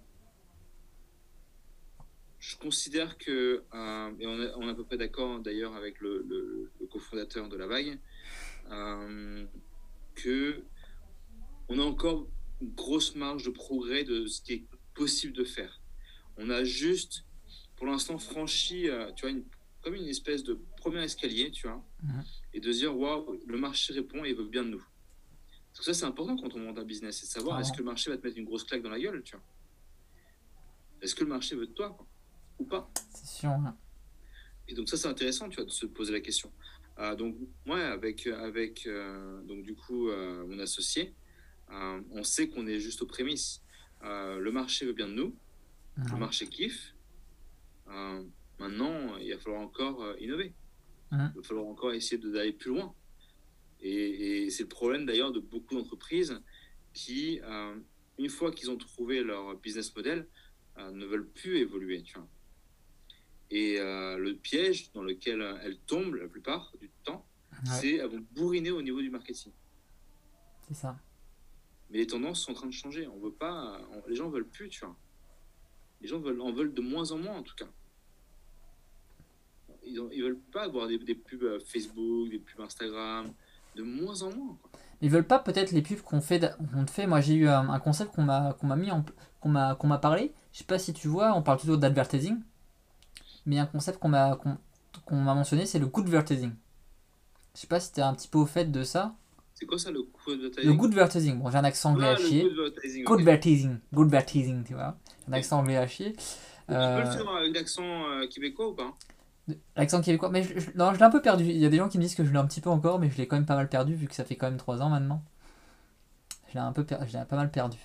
je considère que, et on est à peu près d'accord d'ailleurs avec le cofondateur de la vague, euh, que on a encore une grosse marge de progrès de ce qui est possible de faire. On a juste, pour l'instant, franchi, tu vois, comme une espèce de premier escalier, tu vois, Mhm. et de se dire, waouh, le marché répond et il veut bien de nous. Parce que ça, c'est important quand on monte un business, c'est de savoir est-ce que Carrément. le marché va te mettre une grosse claque dans la gueule, tu vois. Est-ce que le marché veut de toi, quoi, ou pas? C'est sûr, hein. Et donc ça, c'est intéressant, tu vois, de se poser la question. Donc, moi, donc, du coup, mon associé, on sait qu'on est juste aux prémices. Le marché veut bien de nous, le Ouais. marché kiffe. Euh, Maintenant, il va falloir encore innover. Mhm. Il va falloir encore essayer d'aller plus loin. Et c'est le problème d'ailleurs de beaucoup d'entreprises qui, une fois qu'ils ont trouvé leur business model, ne veulent plus évoluer, tu vois. Et le piège dans lequel elles tombent la plupart du temps, Ouais, c'est elles vont bourriner au niveau du marketing. c'est ça. Mais les tendances sont en train de changer. On veut pas, les gens veulent plus, tu vois. Les gens en veulent de moins en moins, en tout cas. Ils veulent pas avoir des pubs Facebook, des pubs Instagram, de moins en moins, quoi. Ils veulent pas peut-être les pubs qu'on te fait. Moi j'ai eu un concept qu'on m'a parlé. Je sais pas si tu vois, on parle toujours d'advertising, mais un concept qu'on m'a mentionné, c'est le good advertising. Je sais pas si t'es un petit peu au fait de ça. C'est quoi ça, le coup Le advertising? good advertising. Bon, j'ai un accent anglais à Ah, le chier. good advertising, Good ok. advertising. Good advertising, tu vois. J'ai un Ok. accent anglais à chier. Tu peux le Euh, faire avec l'accent québécois ou pas? L'accent québécois. Mais non, je l'ai un peu perdu. Il y a des gens qui me disent que je l'ai un petit peu encore, mais je l'ai quand même pas mal perdu vu que ça fait quand même 3 ans maintenant. Je l'ai pas mal perdu.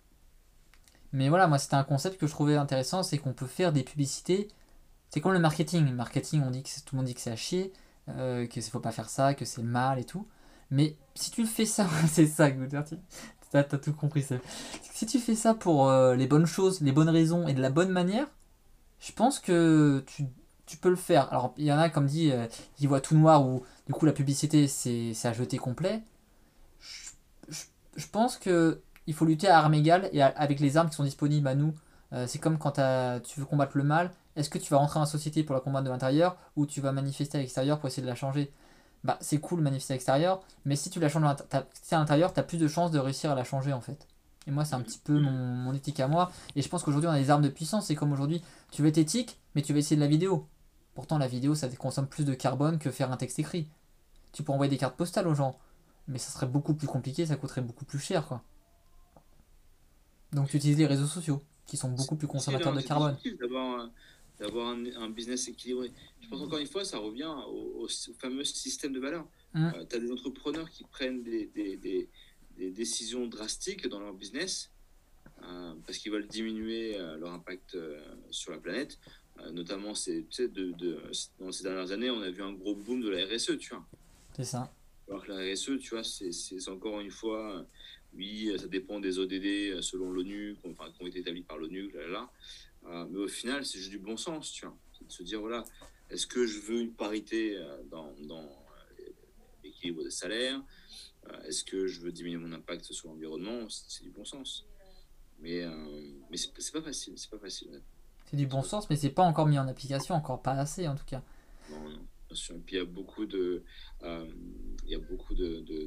Mais voilà, moi c'était un concept que je trouvais intéressant, c'est qu'on peut faire des publicités. C'est comme le marketing. Le marketing, on dit que tout le monde dit que c'est à chier, que faut pas faire ça, que c'est mal et tout. Mais si tu le fais ça, c'est ça que t'as tout compris ça. Si tu fais ça pour les bonnes choses, les bonnes raisons et de la bonne manière, je pense que tu peux le faire. Alors il y en a comme dit, qui voient tout noir ou du coup la publicité c'est à jeter complet. Je, je- je pense que il faut lutter à armes égales et avec les armes qui sont disponibles à nous. C'est comme quand tu veux combattre le mal. Est-ce que tu vas rentrer dans la société pour la combattre de l'intérieur ou tu vas manifester à l'extérieur pour essayer de la changer? Bah c'est cool de manifester à l'extérieur, mais si tu la changes si à l'intérieur, t'as plus de chances de réussir à la changer en fait. Et moi c'est un petit peu Mhm. mon éthique à moi. Et je pense qu'aujourd'hui on a des armes de puissance. C'est comme aujourd'hui, tu veux être éthique, mais tu vas essayer de la vidéo. Pourtant la vidéo ça consomme plus de carbone que faire un texte écrit. Tu peux envoyer des cartes postales aux gens. Mais ça serait beaucoup plus compliqué, ça coûterait beaucoup plus cher, quoi. Donc tu utilises les réseaux sociaux, qui sont C'est beaucoup plus difficile, consommateurs hein, de c'est carbone. difficile d'avoir un business équilibré. Je pense encore une fois, ça revient au fameux système de valeurs. Hum, Tu as des entrepreneurs qui prennent des décisions drastiques dans leur business parce qu'ils veulent diminuer leur impact sur la planète. Notamment, tu sais, dans ces dernières années, on a vu un gros boom de la RSE, tu vois. c'est ça. Alors que la RSE, tu vois, c'est encore une fois oui, ça dépend des ODD selon l'ONU, enfin, qui ont été établis par l'ONU, mais au final, c'est juste du bon sens, tu vois. C'est de se dire, voilà, est-ce que je veux une parité dans l'équilibre des salaires? Est-ce que je veux diminuer mon impact sur l'environnement? C'est du bon sens. Mais c'est pas facile, c'est pas facile. C'est du C'est bon pas- sens, mais c'est pas encore mis en application, encore pas assez en tout cas. Non, non, bien sûr. Et puis euh, il y a beaucoup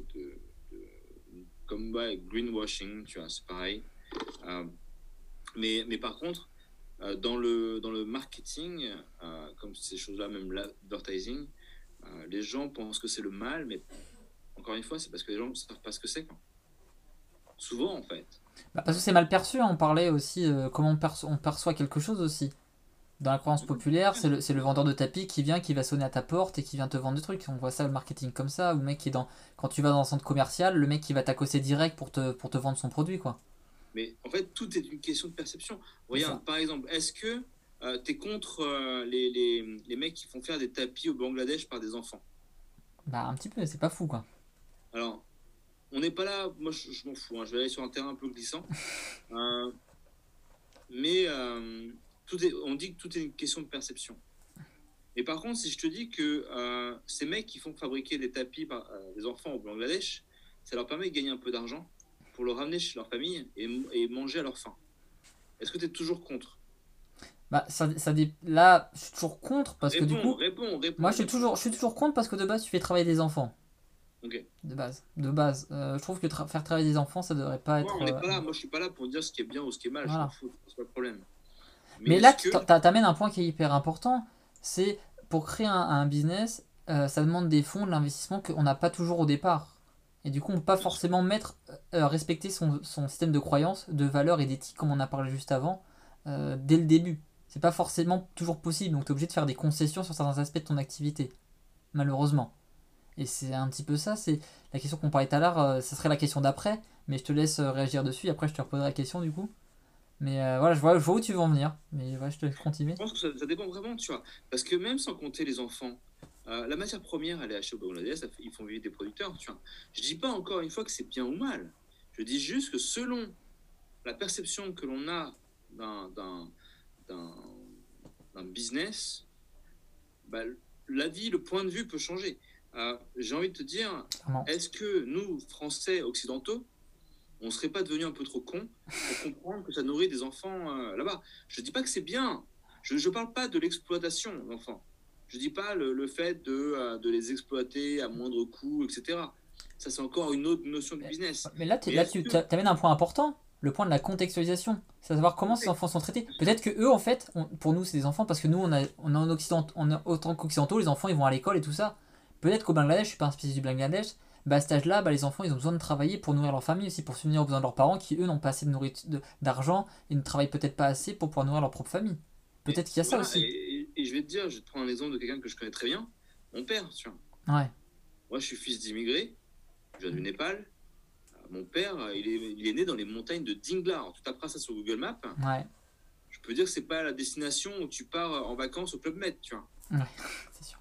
comme greenwashing, tu vois, c'est pareil. Euh, mais par contre, dans le marketing, comme ces choses-là, même l'advertising, les gens pensent que c'est le mal, mais encore une fois, c'est parce que les gens ne savent pas ce que c'est, quoi. Souvent, en fait. Bah, parce que c'est mal perçu, hein. On parlait aussi comment on perçoit quelque chose aussi. Dans la croyance populaire, c'est le vendeur de tapis qui vient, qui va sonner à ta porte et qui vient te vendre des trucs. On voit ça, le marketing comme ça, ou le mec qui est dans. Quand tu vas dans un centre commercial, le mec qui va t'accoster direct pour te vendre son produit, quoi. Mais en fait, tout est une question de perception. C'est ça. Regarde, par exemple, est-ce que tu es contre les mecs qui font faire des tapis au Bangladesh par des enfants? Bah, un petit peu, c'est pas fou, quoi. Alors, on n'est pas là, moi je m'en fous, hein, je vais aller sur un terrain un peu glissant. Euh, mais on dit que tout est une question de perception. Et par contre, si je te dis que ces mecs qui font fabriquer des tapis par des enfants au Bangladesh, ça leur permet de gagner un peu d'argent pour le ramener chez leur famille et manger à leur faim. Est-ce que tu es toujours contre? Bah, là, je suis toujours contre parce que du Réponds, coup, réponds, moi réponds, réponds. je suis toujours contre parce que de base, tu fais travailler des enfants. Ok. De base. De base. Je trouve que faire travailler des enfants, ça devrait pas Moi, être. on n'est pas là. Moi, je suis pas là pour dire ce qui est bien ou ce qui est mal. Je m'en Voilà. fous. C'est pas le problème. Mais Mais là, est-ce que t'amènes un point qui est hyper important. C'est pour créer un business, ça demande des fonds, de l'investissement qu'on n'a pas toujours au départ. Et du coup, on ne peut pas bien sûr. forcément respecter son système de croyances, de valeurs et d'éthique, comme on a parlé juste avant, dès le début. C'est pas forcément toujours possible. Donc, tu es obligé de faire des concessions sur certains aspects de ton activité, malheureusement. Et c'est un petit peu ça. C'est la question qu'on parlait tout à l'heure. Ça serait la question d'après. Mais je te laisse réagir dessus. Et après, je te reposerai la question du coup. Mais voilà, je vois où tu veux en venir. Mais ouais, je te laisse continuer. Je pense que ça dépend vraiment, tu vois. Parce que même sans compter les enfants, la matière première, elle est achetée au Bangladesh. Ils font vivre des producteurs, tu vois. Je dis pas encore une fois que c'est bien ou mal. Je dis juste que selon la perception que l'on a d'un d'un- d'un- d'un business, bah, l'avis, le point de vue peut changer. J'ai envie de te dire, Clairement. est-ce que nous, Français occidentaux, on serait pas devenu un peu trop con pour comprendre que ça nourrit des enfants là-bas? Je dis pas que c'est bien. Je parle pas de l'exploitation d'enfants. Je dis pas le fait de les exploiter à moindre coût, etc. Ça, c'est encore une autre notion de Mais, business. mais là, Mais là est-ce tu que... amènes un point important. Le point de la contextualisation. C'est savoir comment ces Ouais, enfants sont traités. bien sûr. Peut-être que eux, en fait, pour nous, c'est des enfants parce que nous, on a en Occident, autant qu'occidentaux, les enfants, ils vont à l'école et tout ça. Peut-être qu'au Bangladesh, je suis pas un spécialiste du Bangladesh, bah à cet âge-là, bah, les enfants, ils ont besoin de travailler pour nourrir leur famille aussi, pour subvenir aux besoins de leurs parents qui, eux, n'ont pas assez d'argent et ne travaillent peut-être pas assez pour pouvoir nourrir leur propre famille. Et Peut-être qu'il y a ça voilà, aussi. et je vais te dire, je vais te prendre un exemple de quelqu'un que je connais très bien, mon père, tu vois. Ouais. Moi, je suis fils d'immigrés, je viens du Népal. Mon père, il est né dans les montagnes de Dingla. Alors, tu taperas ça sur Google Maps. Ouais. Je peux dire que c'est pas la destination où tu pars en vacances au Club Med, tu vois. Ouais. C'est sûr.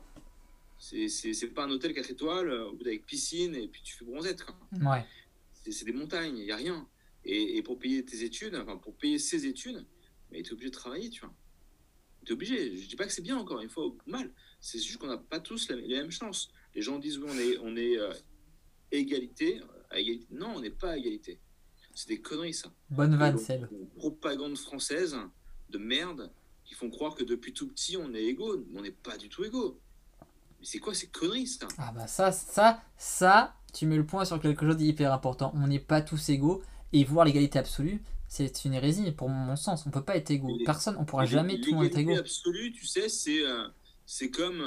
C'est pas un hôtel 4 étoiles avec piscine et puis tu fais bronzette, quoi. Ouais. C'est des montagnes, il n'y a rien. Et pour payer tes études, enfin pour payer ses études, mais tu es obligé de travailler, tu vois. Tu es obligé. Je dis pas que c'est bien encore une fois ou mal. C'est juste qu'on n'a pas tous les mêmes chances. Les gens disent oui, on est égalité, à égalité. Non, on n'est pas à égalité. C'est des conneries, ça. Bonne Et vanne, donc, Seb. une propagande française de merde qui font croire que depuis tout petit, on est égaux. On n'est pas du tout égaux. Mais c'est quoi ces conneries, ça? Ah bah ça, tu mets le point sur quelque chose d'hyper important. On n'est pas tous égaux et voir l'égalité absolue, c'est une hérésie pour mon sens. On peut pas être égaux. Mais Personne, on pourra jamais tout le monde être l'égalité égaux. absolue, tu sais, c'est comme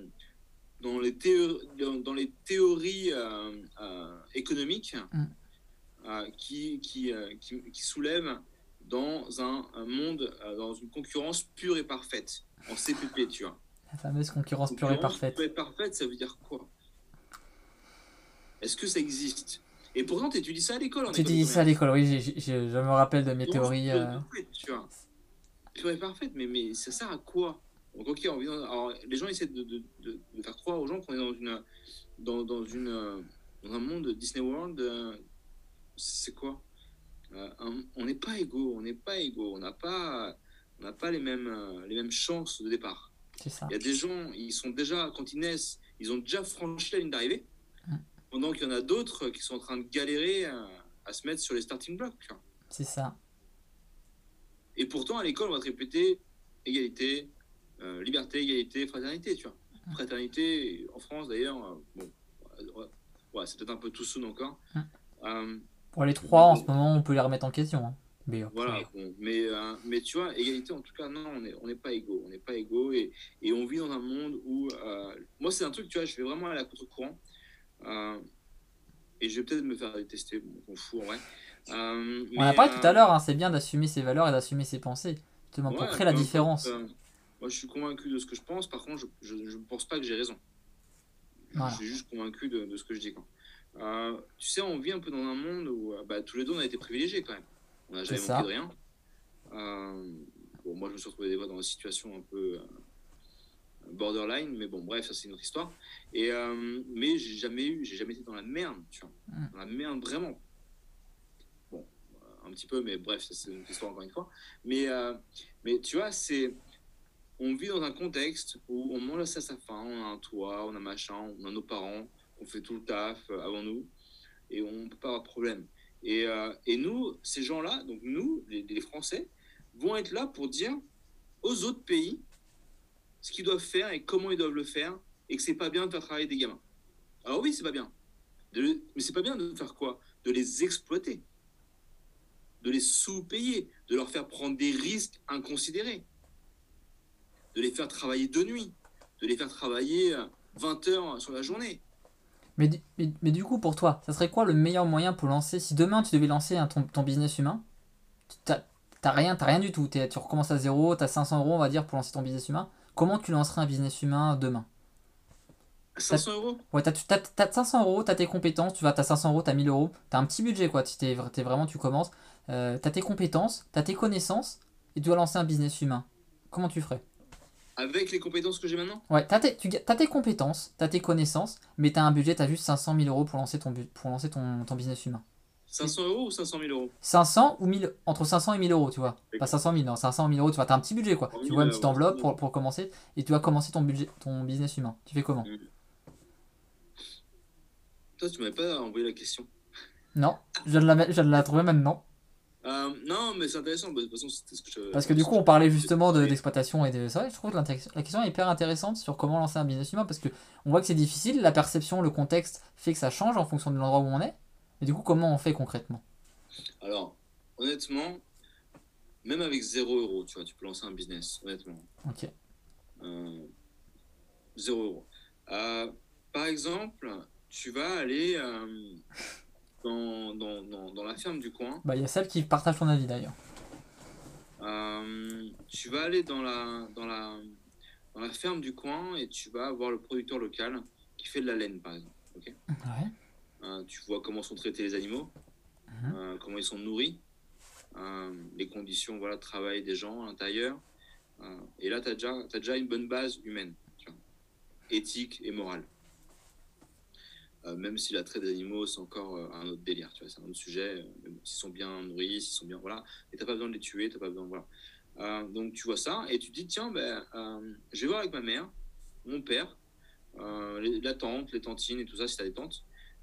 dans les théories économiques Mm. qui soulèvent dans un monde, dans une concurrence pure et parfaite, en CPP, tu vois. La fameuse concurrence pure et Concurrence pure parfaite. et parfaite, ça veut dire quoi? Est-ce que ça existe? Et pourtant, tu étudies ça à l'école, en Tu école de dis ça à commerce. l'école, oui, je me rappelle de mes Concurrence théories. pure et parfaite, tu vois. Pure et parfaite, mais ça sert à quoi? Donc, ok, alors, les gens essaient de faire croire aux gens qu'on est dans un monde Disney World c'est quoi? On n'est pas égaux, on n'a pas les mêmes chances de départ. C'est ça. Il y a des gens, ils sont déjà, quand ils naissent, ils ont déjà franchi la ligne d'arrivée, Mm. pendant qu'il y en a d'autres qui sont en train de galérer à se mettre sur les starting blocks. Tu vois. C'est ça. Et pourtant, à l'école, on va te répéter égalité, liberté, égalité, fraternité. Tu vois. Fraternité, en France d'ailleurs, bon, ouais, c'est peut-être un peu tout soon encore. Pour les Mais 3, en bon, ce moment, on peut les remettre en question. Hein. Mais voilà, après, bon, mais tu vois, égalité, en tout cas, non, on n'est pas égaux. On n'est pas égaux et on vit dans un monde où. Moi, c'est un truc, tu vois, je vais vraiment aller à contre-courant. Et je vais peut-être me faire détester, bon, on s'en fout en vrai. on a parlé tout à l'heure, hein, c'est bien d'assumer ses valeurs et d'assumer ses pensées. Justement, pour Ouais, créer la peu importe. différence. Moi, je suis convaincu de ce que je pense. Par contre, je ne pense pas que j'ai raison. Je Voilà. suis juste convaincu de ce que je dis. Quoi. Tu sais, on vit un peu dans un monde où tous les deux, on a été privilégiés quand même. On n'a jamais C'est manqué ça. de rien. Bon, moi, je me suis retrouvé des fois dans une situation un peu borderline, mais bon, bref, ça c'est une autre histoire. Mais j'ai jamais été dans la merde, tu vois. Dans la merde, vraiment. Bon, un petit peu, mais bref, ça c'est une autre histoire encore une fois. Mais tu vois, on vit dans un contexte où on mange à sa faim, on a un toit, on a machin, on a nos parents, on fait tout le taf avant nous, et on ne peut pas avoir de problème. Et nous, ces gens-là, donc nous, les Français, vont être là pour dire aux autres pays ce qu'ils doivent faire et comment ils doivent le faire, et que c'est pas bien de faire travailler des gamins. Alors oui, c'est pas bien. Mais c'est pas bien de faire quoi? De les exploiter, de les sous-payer, de leur faire prendre des risques inconsidérés, de les faire travailler de nuit, de les faire travailler 20 heures sur la journée. Mais du coup, pour toi, ça serait quoi le meilleur moyen pour lancer? Si demain tu devais lancer ton business humain, t'as rien du tout. Tu recommences à zéro, t'as 500 euros, on va dire, pour lancer ton business humain. Comment tu lancerais un business humain demain? À T'as, 500 euros? ouais, t'as 500 euros, t'as tes compétences, tu vas, t'as 500 euros, t'as 1000 euros, t'as un petit budget quoi, si t'es vraiment, tu commences. T'as tes compétences, t'as tes connaissances, et tu dois lancer un business humain. Comment tu ferais? Avec les compétences que j'ai maintenant? Ouais, t'as tes compétences, t'as tes connaissances, mais t'as un budget, t'as juste 500 000 euros pour lancer ton business humain. 500 euros ou 500 000 euros? 500 ou 1000, entre 500 et 1000 euros, tu vois. Pas D'accord. 500 000, non, 500 1000 euros, tu vois. T'as un petit budget, quoi. 100 Tu 000, vois, une petite ouais, c'est enveloppe bon. pour commencer, et tu vas commencer ton business humain. Tu fais comment? Mm. Toi, tu m'avais pas envoyé la question. Non, je viens de la trouver maintenant. Non, mais c'est intéressant. Bah, de toute façon, c'était ce que Parce que du coup, je on parlait voulais justement travailler. d'exploitation et de. C'est vrai, je trouve que la question est hyper intéressante sur comment lancer un business humain, parce que on voit que c'est difficile, la perception, le contexte fait que ça change en fonction de l'endroit où on est. Mais du coup, comment on fait concrètement? Alors, honnêtement, même avec 0 euros, tu vois, tu peux lancer un business, honnêtement. Ok. 0 euros. Par exemple, tu vas aller dans la ferme du coin. Bah, il y a celle qui partage ton avis d'ailleurs. Tu vas aller dans la ferme du coin et tu vas voir le producteur local qui fait de la laine, par exemple. Ok. Ouais. Tu vois comment sont traités les animaux, comment ils sont nourris, les conditions voilà, de travail des gens à l'intérieur. Et là, tu as déjà une bonne base humaine, tu vois, éthique et morale. Même si la traite des animaux, c'est encore un autre délire, tu vois, c'est un autre sujet. Mais bon, s'ils sont bien nourris, s'ils sont bien. Voilà. Et tu n'as pas besoin de les tuer, t'as pas besoin. Voilà. Donc tu vois ça et tu te dis, tiens, je vais voir avec ma mère, mon père, la tante, les tantines et tout ça, si tu as des tantes,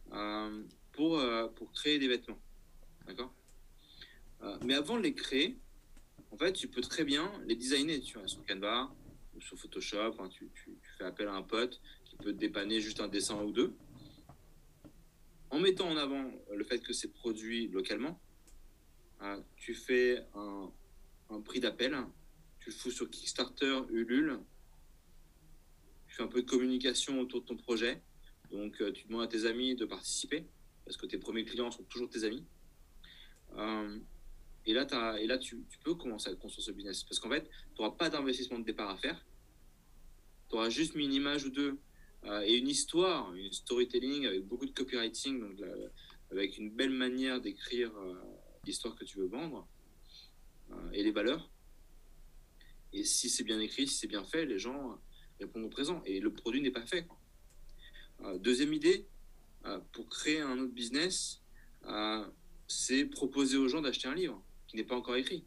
pour créer des vêtements. D'accord. Mais avant de les créer, en fait, tu peux très bien les designer, tu vois, sur Canva ou sur Photoshop. Hein, tu fais appel à un pote qui peut te dépanner juste un dessin ou deux. En mettant en avant le fait que c'est produit localement, tu fais un prix d'appel, tu le fous sur Kickstarter, Ulule, tu fais un peu de communication autour de ton projet. Donc, tu demandes à tes amis de participer, parce que tes premiers clients sont toujours tes amis. Et là, tu peux commencer à construire ce business. Parce qu'en fait, tu n'auras pas d'investissement de départ à faire. Tu auras juste mis une image ou deux et une histoire, une storytelling avec beaucoup de copywriting, donc avec une belle manière d'écrire l'histoire que tu veux vendre et les valeurs. Et si c'est bien écrit, si c'est bien fait, les gens répondent au présent. Et le produit n'est pas fait. Deuxième idée, pour créer un autre business, c'est proposer aux gens d'acheter un livre qui n'est pas encore écrit.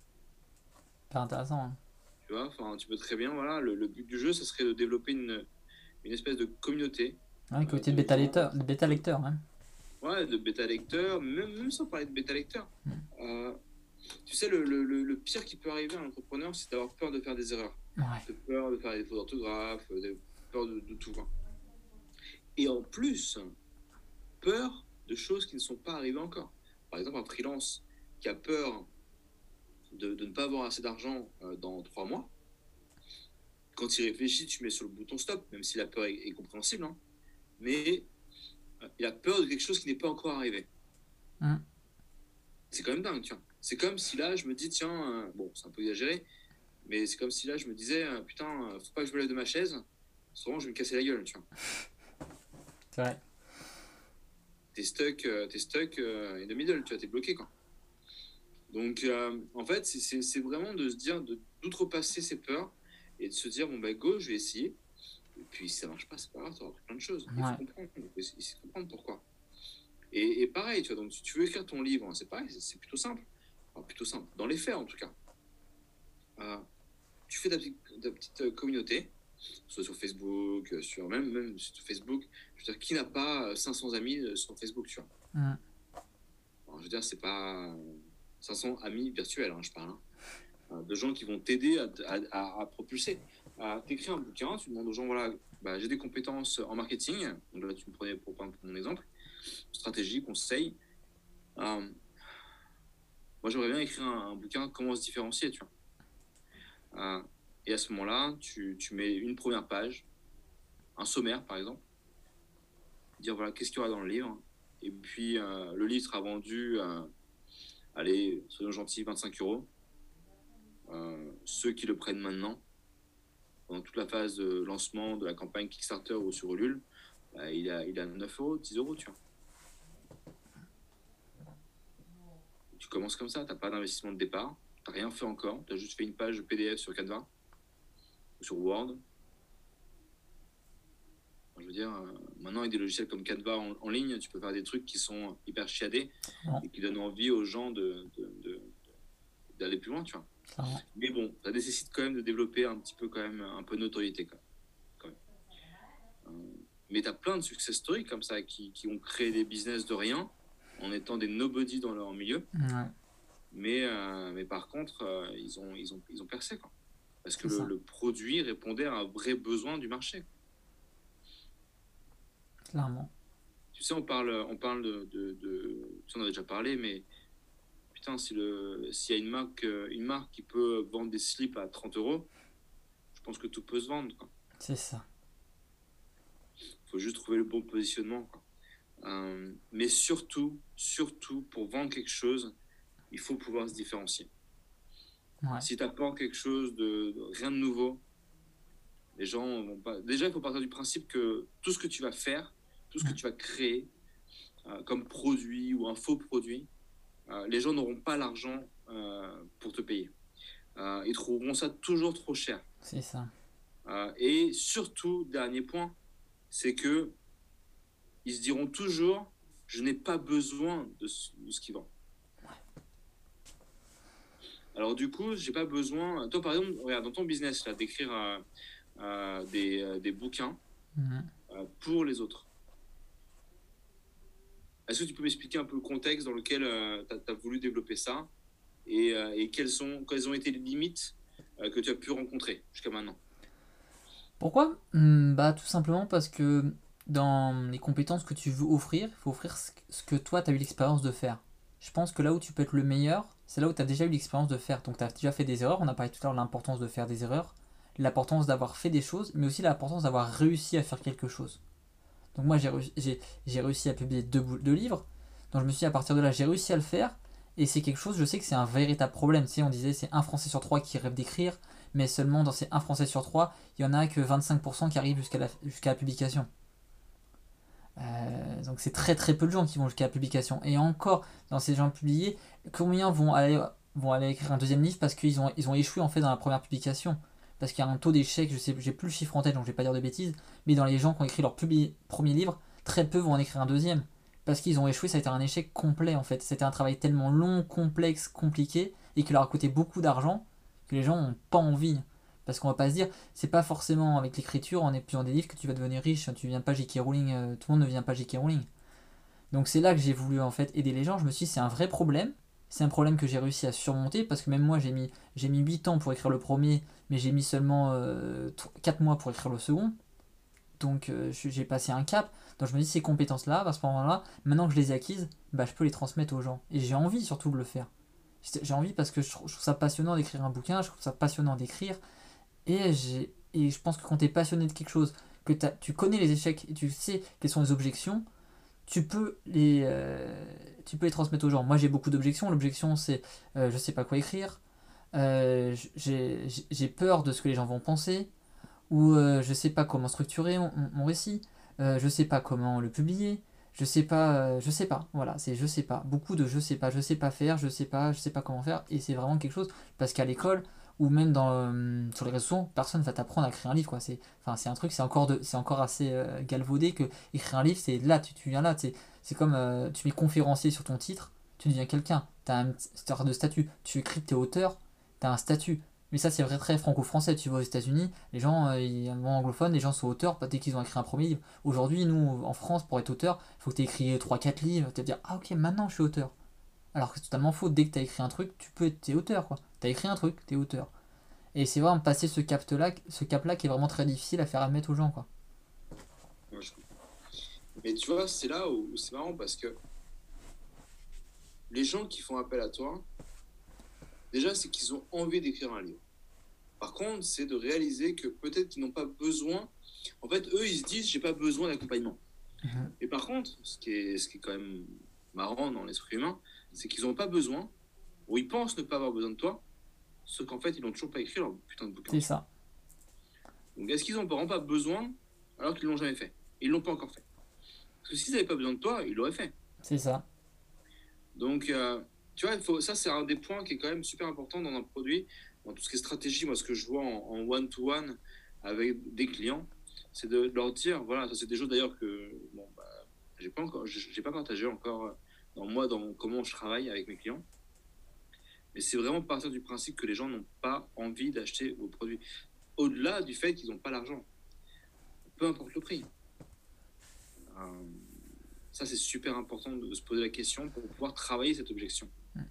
Pas intéressant. Hein. Tu vois, enfin, tu peux très bien, voilà, le but du jeu, ce serait de développer une espèce de communauté Ouais, côté de bêta gens, lecteur, de bêta lecteur. Hein. ouais, de bêta lecteurs, même sans parler de bêta lecteurs. Mm. Tu sais, le pire qui peut arriver à un entrepreneur, c'est d'avoir peur de faire des erreurs, Ouais. de peur de faire des fautes d'orthographe, de peur de tout. Hein. Et en plus, peur de choses qui ne sont pas arrivées encore. Par exemple, un freelance qui a peur de ne pas avoir assez d'argent dans 3 mois, quand il réfléchit, tu mets sur le bouton stop, même si la peur est compréhensible, hein, mais il a peur de quelque chose qui n'est pas encore arrivé. Mm. C'est quand même dingue, tu vois. C'est comme si là, je me dis, tiens, bon, c'est un peu exagéré, mais c'est comme si là, je me disais, putain, faut pas que je me lève de ma chaise, sinon je vais me casser la gueule, tu vois. C'est vrai. T'es stuck in the middle, tu vois, t'es bloqué, quoi. Donc, en fait, c'est vraiment de se dire, d'outrepasser ses peurs et de se dire, bon, bah, go, je vais essayer. Et puis, si ça marche pas, c'est pas grave, t'auras appris plein de choses. Il faut comprendre, essayer de comprendre pourquoi. Et pareil, tu vois, donc si tu veux écrire ton livre, hein, c'est pareil, c'est plutôt simple. Enfin, plutôt simple, dans les faits en tout cas. Tu fais ta petite communauté, soit sur Facebook, même sur Facebook. Je veux dire, qui n'a pas 500 amis sur Facebook, tu vois. Mm. Alors, je veux dire, c'est pas 500 amis virtuels, hein, je parle. Hein, de gens qui vont t'aider à propulser. T'écris un bouquin, tu demandes aux gens, voilà, bah, j'ai des compétences en marketing. Donc là, tu me prenais pour mon exemple. Stratégie, conseil. Moi, j'aimerais bien écrire un bouquin, comment se différencier, tu vois. Et à ce moment-là, tu mets une première page, un sommaire, par exemple. Dire, voilà, qu'est-ce qu'il y aura dans le livre. Et puis, le livre sera vendu, allez, soyons gentils, 25 €. Ceux qui le prennent maintenant, pendant toute la phase de lancement de la campagne Kickstarter ou sur Ulule, il a 9 €, 10 €, tu vois. Tu commences comme ça, tu n'as pas d'investissement de départ, tu n'as rien fait encore, tu as juste fait une page PDF sur Canva ou sur Word. Je veux dire, maintenant avec des logiciels comme Canva en ligne, tu peux faire des trucs qui sont hyper chiadés et qui donnent envie aux gens d'aller plus loin, tu vois. Mais bon, ça nécessite quand même de développer un petit peu quand même un peu de notoriété quand même. Mais tu as plein de success stories comme ça qui ont créé des business de rien en étant des nobody dans leur milieu. Ouais. Mais par contre, ils ont percé, quoi. Parce que le produit répondait à un vrai besoin du marché. Clairement. Tu sais, on parle de tu en avais déjà parlé, mais putain, s'il y a une marque qui peut vendre des slips à 30 €, je pense que tout peut se vendre, quoi. C'est ça. Faut juste trouver le bon positionnement, quoi. Mais surtout, pour vendre quelque chose, il faut pouvoir se différencier. Ouais. Si tu apportes quelque chose de rien de nouveau, les gens vont pas. Déjà, il faut partir du principe que tout ce que tu vas faire, tout ce que tu vas créer comme produit ou un faux produit, les gens n'auront pas l'argent pour te payer. Ils trouveront ça toujours trop cher. C'est ça. Et surtout, dernier point, c'est que ils se diront toujours, je n'ai pas besoin de ce qu'ils vendent. Alors du coup, j'ai pas besoin. Toi, par exemple, regarde, dans ton business, là, d'écrire des bouquins pour les autres. Est-ce que tu peux m'expliquer un peu le contexte dans lequel tu as voulu développer ça et quelles ont été les limites que tu as pu rencontrer jusqu'à maintenant? Pourquoi ? Bah, tout simplement parce que dans les compétences que tu veux offrir, il faut offrir ce que toi, tu as eu l'expérience de faire. Je pense que là où tu peux être le meilleur, c'est là où tu as déjà eu l'expérience de faire. Donc tu as déjà fait des erreurs, on a parlé tout à l'heure de l'importance de faire des erreurs, l'importance d'avoir fait des choses, mais aussi l'importance d'avoir réussi à faire quelque chose. Donc moi j'ai réussi à publier 2 livres, donc je me suis dit à partir de là j'ai réussi à le faire, et c'est quelque chose, je sais que c'est un véritable problème. Tu sais, on disait c'est 1 Français sur 3 qui rêve d'écrire, mais seulement dans ces 1 Français sur 3, il y en a que 25% qui arrivent jusqu'à la publication. Donc c'est très très peu de gens qui vont jusqu'à la publication. Et encore, dans ces gens publiés, combien vont aller écrire un 2e livre parce qu'ils ont échoué en fait dans la première publication, parce qu'il y a un taux d'échec, j'ai plus le chiffre en tête, donc je vais pas dire de bêtises, mais dans les gens qui ont écrit leur premier livre, très peu vont en écrire un 2e. parce qu'ils ont échoué, ça a été un échec complet en fait. C'était un travail tellement long, complexe, compliqué, et qui leur a coûté beaucoup d'argent, que les gens n'ont pas envie. Parce qu'on va pas se dire, c'est pas forcément avec l'écriture, en épuisant des livres, que tu vas devenir riche. Tu viens pas J.K. Rowling, tout le monde ne vient pas J.K. Rowling. Donc c'est là que j'ai voulu en fait aider les gens. Je me suis dit, c'est un vrai problème. C'est un problème que j'ai réussi à surmonter, parce que même moi, j'ai mis 8 ans pour écrire le premier, mais j'ai mis seulement 4 mois pour écrire le second. Donc j'ai passé un cap. Donc je me dis ces compétences-là, à ce moment-là, maintenant que je les ai acquises, bah, je peux les transmettre aux gens. Et j'ai envie surtout de le faire. J'ai envie parce que je trouve ça passionnant d'écrire un bouquin, je trouve ça passionnant d'écrire. Et je pense que quand tu es passionné de quelque chose, que tu connais les échecs et tu sais quelles sont les objections, tu peux les transmettre aux gens. Moi j'ai beaucoup d'objections. L'objection c'est je sais pas quoi écrire, j'ai peur de ce que les gens vont penser, ou je sais pas comment structurer mon récit, je sais pas comment le publier, je sais pas, voilà, c'est je sais pas, beaucoup de je sais pas faire, je sais pas comment faire, et c'est vraiment quelque chose, parce qu'à l'école, ou même sur les réseaux sociaux, personne va t'apprendre à écrire un livre, quoi, enfin, c'est un truc, c'est encore assez galvaudé, que écrire un livre, c'est là, tu viens là, c'est comme, tu mets conférencier sur ton titre, tu deviens quelqu'un, t'as un sorte de statut, tu écris, t'es auteur, t'as un statut, mais ça c'est vrai très franco-français, tu vois aux États-Unis, les gens, anglophones, les gens sont auteurs dès qu'ils ont écrit un premier livre. Aujourd'hui, nous, en France, pour être auteur, il faut que tu aies écrit 3-4 livres, tu vas te dire, ah ok, maintenant je suis auteur. Alors que c'est totalement faux, dès que tu as écrit un truc, t'es auteur, quoi. Tu as écrit un truc, t'es auteur. Et c'est vraiment passer ce cap-là qui est vraiment très difficile à faire admettre aux gens, quoi. Ouais, je comprends. Mais tu vois, c'est là où c'est marrant parce que les gens qui font appel à toi, déjà, c'est qu'ils ont envie d'écrire un livre. Par contre, c'est de réaliser que peut-être qu'ils n'ont pas besoin. En fait, eux, ils se disent, j'ai pas besoin d'accompagnement. Mhm. Et par contre, ce qui est quand même marrant dans l'esprit humain, c'est qu'ils n'ont pas besoin, ou ils pensent ne pas avoir besoin de toi, sauf qu'en fait, ils n'ont toujours pas écrit leur putain de bouquin. C'est ça, Donc, est-ce qu'ils n'ont vraiment pas besoin alors qu'ils l'ont jamais fait? Ils l'ont pas encore fait. Parce que s'ils n'avaient pas besoin de toi, ils l'auraient fait. c'est ça. Donc, tu vois, ça, c'est un des points qui est quand même super important dans un produit, dans tout ce qui est stratégie. Moi, ce que je vois en one-to-one avec des clients, c'est de leur dire, voilà, ça, c'est des choses d'ailleurs que, bon, bah, j'ai pas partagé encore dans comment je travaille avec mes clients. Mais c'est vraiment partir du principe que les gens n'ont pas envie d'acheter vos produits. Au-delà du fait qu'ils n'ont pas l'argent, peu importe le prix. Euh, Ça, c'est super important de se poser la question pour pouvoir travailler cette objection.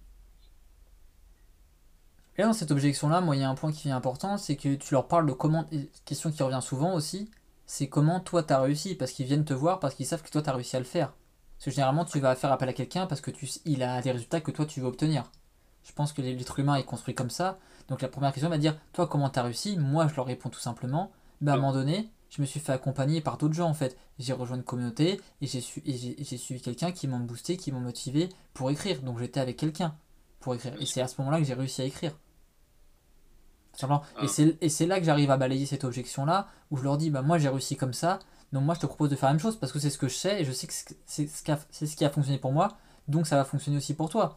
Et dans cette objection-là, moi, il y a un point qui est important, c'est que tu leur parles de comment, question qui revient souvent aussi, c'est comment toi t'as réussi, parce qu'ils viennent te voir, parce qu'ils savent que toi t'as réussi à le faire. Parce que généralement, tu vas faire appel à quelqu'un parce que il a des résultats que toi tu veux obtenir. Je pense que l'être humain est construit comme ça. Donc la première question va dire, toi comment t'as réussi? Moi je leur réponds tout simplement, à un moment donné, je me suis fait accompagner par d'autres gens en fait. J'ai rejoint une communauté et j'ai suivi quelqu'un qui m'a boosté, qui m'a motivé pour écrire. Donc j'étais avec quelqu'un pour écrire. Et c'est à ce moment-là que j'ai réussi à écrire. Tout simplement. Et Ah, c'est là que j'arrive à balayer cette objection-là, où je leur dis, bah moi j'ai réussi comme ça, donc moi je te propose de faire la même chose, parce que c'est ce que je sais, et je sais que c'est ce qui a fonctionné pour moi, donc ça va fonctionner aussi pour toi.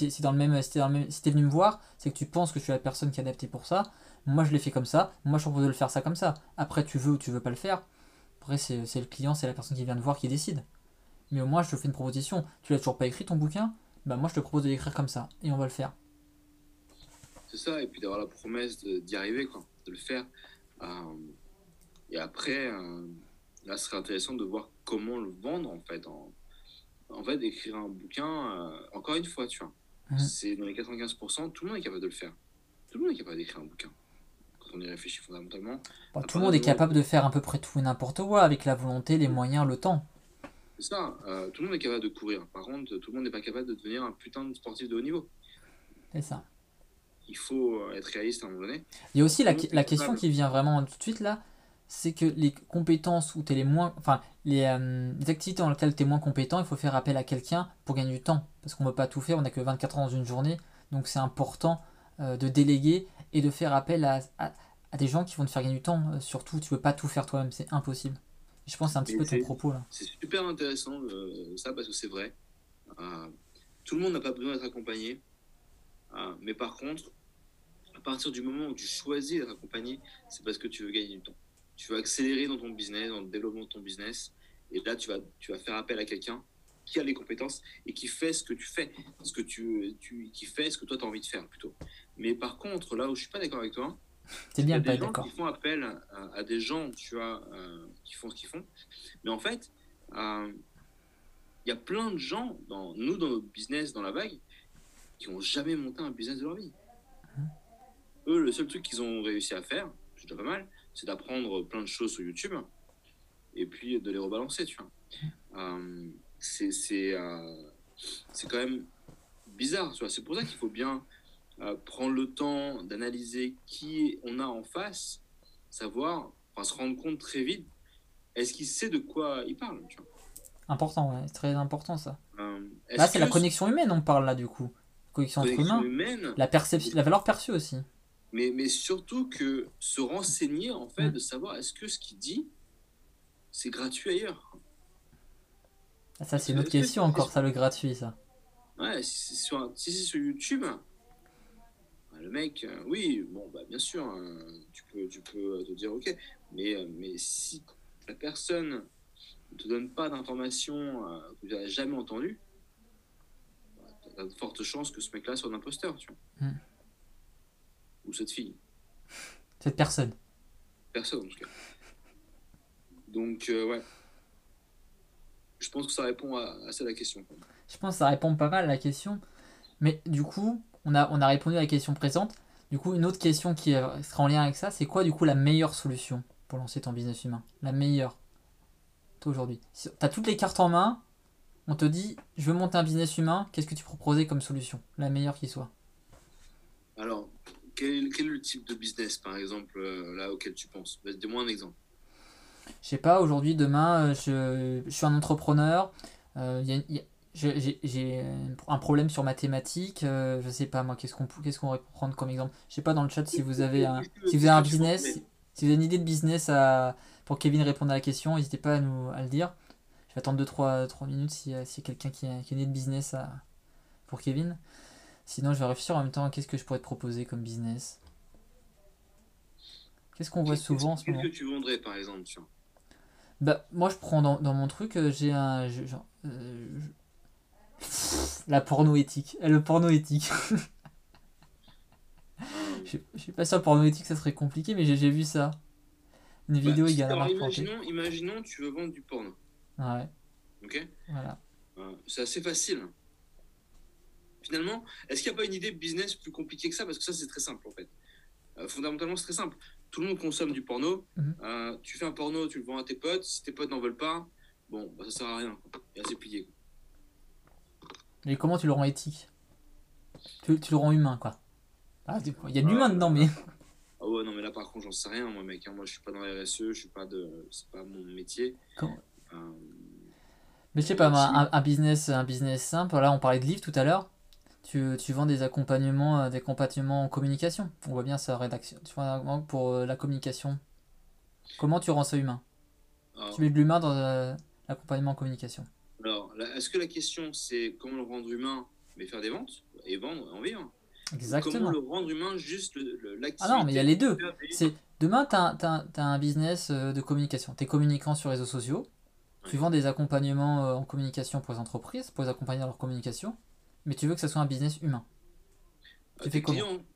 Si t'es venu me voir, c'est que tu penses que je suis la personne qui est adaptée pour ça, moi je l'ai fait comme ça, moi je te propose de le faire ça comme ça. Après tu veux ou tu veux pas le faire, après c'est le client, c'est la personne qui vient te voir qui décide. Mais au moins je te fais une proposition, tu l'as toujours pas écrit ton bouquin, bah moi je te propose de l'écrire comme ça, et on va le faire. c'est ça, et puis d'avoir la promesse d'y arriver, quoi, de le faire. Euh, et après, là, ce serait intéressant de voir comment le vendre, en fait. En fait, écrire un bouquin, encore une fois, tu vois, Mhm. c'est dans les 95%, tout le monde est capable de le faire. Tout le monde est capable d'écrire un bouquin, quand on y réfléchit fondamentalement. Bon, À tout le partir monde du est moment capable de faire à peu près tout et n'importe quoi avec la volonté, les moyens, le temps. c'est ça, tout le monde est capable de courir. Par contre, tout le monde n'est pas capable de devenir un putain de sportif de haut niveau. C'est ça. Il faut être réaliste à un moment donné. Il y a Donc, aussi tout la, le monde est la question capable. qui vient vraiment tout de suite là, c'est que les compétences où tu es les moins. Enfin, les activités dans lesquelles tu es moins compétent, il faut faire appel à quelqu'un pour gagner du temps. Parce qu'on ne peut pas tout faire, on n'a que 24 heures dans une journée. Donc c'est important de déléguer et de faire appel à des gens qui vont te faire gagner du temps. Surtout, tu ne peux pas tout faire toi-même, c'est impossible. Et je pense que c'est un petit Mais peu ton propos là. c'est super intéressant, ça, parce que c'est vrai. Euh, Tout le monde n'a pas besoin d'être accompagné. Mais par contre, à partir du moment où tu choisis d'être accompagné, c'est parce que tu veux gagner du temps. Tu veux accélérer dans ton business, dans le développement de ton business. Et là, tu vas faire appel à quelqu'un qui a les compétences et qui fait ce que tu fais, qui fait ce que toi tu as envie de faire plutôt. Mais par contre, là où je suis pas d'accord avec toi, C'est c'est qu'il y bien a de pas des être gens qui d'accord. font appel à des gens, tu vois, qui font ce qu'ils font. Mais en fait, il y a plein de gens, dans notre business, dans la vague, qui n'ont jamais monté un business de leur vie. Eux, le seul truc qu'ils ont réussi à faire, c'est déjà pas mal, c'est d'apprendre plein de choses sur YouTube et puis de les rebalancer, tu vois. C'est quand même bizarre, tu vois. C'est pour ça qu'il faut bien prendre le temps d'analyser qui on a en face, savoir, enfin, se rendre compte très vite, est-ce qu'il sait de quoi il parle, tu vois. Important, ouais, c'est très important ça. Là, Est-ce c'est la que connexion humaine, on parle là du coup. Connexion entre connexion humains, humaine, la perception, la valeur perçue aussi. mais surtout que se renseigner, en fait, Mm. de savoir est-ce que ce qu'il dit, c'est gratuit ailleurs. Ça, c'est une autre Est-ce que question si encore, ça, le gratuit, ça. ouais, si c'est sur YouTube, le mec, oui, bon, bah, bien sûr, tu peux te dire ok, mais si la personne ne te donne pas d'informations que tu n'as jamais entendues, tu as de fortes chances que ce mec-là soit un imposteur, tu vois. Mm. Ou cette fille. Cette personne. Personne, en tout cas. Donc, ouais. Je pense que ça répond à ça la question. Je pense que ça répond pas mal à la question. Mais du coup, on a répondu à la question présente. Du coup, une autre question qui sera en lien avec ça, c'est quoi du coup la meilleure solution pour lancer ton business humain? La meilleure, toi aujourd'hui. Si t'as toutes les cartes en main, on te dit, je veux monter un business humain, qu'est-ce que tu proposais comme solution? La meilleure qui soit. Alors, quel est le type de business, par exemple, là auquel tu penses? Donne-moi un exemple. Je sais pas, aujourd'hui, demain, je suis un entrepreneur, y a- y a- j'ai un problème sur mathématiques, je sais pas moi, qu'est-ce qu'on va prendre comme exemple? Je sais pas dans le chat si vous avez si vous avez Qu'est-ce un que tu vends? business, si vous avez une idée de business pour Kevin répondre à la question, n'hésitez pas à le dire. Je vais attendre 2-3 minutes si y a quelqu'un qui a une idée de business pour Kevin. Sinon, je vais réfléchir en même temps à qu'est-ce que je pourrais te proposer comme business. Qu'est-ce qu'on voit souvent en ce Qu'est-ce que moment? tu vendrais, par exemple, tu vois? Bah, moi, je prends dans mon truc, j'ai genre, la porno éthique. Le porno éthique. Je suis pas sûr, porno éthique, ça serait compliqué, mais j'ai vu ça. Une Bah, vidéo, il y en a alors, marre planté. imaginons, tu veux vendre du porno, Ouais, ok? voilà. C'est assez facile. Finalement, est-ce qu'il n'y a pas une idée de business plus compliquée que ça? Parce que ça, c'est très simple, en fait. Fondamentalement, c'est très simple. Tout le monde consomme du porno. Mhm. Tu fais un porno, tu le vends à tes potes. Si tes potes n'en veulent pas, bon, bah, ça sert à rien. Et c'est plié, quoi. Mais comment tu le rends éthique? Tu le rends humain, quoi. Ah, il y a de l'humain Ah dedans, là mais. là. Ah ouais, non, mais là, par contre, j'en sais rien, moi, mec. Hein. Moi, je suis pas dans la RSE, c'est pas mon métier. Comment- Euh, Mais je sais pas, moi, Là-dessus. un business simple. Là, on parlait de livres tout à l'heure. Tu vends des accompagnements en communication. On voit bien sa rédaction. Tu vois, pour la communication. Comment tu rends ça humain? Tu Alors, mets de l'humain dans l'accompagnement en communication. est-ce que la question, c'est comment le rendre humain, mais faire des ventes et vendre, en vivre? Ou comment le Exactement. rendre humain, juste Ah non, mais il y a l'activité les de deux. faire des... C'est demain, t'as un business de communication. T'es communicant sur les réseaux sociaux. Tu Ouais. vends des accompagnements en communication pour les entreprises, pour les accompagner dans leur communication. Mais tu veux que ça soit un business humain. Tu fais Tes comment? clients,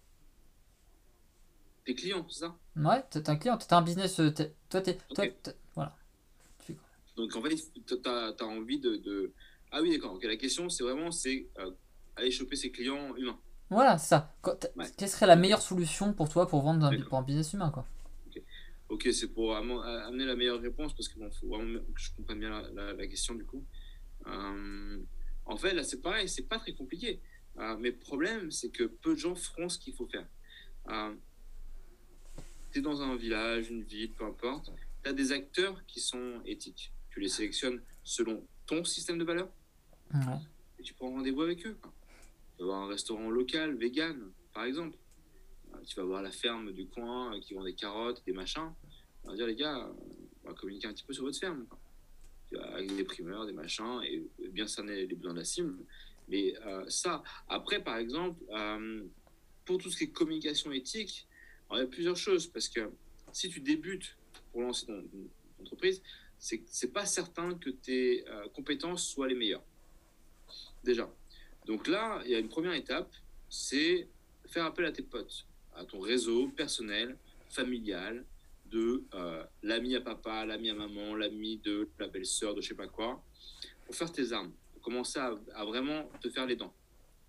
c'est ça? Ouais, t'as un client, t'as un business. Ok. Voilà. Tu fais quoi? Donc, en fait, tu as envie Ah oui, d'accord. Ok, la question, c'est vraiment, aller choper ses clients humains. Voilà, c'est ça. Ouais. Quelle serait la Ok, meilleure solution pour toi pour vendre d'accord. pour un business humain, quoi? Ok, ok, c'est pour amener la meilleure réponse parce que bon, faut vraiment que je comprenne bien la question du coup. Euh, En fait, là, c'est pareil, c'est pas très compliqué. Mais le problème, c'est que peu de gens feront ce qu'il faut faire. Euh, Tu es dans un village, une ville, peu importe. Tu as des acteurs qui sont éthiques. Tu les sélectionnes selon ton système de valeurs Ouais. et tu prends rendez-vous avec eux, quoi. Tu vas avoir un restaurant local, vegan, par exemple. Tu vas voir la ferme du coin qui vend des carottes, des machins. On va dire, les gars, on va communiquer un petit peu sur votre ferme, quoi. Avec des primeurs, des machins, et bien cerner les besoins de la cible. Mais ça, après, par exemple, pour tout ce qui est communication éthique, alors, il y a plusieurs choses, parce que si tu débutes pour lancer ton entreprise, c'est pas certain que tes compétences soient les meilleures. Déjà. Donc là, il y a une première étape, c'est faire appel à tes potes, à ton réseau personnel, familial, de l'ami à papa, l'ami à maman, l'ami de la belle-sœur, de je sais pas quoi, pour faire tes armes, pour commencer à vraiment te faire les dents.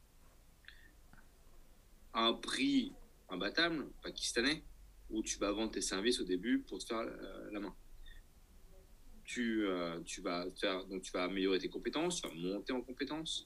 À un prix imbattable, pakistanais, où tu vas vendre tes services au début pour te faire la main. Tu vas faire, donc tu vas améliorer tes compétences, tu vas monter en compétences.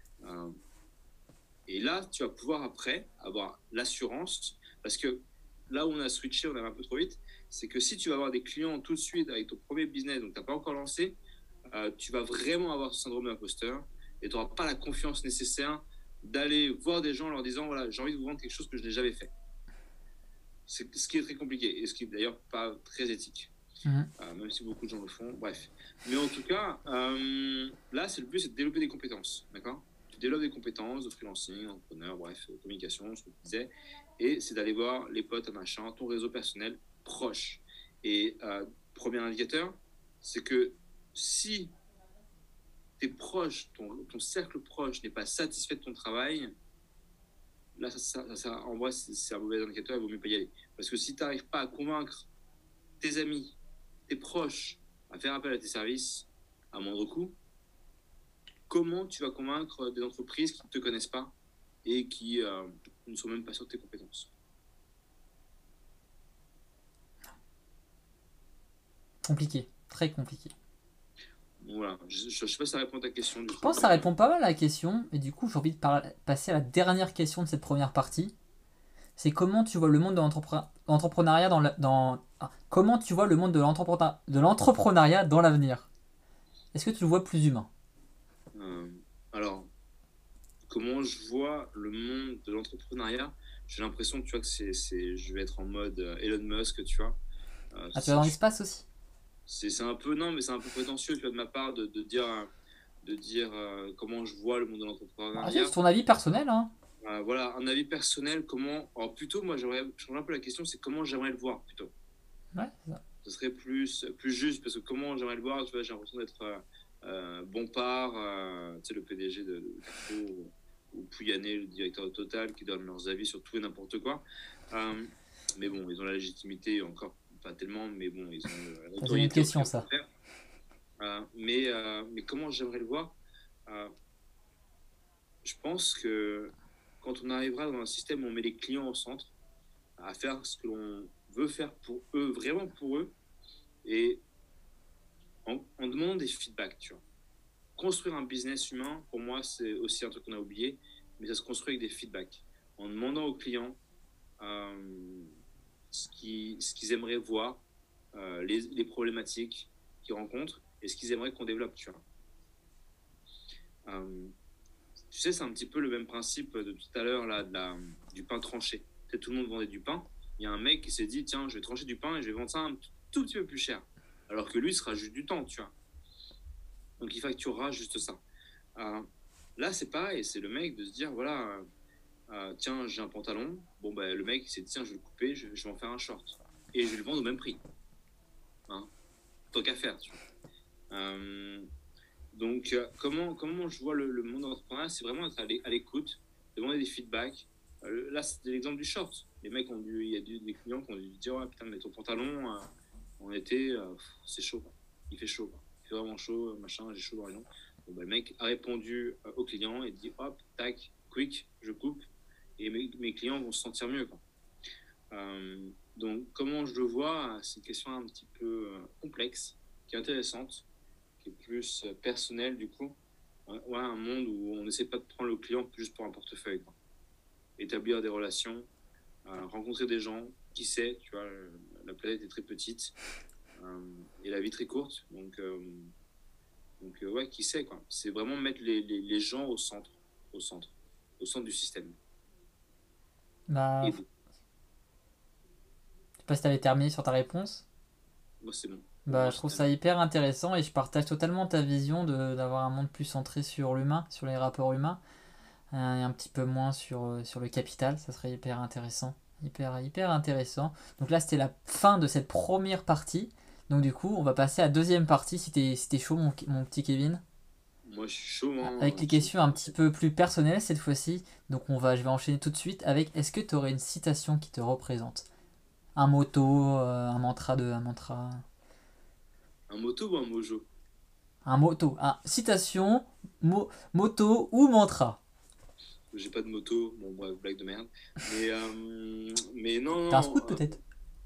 Et là, tu vas pouvoir après avoir l'assurance, parce que là où on a switché, on avait un peu trop vite, c'est que si tu vas avoir des clients tout de suite avec ton premier business, donc tu n'as pas encore lancé, tu vas vraiment avoir ce syndrome d'imposteur et tu n'auras pas la confiance nécessaire d'aller voir des gens en leur disant, voilà, j'ai envie de vous vendre quelque chose que je n'ai jamais fait. C'est ce qui est très compliqué et ce qui est d'ailleurs pas très éthique. Même si beaucoup de gens le font, bref. Mais en tout cas, là, le but, c'est de développer des compétences, d'accord? Tu développes des compétences de freelancing, entrepreneur, bref, communication, ce que tu disais, et c'est d'aller voir les potes, machin, ton réseau personnel proche. Et premier indicateur, c'est que si tes proches, ton cercle proche n'est pas satisfait de ton travail, là, en vrai, c'est un mauvais indicateur, il vaut mieux pas y aller. Parce que si tu n'arrives pas à convaincre tes amis, tes proches à faire appel à tes services à moindre coût, comment tu vas convaincre des entreprises qui ne te connaissent pas et qui ne sont même pas sûres de tes compétences? Compliqué, très compliqué. Voilà, je ne sais pas si ça répond à ta question. Je pense que ça répond pas mal à la question, et du coup j'ai envie de passer à la dernière question de cette première partie. C'est comment tu vois le monde de l'entrepreneuriat comment tu vois le monde de l'entrepreneuriat dans l'avenir? Est-ce que tu le vois plus humain? Alors, comment je vois le monde de l'entrepreneuriat? J'ai l'impression, tu vois, que je vais être en mode Elon Musk, tu vois. Tu vas dans l'espace aussi? C'est un peu, non, mais c'est un peu prétentieux, tu vois, de ma part, de dire comment je vois le monde de l'entrepreneuriat. C'est ton avis personnel, hein. Voilà, un avis personnel, comment... Alors plutôt, moi, j'aimerais changer un peu la question, c'est comment j'aimerais le voir, plutôt. Ouais, c'est ça. Ce serait plus juste, parce que comment j'aimerais le voir, tu vois, j'ai l'impression d'être Bompard, tu sais, le PDG de Carrefour, ou Pouyanné, le directeur de Total, qui donnent leurs avis sur tout et n'importe quoi. Mais bon, ils ont la légitimité, encore pas tellement, mais bon, ils ont l'autorité. C'est une question, ça. Mais comment j'aimerais le voir? Je pense que quand on arrivera dans un système où on met les clients au centre, à faire ce que l'on veut faire pour eux, vraiment pour eux, et en demandant des feedbacks, tu vois. Construire un business humain, pour moi, c'est aussi un truc qu'on a oublié, mais ça se construit avec des feedbacks. En demandant aux clients ce qu'ils aimeraient voir, les problématiques qu'ils rencontrent, et ce qu'ils aimeraient qu'on développe, tu vois. Tu sais, c'est un petit peu le même principe de tout à l'heure, là, du pain tranché. Peut-être tout le monde vendait du pain. Il y a un mec qui s'est dit, tiens, je vais trancher du pain et je vais vendre ça un tout petit peu plus cher. Alors que lui, ce sera juste du temps, tu vois. Donc, il facturera juste ça. Là, c'est pareil. C'est le mec de se dire, voilà, tiens, j'ai un pantalon. Bon, bah, le mec, il s'est dit, tiens, je vais le couper, je vais en faire un short. Et je vais le vendre au même prix. Hein, tant qu'à faire, tu vois. Donc, comment je vois le monde entrepreneurial, c'est vraiment être à l'écoute, demander des feedbacks. Là, c'était l'exemple du short. Les mecs il y a des clients qui ont dû dire, ouais, putain, mais ton pantalon, en été, c'est chaud. Quoi. Il fait chaud. Quoi. Il fait vraiment chaud, machin, j'ai chaud dans les jambes. Bon, bah, le mec a répondu au client et dit, hop, tac, quick, je coupe. Et mes clients vont se sentir mieux. Quoi. Donc, comment je le vois, c'est une question un petit peu complexe, qui est intéressante, qui est plus personnel du coup. Ouais, un monde où on n'essaie pas de prendre le client juste pour un portefeuille. Quoi. Établir des relations, rencontrer des gens, qui sait, tu vois, la planète est très petite et la vie très courte. Donc ouais, qui sait quoi. C'est vraiment mettre les gens au centre du système. Bah, je sais pas si t'avais terminé sur ta réponse. Moi, c'est bon. Bah, je trouve ça hyper intéressant et je partage totalement ta vision d'avoir un monde plus centré sur l'humain, sur les rapports humains, et un petit peu moins sur le capital. Ça serait hyper intéressant. Hyper intéressant. Donc là, c'était la fin de cette première partie. Donc du coup, on va passer à la deuxième partie si t'es chaud, mon petit Kevin. Moi, je suis chaud, Avec hein. les questions un petit peu plus personnelles cette fois-ci. Donc je vais enchaîner tout de suite avec est-ce que tu aurais une citation qui te représente? Un motto, un mantra, Un moto ou un mojo? un motto, citation, motto ou mantra. J'ai pas de moto, bon, bref, blague de merde. Mais non, T'as un non, scoot peut-être?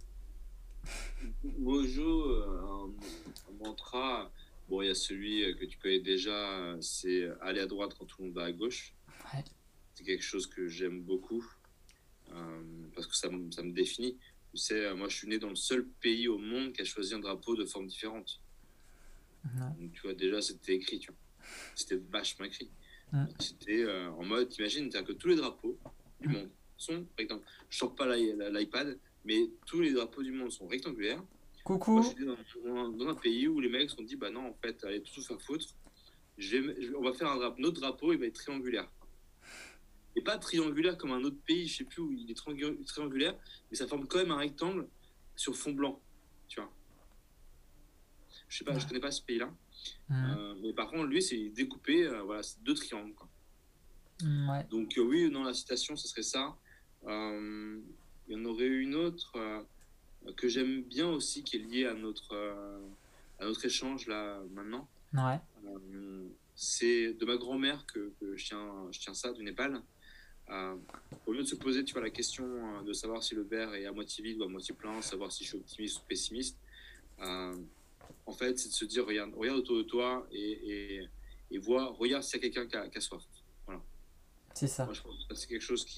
mojo, un mantra. Bon, il y a celui que tu connais déjà, c'est aller à droite quand tout le monde va à gauche. Ouais. C'est quelque chose que j'aime beaucoup parce que ça me définit. Tu sais, moi, je suis né dans le seul pays au monde qui a choisi un drapeau de forme différente. Ouais. Donc, tu vois, déjà, c'était écrit, tu vois. C'était vachement écrit. Mm. C'était en mode, t'imagines, que tous les drapeaux du monde sont rectangulaires. Je sors pas l'iPad, mais tous les drapeaux du monde sont rectangulaires. Moi, je Coucou. suis né dans un pays où les mecs se sont dit, bah non, en fait, allez tout faire foutre. On va faire notre drapeau, il va être triangulaire. Et pas triangulaire comme un autre pays, je sais plus où il est triangulaire, mais ça forme quand même un rectangle sur fond blanc, tu vois. Je sais pas, je connais pas ce pays-là. Mais par contre, lui, c'est découpé, voilà, c'est deux triangles, quoi. Ouais. Donc oui, dans la citation, ce serait ça. Il y en aurait une autre que j'aime bien aussi, qui est liée à notre échange là maintenant. Ouais. C'est de ma grand-mère que je tiens ça, du Népal. Au lieu de se poser, tu vois, la question de savoir si le verre est à moitié vide ou à moitié plein, savoir si je suis optimiste ou pessimiste, en fait, c'est de se dire, regarde autour de toi et regarde s'il y a quelqu'un qui a soif. Voilà. C'est ça. Moi, je pense que c'est quelque chose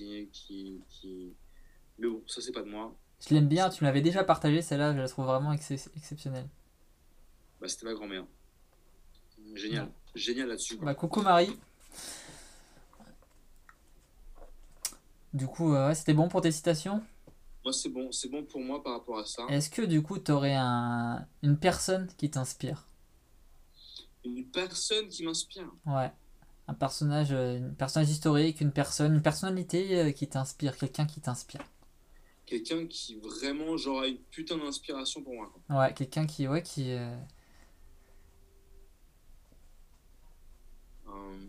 Mais bon, ça, c'est pas de moi. Je l'aime bien, tu me l'avais déjà partagé celle-là, je la trouve vraiment exceptionnelle. Bah, c'était ma grand-mère. Génial. Ouais. Génial là-dessus, quoi. Bah coucou Marie. Du coup, ouais, c'était bon pour tes citations? Moi, c'est bon pour moi par rapport à ça. Est-ce que du coup, t'aurais une personne qui t'inspire? Une personne qui m'inspire. Ouais. Un personnage historique, une personnalité qui t'inspire, quelqu'un qui t'inspire. Quelqu'un qui vraiment, genre, a une putain d'inspiration pour moi, quoi. Ouais, quelqu'un qui, ouais, qui. Euh,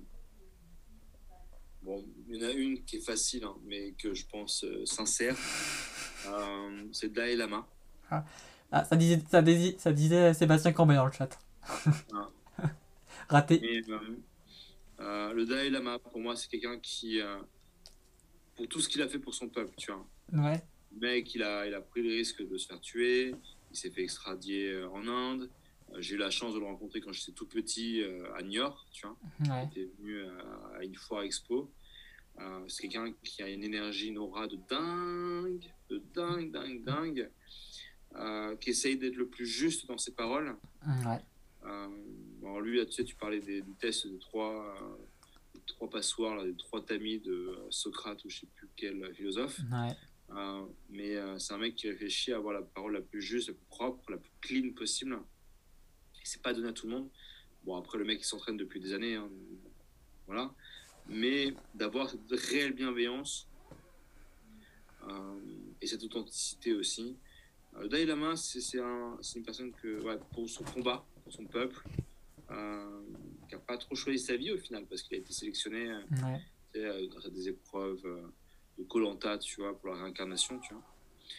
bon, il y en a une qui est facile, hein, mais que je pense sincère. C'est Dalai Lama. Ah, ça disait Sébastien Cambet dans le chat. Hein. Raté. Mais le Dalai Lama, pour moi, c'est quelqu'un qui, pour tout ce qu'il a fait pour son peuple, tu vois. Ouais. Le mec, il a pris le risque de se faire tuer. Il s'est fait extradier en Inde. J'ai eu la chance de le rencontrer quand j'étais tout petit à New York, tu vois. Ouais. Il était venu à une foire expo. C'est quelqu'un qui a une énergie, une aura de dingue, qui essaye d'être le plus juste dans ses paroles. Ouais. Alors lui, tu sais, tu parlais du test de trois passoires, là, des trois tamis de Socrate ou je sais plus quel philosophe. Ouais. Mais c'est un mec qui réfléchit à avoir la parole la plus juste, la plus propre, la plus clean possible. Et c'est pas donné à tout le monde. Bon, après, le mec, il s'entraîne depuis des années. Hein, voilà. Mais d'avoir cette réelle bienveillance et cette authenticité aussi. Le Dalai Lama, c'est une personne ouais, pour son combat, pour son peuple, qui n'a pas trop choisi sa vie au final, parce qu'il a été sélectionné grâce à des épreuves de koh tu vois, pour la réincarnation, tu vois.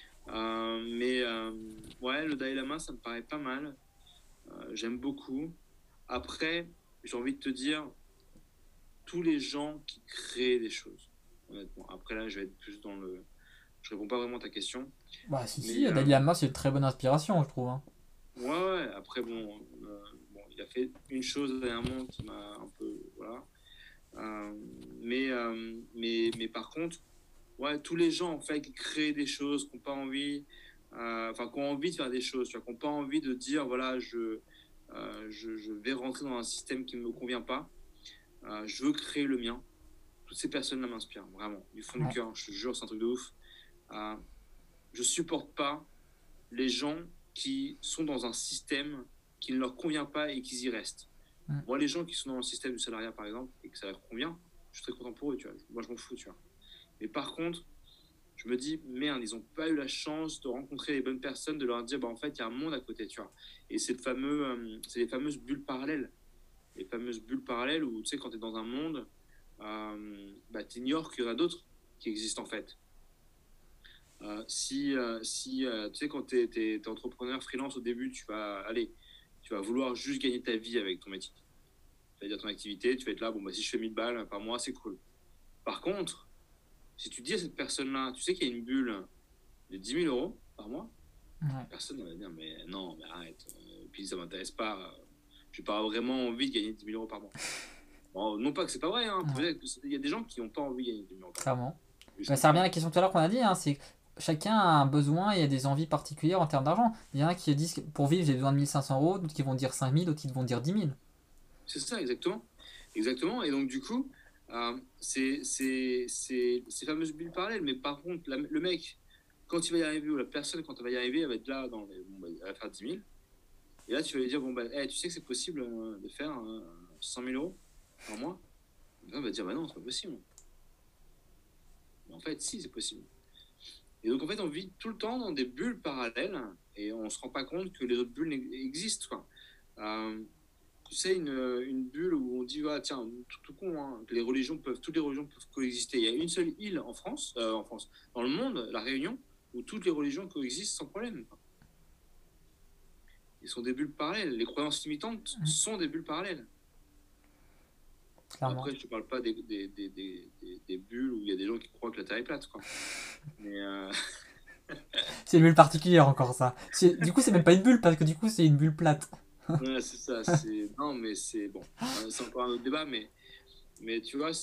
Ouais, le Dalai Lama, ça me paraît pas mal. J'aime beaucoup. Après, j'ai envie de te dire, tous les gens qui créent des choses, honnêtement. Après, là, je vais être plus dans le... Je réponds pas vraiment à ta question. Bah si, Dalai Lama, c'est une très bonne inspiration, je trouve. Hein. Ouais, après, bon, il a fait une chose dernièrement qui m'a un peu... Voilà. Mais par contre, ouais, tous les gens, en fait, qui créent des choses, qui n'ont pas envie... Enfin, qui ont envie de faire des choses, tu vois, qui n'ont pas envie de dire, voilà, je vais rentrer dans un système qui ne me convient pas. Je veux créer le mien. Toutes ces personnes-là m'inspirent, vraiment, du fond du cœur. Je te jure, c'est un truc de ouf. Je supporte pas les gens qui sont dans un système qui ne leur convient pas et qui y restent. Moi, les gens qui sont dans le système du salariat, par exemple, et que ça leur convient, je suis très content pour eux, tu vois. Moi, je m'en fous, tu vois. Mais par contre, je me dis, merde, ils n'ont pas eu la chance de rencontrer les bonnes personnes, de leur dire, bah, en fait, il y a un monde à côté, tu vois. Et c'est les fameuses bulles parallèles. Les fameuses bulles parallèles où, tu sais, quand tu es dans un monde, bah, tu ignores qu'il y en a d'autres qui existent, en fait. Tu sais, quand tu es entrepreneur freelance au début, tu vas vouloir juste gagner ta vie avec ton métier. C'est-à-dire ton activité, tu vas être là, bon, bah, si je fais 1000 balles par mois, c'est cool. Par contre, si tu dis à cette personne-là, tu sais qu'il y a une bulle de 10 000 euros par mois, Ouais. personne ne va dire, mais non, mais arrête. Puis ça m'intéresse pas. Je n'ai pas vraiment envie de gagner 10 000 euros par mois. Bon, non pas que c'est pas vrai, hein. Ouais. Il y a des gens qui n'ont pas envie de gagner 10 000 euros par mois. Clairement. Ils Bah, sont ça revient à pas. la question tout à l'heure qu'on a dit, hein, c'est que chacun a un besoin et a des envies particulières en termes d'argent. Il y en a qui disent que pour vivre j'ai besoin de 1 500 euros, d'autres qui vont dire 5 000, d'autres qui vont dire 10 000. C'est ça, exactement. Exactement. Et donc, du coup, c'est ces fameuses bulles parallèles. Mais par contre, le mec, quand il va y arriver, ou la personne, quand elle va y arriver, elle va être là, bon, bah, elle va faire 10 000. Et là, tu vas lui dire, bon, bah, hey, tu sais que c'est possible de faire 100 000 euros par mois. Et là, on va dire, bah non, c'est pas possible. Mais en fait, si, c'est possible. Et donc, en fait, on vit tout le temps dans des bulles parallèles et on se rend pas compte que les autres bulles existent, quoi. Tu sais, une bulle où on dit, ah, tiens, tout con, hein, que toutes les religions peuvent coexister. Il y a une seule île en France, dans le monde, la Réunion, où toutes les religions coexistent sans problème. Ils sont des bulles parallèles. Les croyances limitantes sont des bulles parallèles. Clairement. Après, je te parle pas des bulles où il y a des gens qui croient que la Terre est plate, quoi. Mais C'est une bulle particulière encore ça. Du coup c'est même pas une bulle parce que du coup c'est une bulle plate. ouais, c'est ça. Non, mais c'est bon. C'est encore un autre débat, mais tu vois,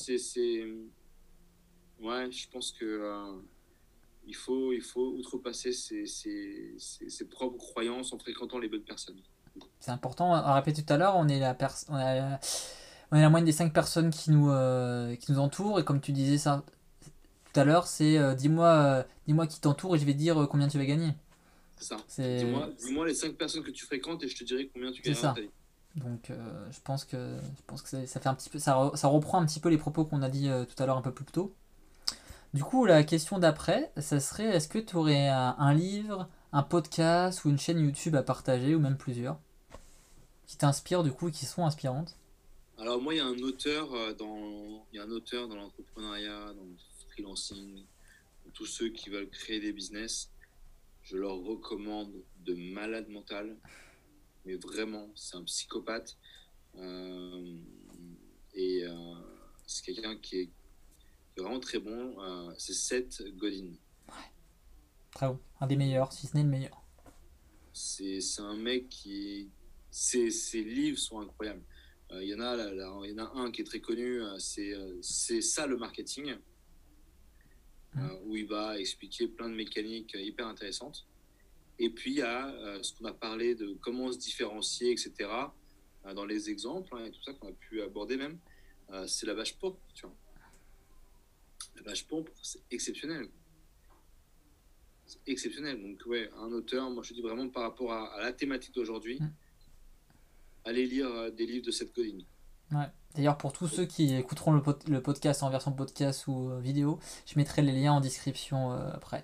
ouais, je pense que il faut outrepasser ses propres croyances en fréquentant les bonnes personnes. C'est important, on a répété tout à l'heure, on est la moyenne des 5 personnes qui nous entourent et comme tu disais ça tout à l'heure, c'est dis-moi qui t'entoure et je vais te dire combien tu vas gagner. C'est ça. C'est Dis-moi les 5 personnes que tu fréquentes et je te dirai combien tu c'est gagneras dans ça. ta vie. Donc je pense que ça fait un petit peu ça reprend un petit peu les propos qu'on a dit tout à l'heure un peu plus tôt. Du coup, la question d'après, ça serait est-ce que tu aurais un livre, un podcast ou une chaîne YouTube à partager ou même plusieurs qui t'inspirent du coup et qui sont inspirantes? Alors moi, il y a un auteur dans l'entrepreneuriat, dans le freelancing, pour tous ceux qui veulent créer des business. Je leur recommande de malade mental, mais vraiment, c'est un psychopathe. Euh, et c'est quelqu'un qui est vraiment très bon. C'est Seth Godin. Très bon, un des meilleurs, si ce n'est le meilleur. C'est un mec ses livres sont incroyables. Il y en a, il y en a un qui est très connu, c'est ça le marketing, où il va expliquer plein de mécaniques hyper intéressantes. Et puis il y a ce qu'on a parlé de comment se différencier, etc. Dans les exemples et tout ça qu'on a pu aborder même. C'est la vache pourpre, tu vois. La vache pourpre, c'est exceptionnel. C'est exceptionnel. Donc ouais, un auteur, moi je dis vraiment par rapport à la thématique d'aujourd'hui, allez lire des livres de Seth Godin. Ouais. D'ailleurs, pour tous ceux qui écouteront le podcast en version podcast ou vidéo, je mettrai les liens en description après.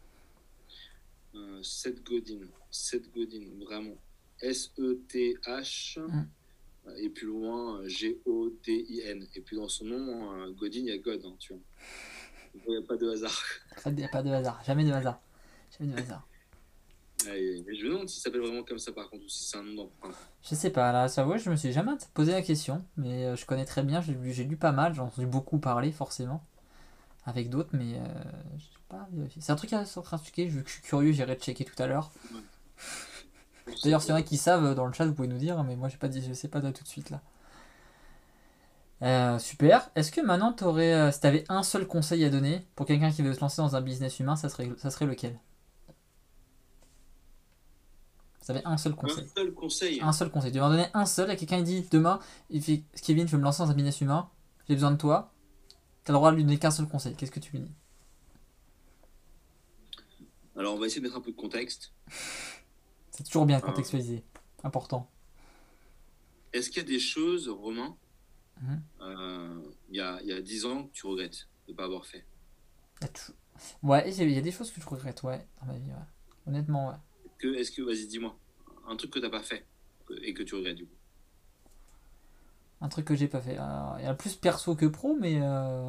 Seth Godin, vraiment. S-E-T-H, et plus loin, G-O-D-I-N. Et puis dans son nom, Godin, il y a God, hein, tu vois. Il n'y a pas de hasard. Il n'y a pas de hasard, jamais de hasard. Jamais de hasard. Mais je me demande s'il s'appelle vraiment comme ça par contre, ou si c'est un nom d'emprunt. Je sais pas, là, ça ouais, je me suis jamais posé la question, mais je connais très bien, j'ai lu pas mal, j'en ai entendu beaucoup parler forcément, avec d'autres, mais je sais pas vérifié. C'est un truc à checker, vu que je suis curieux, j'irai checker tout à l'heure. Ouais. D'ailleurs, s'il y en a qui savent dans le chat, vous pouvez nous dire, mais moi je sais pas tout de suite là. Super. Est-ce que maintenant, si tu avais un seul conseil à donner pour quelqu'un qui veut se lancer dans un business humain, ça serait lequel? Si tu avais un seul conseil. Un seul conseil. Un seul conseil. Tu vas en donner un seul à quelqu'un, il dit demain, il fait Kevin, je veux me lancer dans un business humain, j'ai besoin de toi. Tu as le droit de lui donner qu'un seul conseil. Qu'est-ce que tu lui dis? Alors on va essayer de mettre un peu de contexte. C'est toujours bien de contextualiser. Important. Est-ce qu'il y a des choses, Romain, Mhm. il y a 10 ans que tu regrettes de ne pas avoir fait? y a toujours- Ouais, il y a des choses que je regrette, ouais, dans ma vie, ouais. Honnêtement, ouais. Vas-y, dis-moi, un truc que t'as pas fait et que tu regrettes du coup. Un truc que j'ai pas fait. Il y a plus perso que pro, mais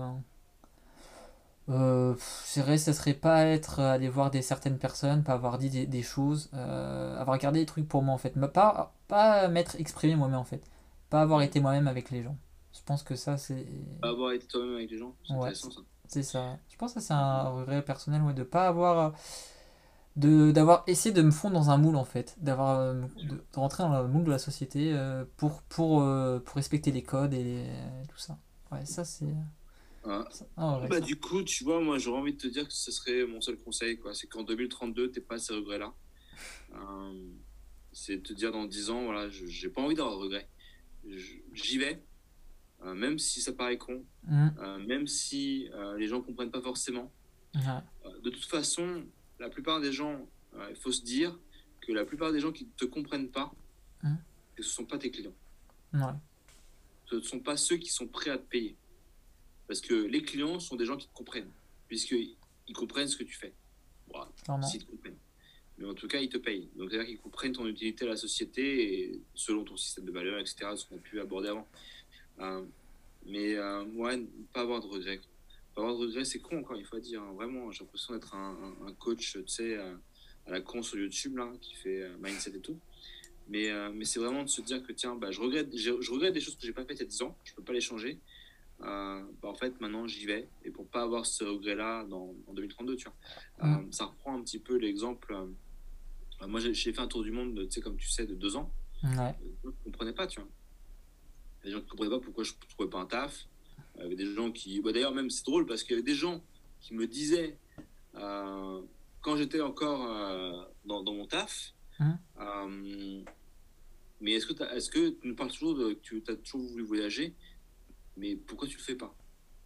je dirais ça serait pas être aller voir des certaines personnes, pas avoir dit des choses, avoir gardé des trucs pour moi en fait, mais pas m'être exprimé moi-même en fait, pas avoir Hmm. été moi-même avec les gens. Je pense que ça c'est Pas avoir été toi-même avec les gens, c'est ouais, intéressant ça. c'est ça. Je pense que ça c'est un Mhm. regret personnel ouais, de pas avoir d'avoir essayé de me fondre dans un moule en fait, de rentrer dans le moule de la société pour respecter les codes tout ça. Ouais, ça c'est Ah. un regret Bah, ça. du coup, tu vois, moi j'aurais envie de te dire que ce serait mon seul conseil, quoi. C'est qu'en 2032, t'es pas ces regrets-là. Euh, c'est de te dire dans 10 ans, voilà, j'ai pas envie d'avoir de regrets. J'y vais, même si ça paraît con, Mhm. même si les gens comprennent pas forcément. Ouais. De toute façon, la plupart des gens, il faut se dire que la plupart des gens qui ne te comprennent pas, Mhm. ce ne sont pas tes clients. Ouais, Ce ne sont pas ceux qui sont prêts à te payer. Parce que les clients sont des gens qui te comprennent, puisqu'ils comprennent ce que tu fais. Voilà, clairement. s'ils te comprennent. Mais en tout cas, ils te payent. Donc, c'est-à-dire qu'ils comprennent ton utilité à la société et selon ton système de valeurs, etc., ce qu'on a pu aborder avant. Euh, ouais, ne pas avoir de regrets. Pas avoir de regrets, c'est con encore, il faut dire. Hein. Vraiment, j'ai l'impression d'être un coach, tu sais, à la con sur YouTube, là, qui fait mindset et tout. Mais c'est vraiment de se dire que, tiens, bah, je regrette des choses que j'ai pas faites il y a 10 ans, je peux pas les changer. Bah, en fait, maintenant, j'y vais. Et pour pas avoir ce regret-là en 2032, tu vois. Mhm. Ça reprend un petit peu l'exemple. Moi, j'ai fait un tour du monde, tu sais, comme tu sais, de 2 ans. Ouais. Je ne comprenais pas, tu vois. Il y a des gens qui ne comprenaient pas pourquoi je ne trouvais pas un taf. Il y avait des gens qui. Bah, d'ailleurs, même, c'est drôle parce qu'il y avait des gens qui me disaient, euh, quand j'étais encore dans mon taf, Mhm. euh, mais est-ce que tu nous parles toujours de que tu as toujours voulu voyager, mais pourquoi tu ne le fais pas?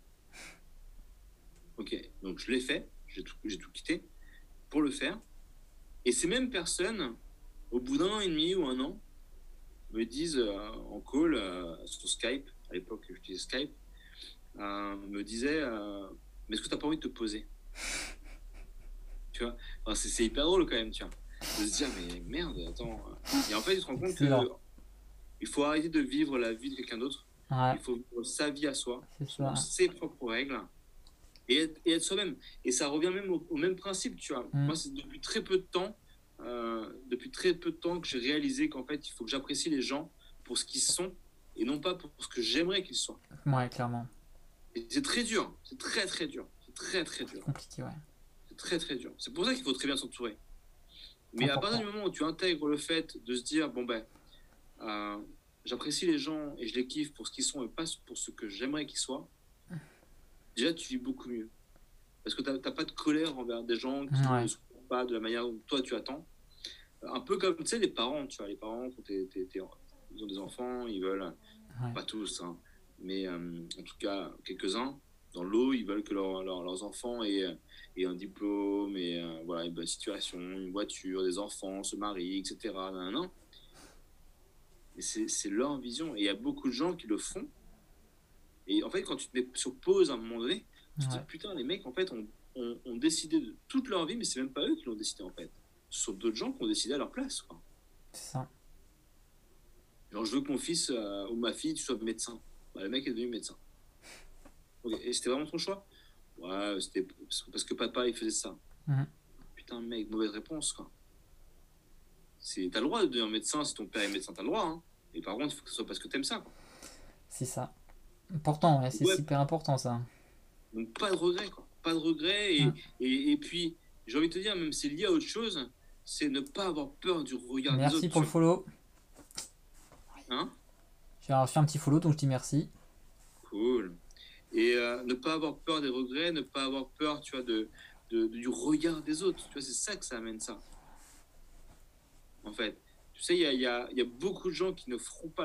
Ok, donc je l'ai fait, j'ai tout quitté pour le faire. Et ces mêmes personnes, au bout d'un an et demi ou un an, me disent en call sur Skype, à l'époque j'utilisais Skype, me disaient mais est-ce que tu n'as pas envie de te poser? Tu vois, enfin, c'est hyper drôle quand même, tu vois, de se dire mais merde, attends. Et en fait, tu te rends compte que Excellent. il faut arrêter de vivre la vie de quelqu'un d'autre. Ouais, Il faut vivre sa vie à soi, c'est selon ça. ses propres règles, et être soi-même. Et ça revient même au même principe, tu vois. Mhm. Moi, c'est depuis très peu de temps que j'ai réalisé qu'en fait, il faut que j'apprécie les gens pour ce qu'ils sont et non pas pour ce que j'aimerais qu'ils soient. Ouais, clairement. Et c'est très dur, c'est très très dur, c'est très très C'est dur, compliqué, ouais. c'est très très dur. C'est pour ça qu'il faut très bien s'entourer. Mais à partir Important. du moment où tu intègres le fait de se dire, bon ben, euh, j'apprécie les gens et je les kiffe pour ce qu'ils sont et pas pour ce que j'aimerais qu'ils soient, déjà tu vis beaucoup mieux. Parce que tu n'as pas de colère envers des gens qui ne Ouais. se comportent pas de la manière dont toi tu attends. Un peu comme, tu sais, les parents, tu vois, les parents, quand ils ont des enfants, ils veulent, Ouais. pas tous, hein, mais en tout cas, quelques-uns, dans l'eau, ils veulent que leurs enfants aient un diplôme, et voilà, une bonne situation, une voiture, des enfants, se marient, etc. Nan, nan, nan. Et c'est leur vision. Et il y a beaucoup de gens qui le font. Et en fait, quand tu te mets sur pause à un moment donné, tu te dis, Ouais. putain, les mecs, en fait, ont décidé de toute leur vie, mais c'est même pas eux qui l'ont décidé, en fait. Ce sont d'autres gens qui ont décidé à leur place, quoi. C'est ça. Genre, je veux que mon fils ou ma fille tu sois médecin. Bah, le mec est devenu médecin. Ok. Et c'était vraiment ton choix? Ouais, c'était parce que papa, il faisait ça. Mhm. Putain, mec, mauvaise réponse, quoi. T'as le droit de devenir médecin si ton père est médecin, t'as le droit, hein. Et par contre, il faut que ce soit parce que t'aimes ça, quoi. C'est ça. Important, ouais. C'est Ouais, super important, ça. donc pas de regret, quoi. Pas de regret. Mhm. Et puis, j'ai envie de te dire, même si c'est lié à autre chose, c'est ne pas avoir peur du regard des Merci autres, pour tu le vois. follow. Hein? J'ai reçu un petit follow, donc je dis merci. Cool. Et ne pas avoir peur des regrets, ne pas avoir peur, tu vois, du regard des autres. Tu vois, c'est ça que ça amène ça, en fait. Tu sais, il y a beaucoup de gens qui ne feront pas,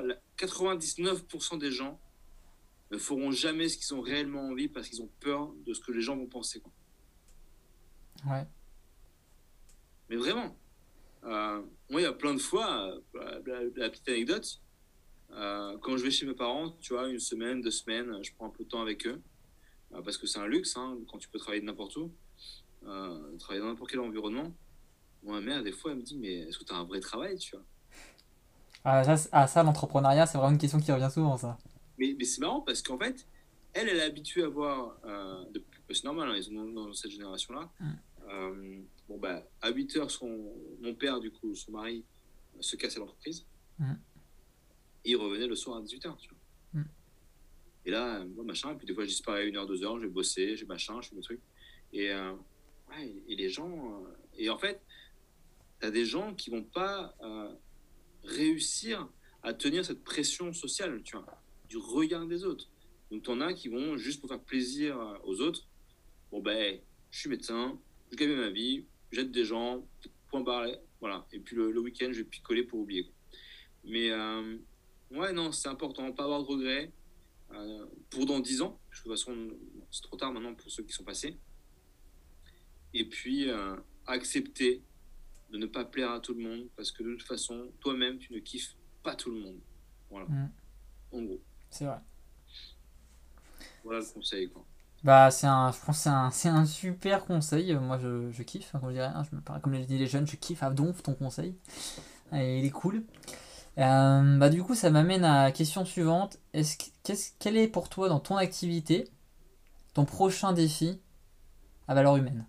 99% des gens ne feront jamais ce qu'ils ont réellement envie parce qu'ils ont peur de ce que les gens vont penser, quoi. Ouais. Mais vraiment, moi, il y a plein de fois, la petite anecdote, quand je vais chez mes parents, tu vois, une semaine, 2 semaines, je prends un peu de temps avec eux. parce que c'est un luxe, hein, quand tu peux travailler de n'importe où, travailler dans n'importe quel environnement. Moi, ma mère, des fois, elle me dit, mais est-ce que tu as un vrai travail, tu vois? Ça, l'entrepreneuriat, c'est vraiment une question qui revient souvent, ça. Mais c'est marrant parce qu'en fait, elle est habituée à voir, c'est normal, hein, ils sont dans cette génération-là. Mm. Bon, bah, à 8 heures, mon père, du coup, son mari, se cassait l'entreprise Mm. et il revenait le soir à 18 heures, tu vois. Mm. Et là, moi, machin, et puis des fois, je disparais à 1 heure, 2 heures, je vais bosser, j'ai machin, je fais mes trucs. Et, ouais, et les gens. Et en fait, tu as des gens qui vont pas réussir à tenir cette pression sociale, tu vois, du regard des autres. Donc, tu en as qui vont juste pour faire plaisir aux autres. Bon, ben, je suis médecin, je gagne ma vie, j'aide des gens, point barre, voilà. Et puis le week-end, je vais picoler pour oublier. Mais ouais, non, c'est important, pas avoir de regrets pour dans 10 ans, parce que de toute façon, c'est trop tard maintenant pour ceux qui sont passés. Et puis, accepter de ne pas plaire à tout le monde, parce que de toute façon, toi-même, tu ne kiffes pas tout le monde. Voilà, Mm. en gros. C'est vrai. Voilà le conseil, quoi. Bah, je pense que c'est un super conseil. Moi, je kiffe, hein, comme je dirais, hein, comme le disent les jeunes, je kiffe à donf ton conseil. Et il est cool. Bah, du coup, ça m'amène à la question suivante. Quel est pour toi, dans ton activité, ton prochain défi à valeur humaine?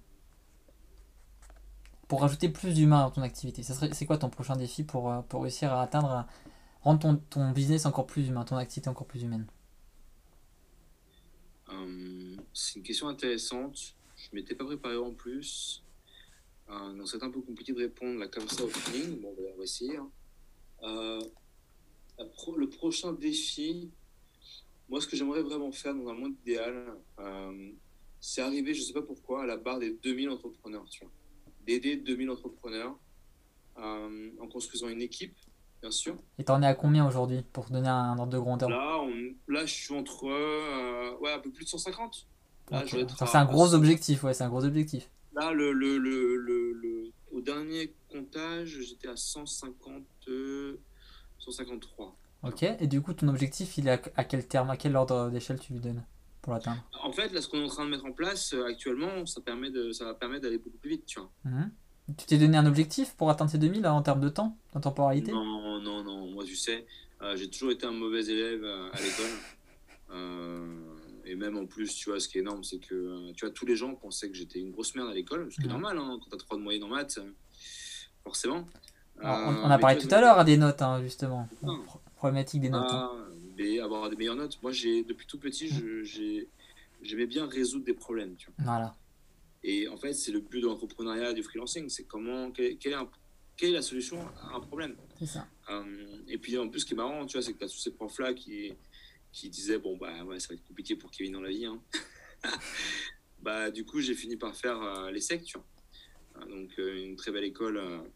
Pour rajouter plus d'humain dans ton activité. C'est quoi ton prochain défi pour réussir à rendre ton business encore plus humain, ton activité encore plus humaine? C'est une question intéressante. Je ne m'étais pas préparé en plus. Donc, c'est un peu compliqué de répondre là comme ça au feeling. Bon, ben, on va essayer, hein. Euh, le prochain défi, moi, ce que j'aimerais vraiment faire dans un monde idéal, c'est arriver, je ne sais pas pourquoi, à la barre des 2000 entrepreneurs, tu vois. D'aider 2000 entrepreneurs en construisant une équipe, bien sûr. Et t'en es à combien aujourd'hui pour te donner un ordre de grandeur? Là, je suis entre ouais, un peu plus de 150. Là, Ok, je vais être c'est un à gros objectif, ouais, c'est un gros objectif. Là, au dernier comptage, j'étais à 150, 153. Tu vois. Ok, et du coup, ton objectif, il est à quel terme, à quel ordre d'échelle tu lui donnes pour l'atteindre? En fait, là, ce qu'on est en train de mettre en place actuellement, ça va permettre d'aller beaucoup plus vite, tu vois. Mhm. Tu t'es donné un objectif pour atteindre ces 2000 en termes de temps, de temporalité? Non, non, non. Moi, tu sais, j'ai toujours été un mauvais élève à l'école. Et même en plus, tu vois, ce qui est énorme, c'est que tu vois, tous les gens pensaient que j'étais une grosse merde à l'école, ce qui est Ouais. normal, hein, quand t'as 3 de moyenne en maths, forcément. Alors, on a Mais tu parlé vois, tout à l'heure, hein, des notes, hein, justement. non. Problématique des notes, hein. Avoir des meilleures notes. Moi, depuis tout petit, Mm. j'aimais bien résoudre des problèmes, tu vois. Voilà, Et en fait, c'est le but de l'entrepreneuriat, du freelancing, c'est quelle est la solution à un problème. c'est ça. Et puis, en plus, ce qui est marrant, tu vois, c'est que tu as tous ces profs-là qui disaient, bon, bah, ouais, ça va être compliqué pour Kevin dans la vie, hein. Bah, du coup, j'ai fini par faire l'ESSEC, tu vois. Donc, une très belle école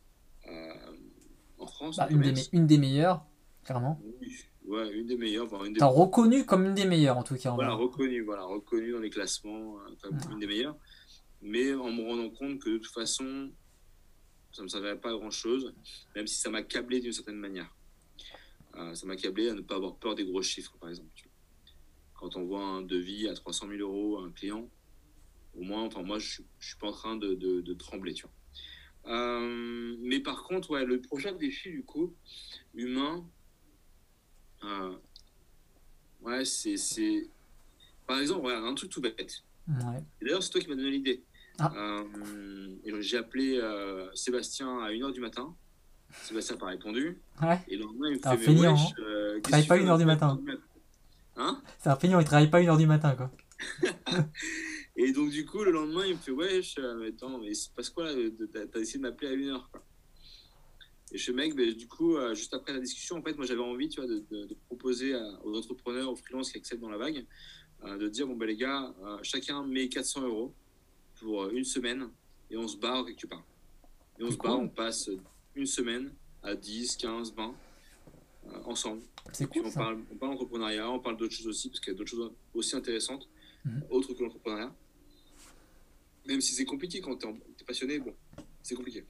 en France, de Bah, commerce. une des meilleures, clairement. Oui, ouais, une des meilleures, voire une des T'as reconnu comme une des meilleures, en tout cas, on va. voilà, reconnu dans les classements comme une des meilleures, mais en me rendant compte que de toute façon, ça ne me servirait pas à grand-chose, même si ça m'a câblé d'une certaine manière. Ça m'a câblé à ne pas avoir peur des gros chiffres, par exemple. Tu vois. Quand on voit un devis à 300 000 euros à un client, au moins, enfin, moi, je ne suis pas en train de trembler, tu vois. Mais par contre, ouais, le prochain défi, du coup, humain, euh, ouais, Par exemple, regarde, un truc tout bête. Ouais. Et d'ailleurs, c'est toi qui m'as donné l'idée. Ah, J'ai appelé Sébastien à 1h du matin. Sébastien n'a pas répondu. ouais. Et le lendemain, il me C'est un fait, mais feignant, wesh, hein. Il qu'est-ce que travaille tu pas fais à 1h du 1h matin. du matin? Hein? C'est un feignant, il travaille pas 1h du matin, quoi. Et donc, du coup, le lendemain, il me fait, wesh, mais attends, mais c'est passe quoi là? T'as essayé de m'appeler à 1h, quoi. Et je fais, mec, ben, du coup, juste après la discussion, en fait, moi, j'avais envie, tu vois, de proposer aux entrepreneurs, aux freelances qui acceptent dans la vague, de dire, bon, ben, les gars, chacun met 400 euros pour une semaine et on se barre quelque part. Et on C'est se barre, cool. on passe une semaine à 10, 15, 20 ensemble. C'est Et puis cool, ça. on parle entrepreneuriat, on parle d'autres choses aussi, parce qu'il y a d'autres choses aussi intéressantes, Mhm. autres que l'entrepreneuriat. Même si c'est compliqué quand t'es passionné, bon, c'est compliqué.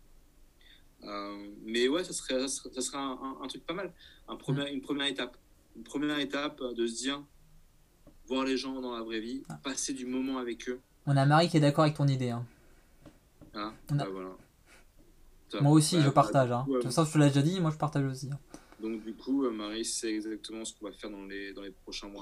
Mais ouais, ça serait un truc pas mal. Mhm. Une première étape. Une première étape de se dire, voir les gens dans la vraie vie, Ah. passer du moment avec eux. On a Marie qui est d'accord avec ton idée. Hein. Hein. On a- Voilà. Top. Moi aussi, je Du partage. Hein. coup, De toute façon, je te l'ai déjà dit, moi je partage aussi. Hein. donc du coup, Marie, c'est exactement ce qu'on va faire dans les prochains mois.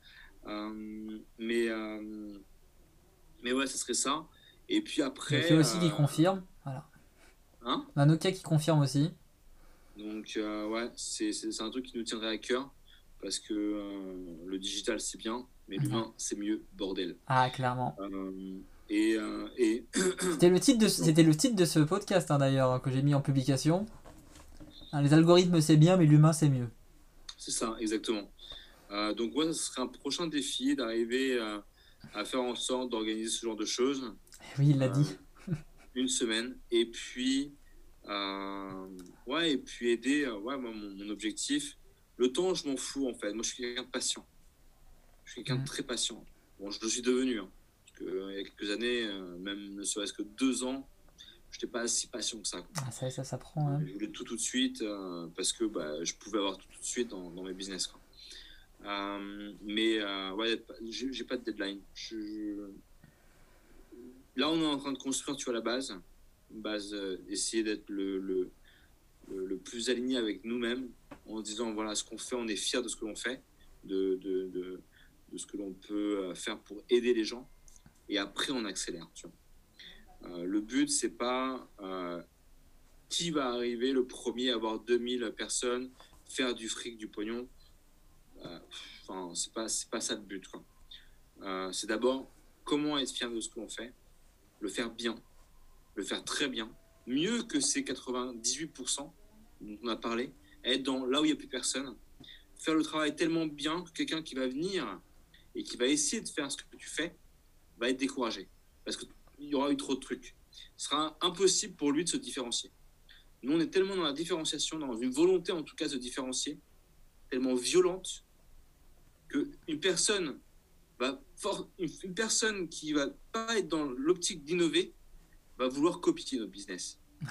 Mais ouais, ce serait ça. Et puis après... Nokia aussi qui confirme. Voilà. Hein? On a Nokia qui confirme aussi. Donc ouais, c'est un truc qui nous tiendrait à cœur parce que le digital c'est bien, mais l'humain c'est mieux, bordel. Ah, clairement. Et C'était le titre de ce podcast hein, d'ailleurs hein, que j'ai mis en publication. Hein, les algorithmes c'est bien, mais l'humain c'est mieux. c'est ça, exactement. Donc ouais, ce serait un prochain défi d'arriver à faire en sorte d'organiser ce genre de choses. Oui, il l'a dit. Une semaine. Et puis, ouais, et puis aider, ouais, moi, mon objectif. Le temps, je m'en fous en fait. Moi, je suis quelqu'un de patient. Je suis quelqu'un de très patient. Bon, je le suis devenu. Hein, parce qu'il y a quelques années, même ne serait-ce que 2 ans, je n'étais pas si patient que ça. Quoi. Ah, ça s'apprend. Hein. Je voulais tout de suite parce que bah, je pouvais avoir tout de suite dans mes business. Quoi. Mais ouais, j'ai pas de deadline. Là, on est en train de construire, tu vois, la base. Une base, essayer d'être le plus aligné avec nous-mêmes en disant, voilà, ce qu'on fait, on est fier de ce que l'on fait, de ce que l'on peut faire pour aider les gens. Et après, on accélère, tu vois. Le but, c'est pas qui va arriver le premier à avoir 2000 personnes, faire du fric, du pognon. Enfin, c'est pas ça le but, quoi. C'est d'abord comment être fier de ce que l'on fait, le faire bien, le faire très bien, mieux que ces 98% dont on a parlé, être dans là où il n'y a plus personne, faire le travail tellement bien que quelqu'un qui va venir et qui va essayer de faire ce que tu fais va être découragé parce qu'il y aura eu trop de trucs. Ce sera impossible pour lui de se différencier. Nous, on est tellement dans la différenciation, dans une volonté en tout cas de se différencier, tellement violente qu'une personne une personne qui va pas être dans l'optique d'innover va vouloir copier notre business. Ouais.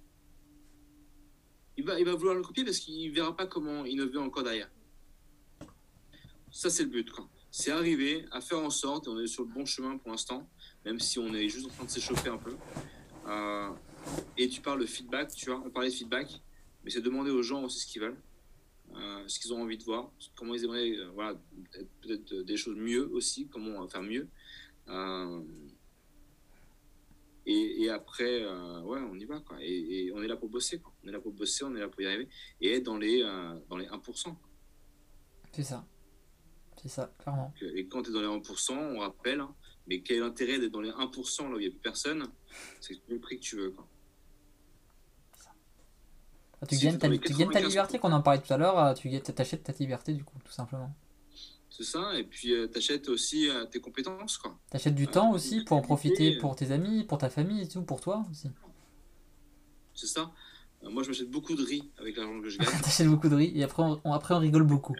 Il va vouloir le copier parce qu'il ne verra pas comment innover encore derrière. Ça, c'est le but, quoi. C'est arriver à faire en sorte, et on est sur le bon chemin pour l'instant, même si on est juste en train de s'échauffer un peu. Et tu parles de feedback, tu vois, on parlait de feedback, mais c'est demander aux gens aussi ce qu'ils veulent. Ce qu'ils ont envie de voir, comment ils aimeraient, voilà, peut-être des choses mieux aussi, comment on va faire mieux. Et après, ouais, on y va, quoi. Et on est là pour bosser, quoi. On est là pour bosser, on est là pour y arriver. Et être dans les 1%. C'est ça. C'est ça, clairement. Et quand tu es dans les 1%, on rappelle, hein, mais quel est l'intérêt d'être dans les 1% là où il n'y a plus personne? C'est le prix que tu veux, quoi. Tu gagnes ta liberté, qu'on en parlait tout à l'heure, tu achètes ta liberté du coup, tout simplement. C'est ça, et puis tu achètes aussi tes compétences, quoi. Tu achètes du temps aussi pour en profiter pour tes amis, pour ta famille et tout, pour toi aussi. C'est ça. Moi, je m'achète beaucoup de riz avec l'argent que je gagne. T'achètes beaucoup de riz et après on rigole beaucoup.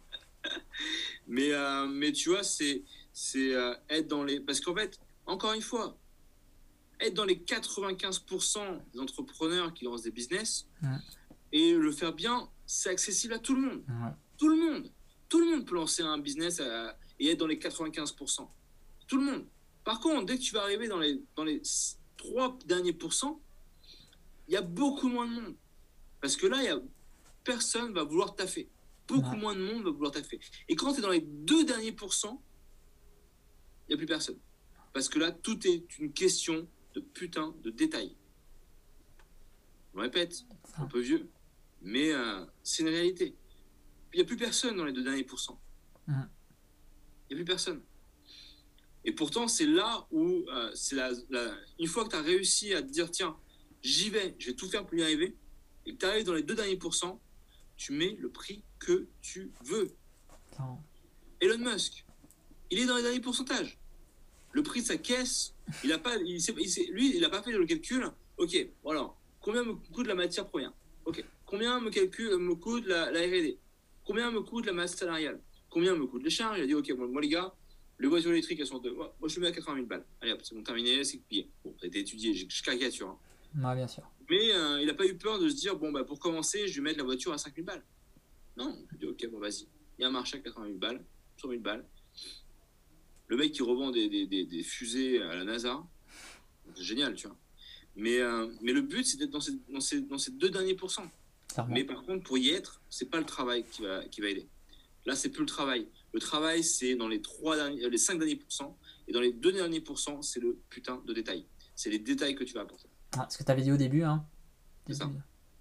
mais tu vois, c'est être dans les... Parce qu'en fait, encore une fois, être dans les 95% des entrepreneurs qui lancent des business et le faire bien, c'est accessible à tout le monde. Ouais. Tout le monde peut lancer un business et être dans les 95%. Tout le monde. Par contre, dès que tu vas arriver dans les 3 derniers pourcents, il y a beaucoup moins de monde. Parce que là, personne va vouloir taffer. Beaucoup moins de monde va vouloir taffer. Et quand tu es dans les 2 derniers pourcents, il n'y a plus personne. Parce que là, tout est une question de putain de détails. Je me répète, un peu vieux, mais c'est une réalité. Il n'y a plus personne dans les 2 derniers pourcents. Il n'y a plus personne. Et pourtant, c'est là où, une fois que tu as réussi à te dire, tiens, j'y vais, je vais tout faire pour y arriver, et que tu arrives dans les 2 derniers pourcents, tu mets le prix que tu veux. Elon Musk, il est dans les derniers pourcentages. Le prix de sa caisse, il n'a pas fait le calcul. Ok, voilà. Combien me coûte la matière première? Ok. Combien me coûte la R&D? Combien me coûte la masse salariale? Combien me coûtent les charges? Il a dit, ok, moi les gars, les voitures électriques, elles sont moi je le mets à 80 000 balles. Allez hop, c'est bon, terminé, c'est plié. Bon, ça a été étudié, je caricature. Hein. Ouais, bien sûr. Mais il n'a pas eu peur de se dire, bon, bah, pour commencer, je vais mettre la voiture à 5 000 balles. Non, il a dit, ok, bon, vas-y. Il y a un marché à 80 000 balles, 100 000 balles. Le mec qui revend des fusées à la NASA, c'est génial, tu vois. Mais le but, c'est d'être dans ces 2 derniers pourcents. Clairement. Mais par contre, pour y être, c'est pas le travail qui va aider. Là, c'est plus le travail. Le travail, c'est dans les 5 derniers pourcents. Et dans les 2 derniers pourcents, c'est le putain de détail. C'est les détails que tu vas apporter. Ah, ce que tu avais dit au début, hein. C'est ça.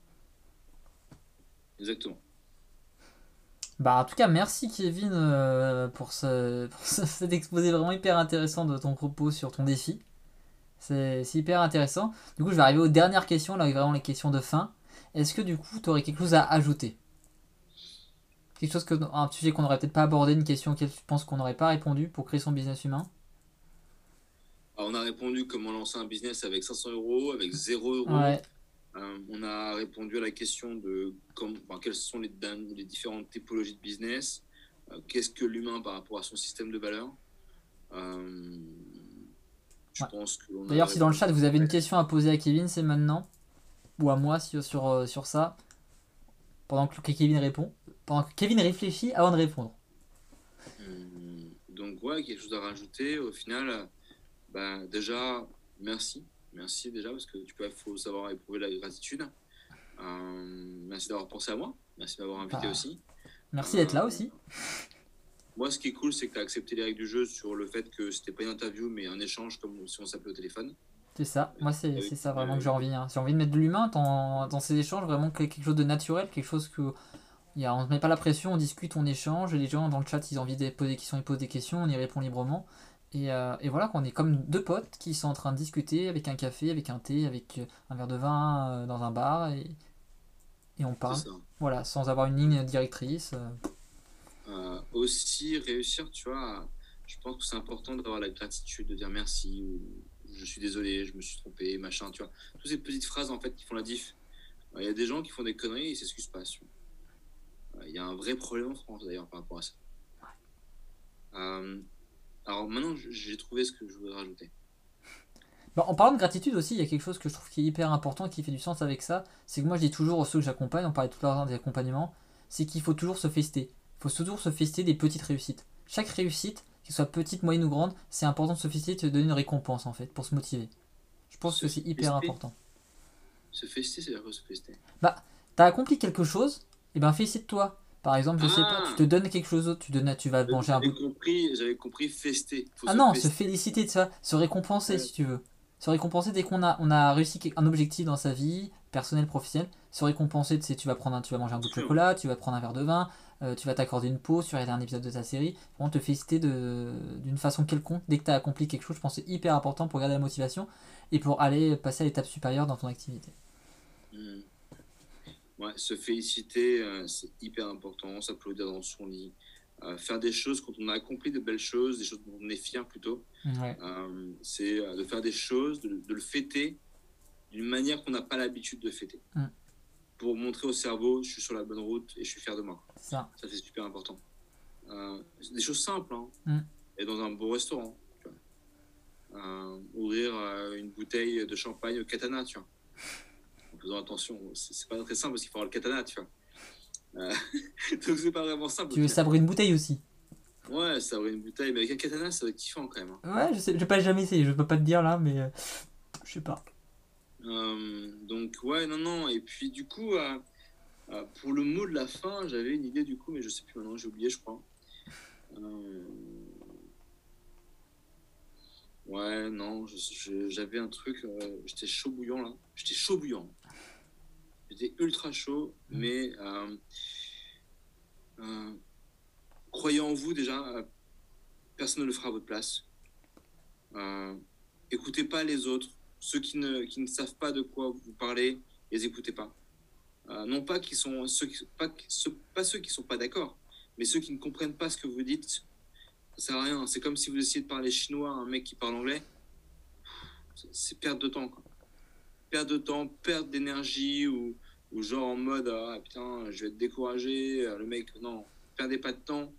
Exactement. Bah, en tout cas, merci Kevin pour cet exposé vraiment hyper intéressant de ton propos sur ton défi. C'est hyper intéressant. Du coup, je vais arriver aux dernières questions, là, vraiment les questions de fin. Est-ce que du coup, tu aurais quelque chose à ajouter? Un sujet qu'on n'aurait peut-être pas abordé, une question auquel tu penses qu'on n'aurait pas répondu pour créer son business humain? Alors, on a répondu comment lancer un business avec 500 euros, avec 0 euros. Ouais. On a répondu à la question de quelles sont les différentes typologies de business. Qu'est-ce que l'humain par rapport à son système de valeurs. Je Ouais. pense que D'ailleurs, si dans le chat vous avez une question à poser à Kevin, c'est maintenant. Ou à moi sur ça. Pendant que Kevin répond. Pendant que Kevin réfléchit avant de répondre. Donc, ouais, quelque chose à rajouter. Au final, déjà, merci. Merci déjà, parce que faut savoir éprouver la gratitude. Merci d'avoir pensé à moi. Merci de m'avoir invité aussi. Merci d'être là aussi. Moi, ce qui est cool, c'est que tu as accepté les règles du jeu sur le fait que c'était pas une interview, mais un échange comme si on s'appelait au téléphone. C'est ça. Moi, c'est ça vraiment que j'ai envie. Hein. J'ai envie de mettre de l'humain dans ces échanges, vraiment quelque chose de naturel, quelque chose que. On ne se met pas la pression, on discute, on échange. Les gens dans le chat, ils ont envie de poser des questions, ils posent des questions, on y répond librement. Et voilà, qu'on est comme deux potes qui sont en train de discuter avec un café, avec un thé, avec un verre de vin dans un bar. Et on parle. Voilà, sans avoir une ligne directrice. Aussi réussir, tu vois, je pense que c'est important d'avoir la gratitude, de dire merci ou je suis désolé, je me suis trompé, machin, tu vois. Toutes ces petites phrases en fait qui font la diff. Il y a des gens qui font des conneries et ils s'excusent pas. Il y a un vrai problème en France d'ailleurs par rapport à ça. Alors maintenant, j'ai trouvé ce que je voulais rajouter. Bon, en parlant de gratitude aussi, il y a quelque chose que je trouve qui est hyper important, qui fait du sens avec ça. C'est que moi je dis toujours aux ceux que j'accompagne, on parlait tout à l'heure des accompagnements, c'est qu'il faut toujours se féliciter. Il faut toujours se féliciter des petites réussites. Chaque réussite, qu'elle soit petite, moyenne ou grande, c'est important de se féliciter, de te donner une récompense en fait, pour se motiver. Je pense que c'est hyper important. Se féliciter, c'est-à-dire quoi se féliciter? Bah, t'as accompli quelque chose, et ben félicite-toi. Par exemple, je sais pas, tu te donnes quelque chose d'autre, tu vas manger un bout. J'avais compris fester. Se féliciter de ça, se récompenser si tu veux. Se récompenser dès qu'on a réussi un objectif dans sa vie, personnel, professionnel. Se récompenser, tu vas manger un bout de chocolat, tu vas prendre un verre de vin, tu vas t'accorder une pause, tu vas regarder un épisode de ta série. Vraiment te féliciter d'une façon quelconque dès que tu as accompli quelque chose. Je pense que c'est hyper important pour garder la motivation et pour aller passer à l'étape supérieure dans ton activité. Ouais, se féliciter, c'est hyper important. S'applaudir dans son lit. Faire des choses quand on a accompli de belles choses, des choses dont on est fier plutôt. Ouais. C'est de faire des choses, de le fêter d'une manière qu'on n'a pas l'habitude de fêter. Pour montrer au cerveau, je suis sur la bonne route et je suis fier de moi. Ça c'est super important. Des choses simples, hein. Et dans un beau restaurant. Tu vois. Ouvrir une bouteille de champagne au katana, tu vois. En faisant attention, c'est pas très simple parce qu'il faut avoir le katana, tu vois. Donc c'est pas vraiment simple. Tu veux sabrer une bouteille aussi? Ouais, sabrer une bouteille, mais avec un katana, ça va être kiffant quand même. Hein. Ouais, je sais, j'ai pas jamais essayé, je peux pas te dire là, mais je sais pas. Donc ouais, non, et puis du coup, pour le mot de la fin, j'avais une idée du coup, mais je sais plus maintenant, j'ai oublié, je crois. Ouais, non, j'avais un truc, j'étais chaud bouillant là, j'étais ultra chaud, mais croyez en vous déjà, personne ne le fera à votre place. Écoutez pas les autres, ceux qui ne savent pas de quoi vous parlez, les écoutez pas. Non pas qu'ils sont pas ceux qui sont pas d'accord, mais ceux qui ne comprennent pas ce que vous dites, ça sert à rien. C'est comme si vous essayez de parler chinois à un mec qui parle anglais. C'est perte de temps, quoi. Perte de temps, perte d'énergie ou genre en mode ah putain je vais être découragé, le mec non, perdez pas de temps.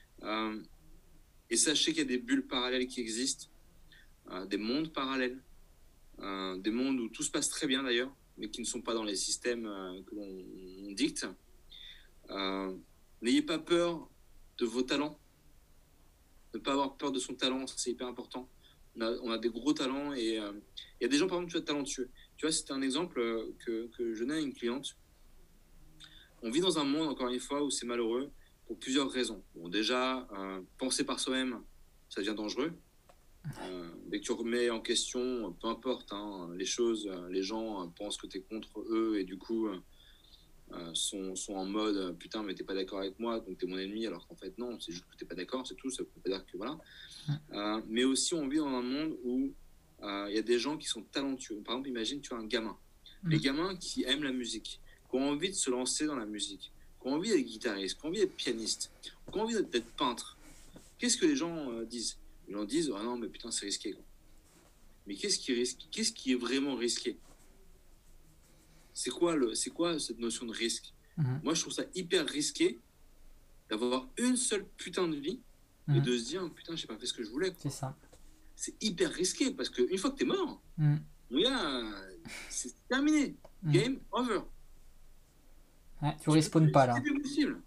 Et sachez qu'il y a des bulles parallèles qui existent, des mondes parallèles, des mondes où tout se passe très bien d'ailleurs, mais qui ne sont pas dans les systèmes que l'on dicte. N'ayez pas peur de vos talents. Ne pas avoir peur de son talent, c'est hyper important. On a des gros talents et il y a des gens, par exemple, tu vois, talentueux. Tu vois, c'était un exemple que je donnais à une cliente. On vit dans un monde, encore une fois, où c'est malheureux pour plusieurs raisons. Bon, déjà, penser par soi-même, ça devient dangereux. Dès que tu remets en question, peu importe hein, les choses, les gens pensent que tu es contre eux et du coup sont en mode putain, mais t'es pas d'accord avec moi, donc t'es mon ennemi, alors qu'en fait, non, c'est juste que t'es pas d'accord, c'est tout, ça veut pas dire que voilà. Mais aussi, on vit dans un monde où il y a des gens qui sont talentueux. Par exemple, imagine, tu as un gamin. Les gamins qui aiment la musique, qui ont envie de se lancer dans la musique, qui ont envie d'être guitariste, qui ont envie d'être pianiste, qui ont envie d'être peintre. Qu'est-ce que les gens disent? Les gens disent, ah non, mais putain, c'est risqué, quoi. Mais qu'est-ce qui est vraiment risqué? C'est quoi cette notion de risque? Moi, je trouve ça hyper risqué d'avoir une seule putain de vie et de se dire, putain, j'ai pas fait ce que je voulais, quoi. C'est ça. C'est hyper risqué parce qu'une fois que t'es mort, mon gars, c'est terminé. Game over. Ouais, tu respawns pas là. C'est plus possible.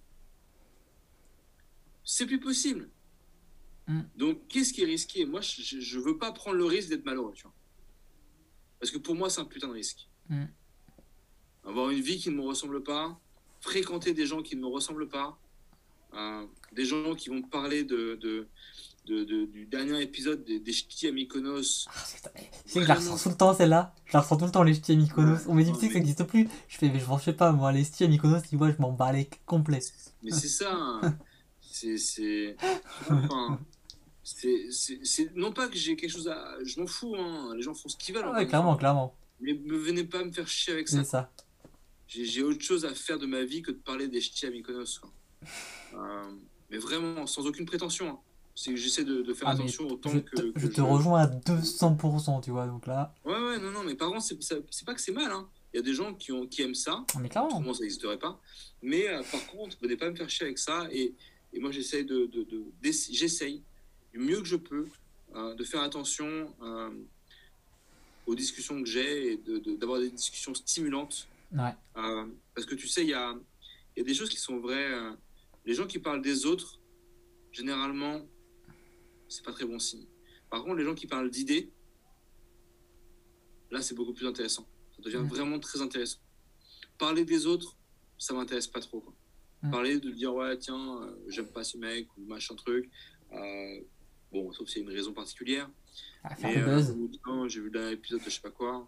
C'est plus possible. Donc, qu'est-ce qui est risqué? Moi, je veux pas prendre le risque d'être malheureux, tu vois. Parce que pour moi, c'est un putain de risque. Avoir une vie qui ne me ressemble pas, fréquenter des gens qui ne me ressemblent pas, des gens qui vont parler du dernier épisode des ch'tis à Mykonos. Tu sais que je la ressens tout le temps celle-là. Je la ressens tout le temps les ch'tis à Mykonos. On me dit tu sais que ça n'existe plus. Je fais mais je sais pas moi les ch'tis à Mykonos tu vois je m'en bats les complet. Mais c'est ça. Hein. Enfin, c'est non pas que j'ai quelque chose à je m'en fous hein. Les gens font ce qu'ils veulent. Ouais clairement. Mais ne venez pas me faire chier avec ça. C'est ça. J'ai autre chose à faire de ma vie que de parler des ch'tis à Mykonos. Mais vraiment sans aucune prétention. Hein. C'est que j'essaie de faire attention autant que je te rejoins à 200%, tu vois, donc là... Ouais, non, mais par contre, c'est pas que c'est mal, hein. Il y a des gens qui aiment ça, mais clairement. autrement ça n'existerait pas, mais par contre, venez pas me faire chier avec ça, et moi j'essaye j'essaye du mieux que je peux de faire attention aux discussions que j'ai, et d'avoir des discussions stimulantes, parce que tu sais, il y a des choses qui sont vraies, les gens qui parlent des autres, généralement, c'est pas très bon signe. Par contre, les gens qui parlent d'idées, là, c'est beaucoup plus intéressant. Ça devient vraiment très intéressant. Parler des autres, ça m'intéresse pas trop. Quoi. Parler de dire, ouais, tiens, j'aime pas ce mec, ou machin truc. Bon, sauf s'il y a une raison particulière. Mais buzz. J'ai vu d'un épisode de je sais pas quoi.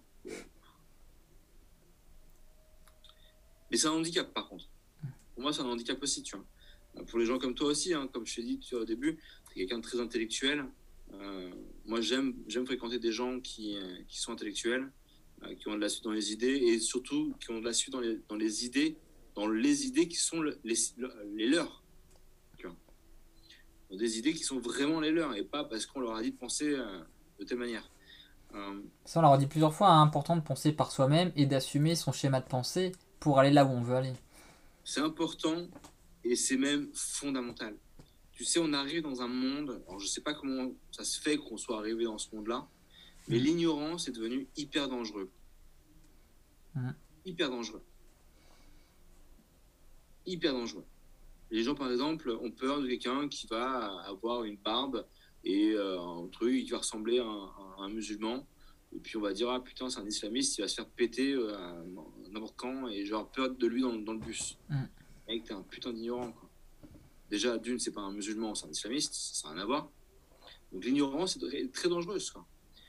Mais c'est un handicap, par contre. Pour moi, c'est un handicap aussi, tu vois. Pour les gens comme toi aussi, hein, comme je t'ai dit au début, tu es quelqu'un de très intellectuel. Moi, j'aime fréquenter des gens qui sont intellectuels, qui ont de la suite dans les idées, et surtout qui ont de la suite dans les idées qui sont les leurs. Tu vois. Dans des idées qui sont vraiment les leurs, et pas parce qu'on leur a dit de penser de telle manière. Ça, on leur a dit plusieurs fois, hein, important de penser par soi-même et d'assumer son schéma de pensée pour aller là où on veut aller. C'est important. Et c'est même fondamental. Tu sais, on arrive dans un monde, alors je sais pas comment ça se fait qu'on soit arrivé dans ce monde-là, mais l'ignorance est devenue hyper dangereux. Hyper dangereux. Hyper dangereux. Les gens, par exemple, ont peur de quelqu'un qui va avoir une barbe et un truc qui va ressembler à un musulman. Et puis on va dire, ah putain, c'est un islamiste, il va se faire péter n'importe quand et j'aurai peur de lui dans le bus. Mec, t'es un putain d'ignorant, quoi. Déjà, d'une, c'est pas un musulman, c'est un islamiste, ça n'a rien à voir. Donc l'ignorance est très dangereuse, quoi.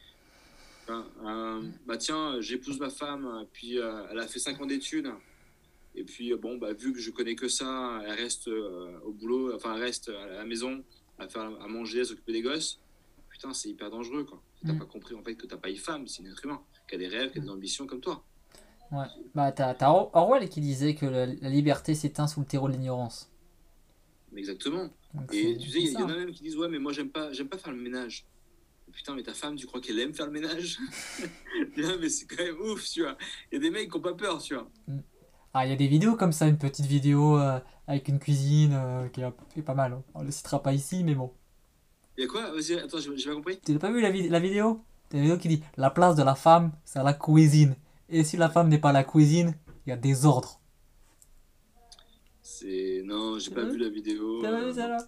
Bah tiens, j'épouse ma femme, puis elle a fait 5 ans d'études, et puis bon, bah vu que je connais que ça, elle reste au boulot, enfin elle reste à la maison, à manger, à s'occuper des gosses. Putain, c'est hyper dangereux, quoi. T'as pas compris en fait que t'as pas une femme, c'est un être humain, qui a des rêves, qui a des ambitions comme toi. Ouais, bah t'as Orwell qui disait que la liberté s'éteint sous le terreau de l'ignorance. Exactement. Donc, et tu sais, il y en a même qui disent ouais, mais moi j'aime pas faire le ménage. Putain, mais ta femme, tu crois qu'elle aime faire le ménage? Mais c'est quand même ouf, tu vois. Il y a des mecs qui ont pas peur, tu vois. Ah, il y a des vidéos comme ça, une petite vidéo avec une cuisine qui est pas mal. Hein. On le citera pas ici, mais bon. Il y a quoi? Vas-y, attends, j'ai pas compris. Tu n'as pas vu la vidéo? C'est une vidéo qui dit la place de la femme, c'est à la cuisine. Et si la femme n'est pas à la cuisine, il y a des ordres. Non, j'ai pas vu la vidéo. T'as pas vu ça là?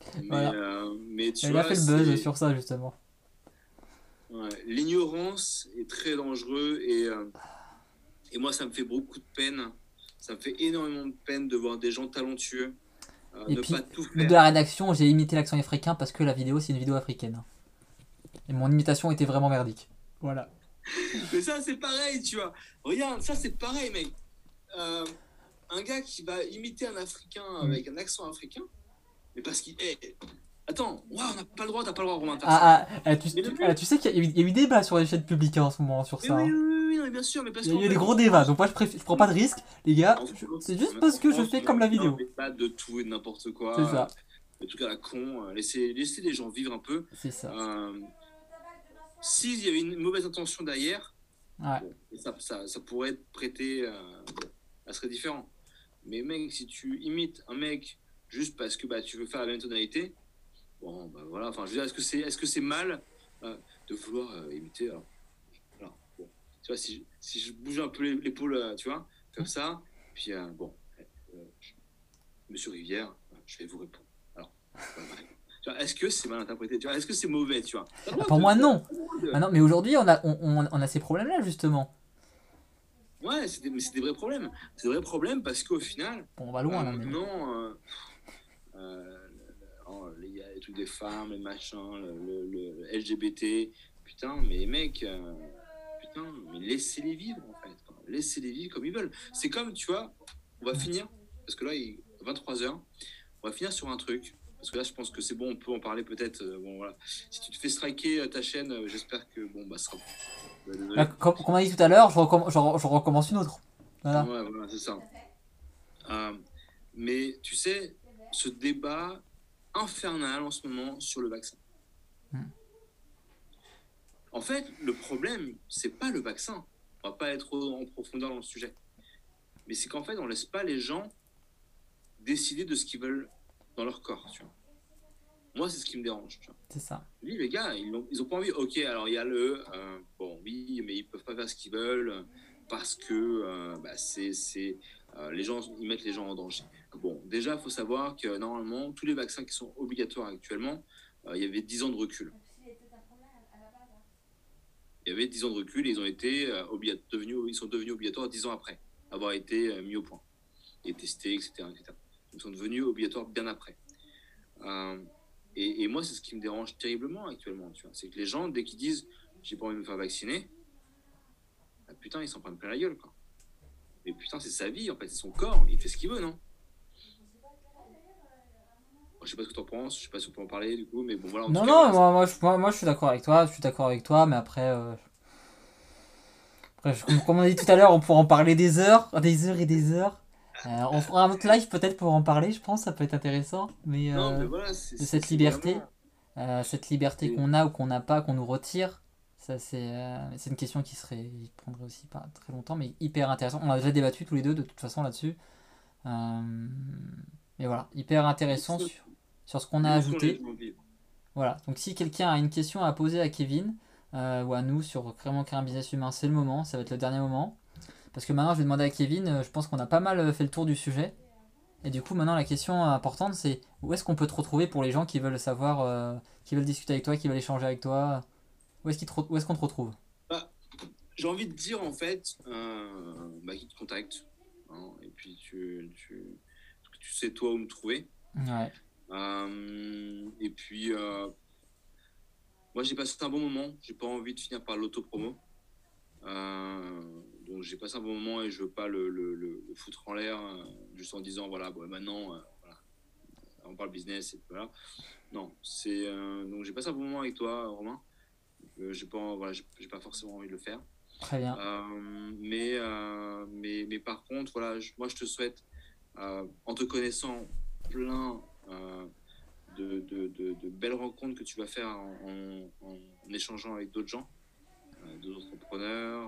Voilà. Mais tu Il a vois, fait le buzz sur ça, justement. ouais, l'ignorance est très dangereux et moi, ça me fait beaucoup de peine. Ça me fait énormément de peine de voir des gens talentueux Et ne pas puis, tout nous de faire. la rédaction, j'ai imité l'accent africain parce que la vidéo, c'est une vidéo africaine. Et mon imitation était vraiment merdique. Voilà. Mais ça, c'est pareil, tu vois. Regarde, ça, c'est pareil, mec. Euh, un gars qui va imiter un Africain Mm. avec un accent africain, mais parce qu'il est. Attends, ouais, on n'a pas le droit, t'as pas le droit, Romain, de faire ça. Mais le mec, Tu sais qu'il y a eu débat sur les chaînes publiques en ce moment sur mais ça. oui, Hein. oui, oui, oui, non, mais bien sûr, mais parce Il y a qu'en eu des fait, en gros débats, France, donc moi je prends pas de risque, les gars, en c'est France, juste parce que je fais on comme aime la bien vidéo. débattre de tout et de n'importe C'est quoi, ça, de trucs à la con, laisser les gens vivre un peu. c'est ça. Euh, S'il y avait une mauvaise intention derrière, Ouais, bon, ça pourrait être prêté, bon, ça serait différent. Mais mec, si tu imites un mec juste parce que bah, tu veux faire la même tonalité, bon, bah voilà, enfin, je veux dire, est-ce que c'est mal de vouloir imiter alors, bon, tu vois, si je bouge un peu l'épaule, tu vois, comme ça, puis bon, Monsieur Rivière, je vais vous répondre. Alors, voilà. Tu vois, est-ce que c'est mal interprété? Tu vois, est-ce que c'est mauvais? Tu vois, t'as le droit pour moi non. t'as le droit de- Ah non, mais aujourd'hui on a ces problèmes-là justement. Ouais, mais c'est des vrais problèmes. C'est des vrais problèmes parce qu'au final, Bon, on va loin là, mais bon. maintenant, il y a les trucs des femmes, les machins, le LGBT. Putain, mais les mecs, putain, mais laissez-les vivre en fait. Quoi. Laissez-les vivre comme ils veulent. C'est comme, tu vois, on va finir, parce que là, il est 23h, on va finir sur un truc. Parce que là, je pense que c'est bon, on peut en parler peut-être. Bon, voilà. Si tu te fais striker ta chaîne, j'espère que, bon, bah, ce sera. Là, Désolé. comme on a dit tout à l'heure, je recommence une autre. Voilà. Ouais, voilà, c'est ça. Euh, mais tu sais, ce débat infernal en ce moment sur le vaccin. Mm. En fait, le problème, c'est pas le vaccin. On va pas être trop en profondeur dans le sujet. Mais c'est qu'en fait, on laisse pas les gens décider de ce qu'ils veulent dans leur corps. Tu vois. Moi, c'est ce qui me dérange. Tu vois. C'est ça. Je dis, les gars, ils ont pas envie. Ok, alors il y a bon, oui, mais ils peuvent pas faire ce qu'ils veulent parce que bah, les gens, ils mettent les gens en danger. Bon, déjà, il faut savoir que normalement, tous les vaccins qui sont obligatoires actuellement, il y avait 10 ans de recul. Il y avait 10 ans de recul et ils ont été ils sont devenus obligatoires 10 ans après avoir été mis au point et testés, etc., etc. Ils sont devenus obligatoires bien après. Euh, et moi, c'est ce qui me dérange terriblement actuellement. Tu vois. C'est que les gens, dès qu'ils disent j'ai pas envie de me faire vacciner, bah, putain, ils s'en prennent plein la gueule. Quoi. Mais putain, c'est sa vie, en fait, c'est son corps, il fait ce qu'il veut, non? Je sais pas ce que t'en penses, je sais pas si on peut en parler du coup, mais bon, voilà, en tout Non, cas, non, voilà. moi, je suis d'accord avec toi, mais après, comme on a dit tout à l'heure, on pourra en parler des heures et des heures. On fera un autre live peut-être pour en parler, je pense, ça peut être intéressant, mais Non, mais voilà, de c'est vraiment. cette liberté c'est- qu'on a ou qu'on n'a pas, qu'on nous retire, ça c'est une question qui prendrait aussi pas très longtemps, mais hyper intéressant. On a déjà débattu tous les deux de toute façon là-dessus. Euh, mais voilà, hyper intéressant sur ce qu'on a Laissons les ajouté. gens vivre. Voilà, donc si quelqu'un a une question à poser à Kevin ou à nous sur comment créer un business humain, c'est le moment, ça va être le dernier moment. Parce que maintenant je vais demander à Kevin, je pense qu'on a pas mal fait le tour du sujet. Et du coup maintenant la question importante c'est où est-ce qu'on peut te retrouver pour les gens qui veulent savoir, qui veulent discuter avec toi, qui veulent échanger avec toi. Où est-ce qu'on te retrouve? Bah, j'ai envie de dire en fait, bah, qu'ils te contactent. Hein, et puis tu sais toi où me trouver. Ouais, Et puis, moi j'ai passé un bon moment. J'ai pas envie de finir par l'auto-promo. Donc j'ai passé un bon moment et je veux pas le foutre en l'air juste en disant voilà, bon, maintenant, voilà, on parle business et voilà. Non, donc j'ai passé un bon moment avec toi, Romain. Voilà, j'ai pas forcément envie de le faire. très bien. Mais par contre, voilà, moi je te souhaite, en te connaissant, plein de belles rencontres que tu vas faire en échangeant avec d'autres gens, d'autres entrepreneurs.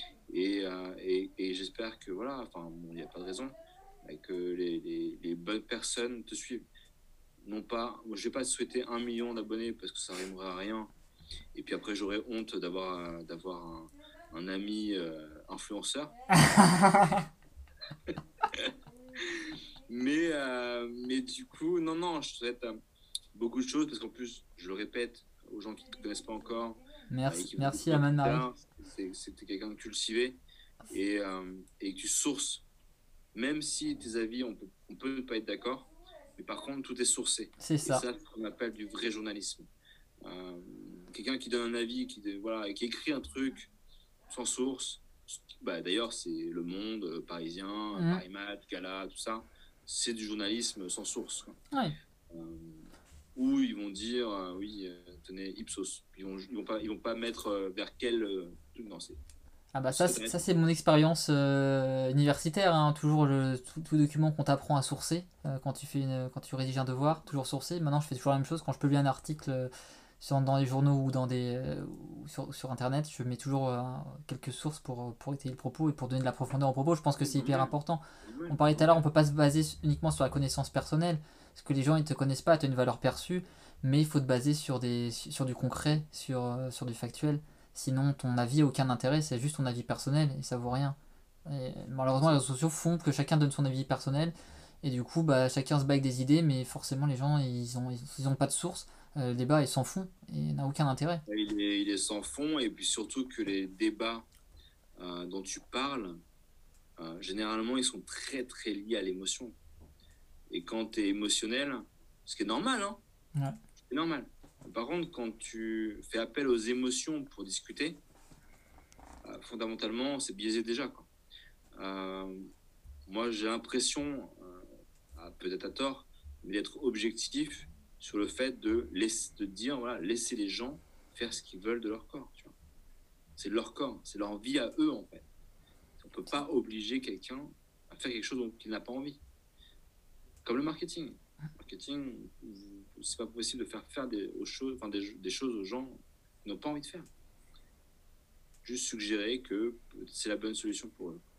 Et j'espère que, voilà, enfin, il n'y a pas de raison que les bonnes personnes te suivent. Non pas, moi, je ne vais pas te souhaiter 1 million d'abonnés parce que ça n'arrivera à rien. Et puis après, j'aurais honte d'avoir un ami influenceur. Mais du coup, non, je te souhaite beaucoup de choses, parce qu'en plus, je le répète aux gens qui ne te connaissent pas encore, et Merci, qui vont merci découvrir plus Aman-Marie. tard, c'est que tu es quelqu'un de cultivé et que tu sources. Même si tes avis, on peut ne pas être d'accord, mais par contre, tout est sourcé. C'est Et ça. ça, c'est ce qu'on appelle du vrai journalisme. Euh, Quelqu'un qui donne un avis, voilà, qui écrit un truc sans source, bah, d'ailleurs, c'est Le Monde, Parisien, Mhm. Paris Match, Gala, tout ça, c'est du journalisme sans source, quoi. Ouais. Où ils vont dire, oui, tenez, Ipsos. Ils vont pas mettre vers quel truc. Non, Ah bah ça, c'est ça c'est mon expérience universitaire, hein. Toujours tout document qu'on t'apprend à sourcer quand tu rédiges un devoir, toujours sourcer. Maintenant je fais toujours la même chose quand je publie un article dans les journaux ou ou sur internet, je mets toujours quelques sources pour étayer le propos et pour donner de la profondeur au propos. Je pense que c'est hyper normal. important. On Normal, parlait tout à l'heure, on normal. peut pas se baser uniquement sur la connaissance personnelle, parce que les gens ils te connaissent pas, tu as une valeur perçue, mais il faut te baser sur du concret, sur du factuel. Sinon, ton avis a aucun intérêt, c'est juste ton avis personnel et ça vaut rien. Et malheureusement, les réseaux sociaux font que chacun donne son avis personnel et du coup, bah, chacun se bat avec des idées, mais forcément, les gens, ils ont pas de source. Le débat, ils s'en font et n'a aucun intérêt. Il est sans fond, et puis surtout que les débats dont tu parles, généralement, ils sont très, très liés à l'émotion. Et quand tu es émotionnel, ce qui est normal, hein, Ouais. c'est normal. Par contre, quand tu fais appel aux émotions pour discuter, fondamentalement, c'est biaisé déjà, quoi. Euh, Moi, j'ai l'impression, peut-être à tort, mais d'être objectif sur le fait de dire, voilà, laisser les gens faire ce qu'ils veulent de leur corps. Tu vois. C'est leur corps, c'est leur vie à eux, en fait. On ne peut pas obliger quelqu'un à faire quelque chose dont il n'a pas envie. Comme le marketing. Le marketing, c'est pas possible de faire des choses aux gens qui n'ont pas envie de faire. Juste suggérer que c'est la bonne solution pour eux.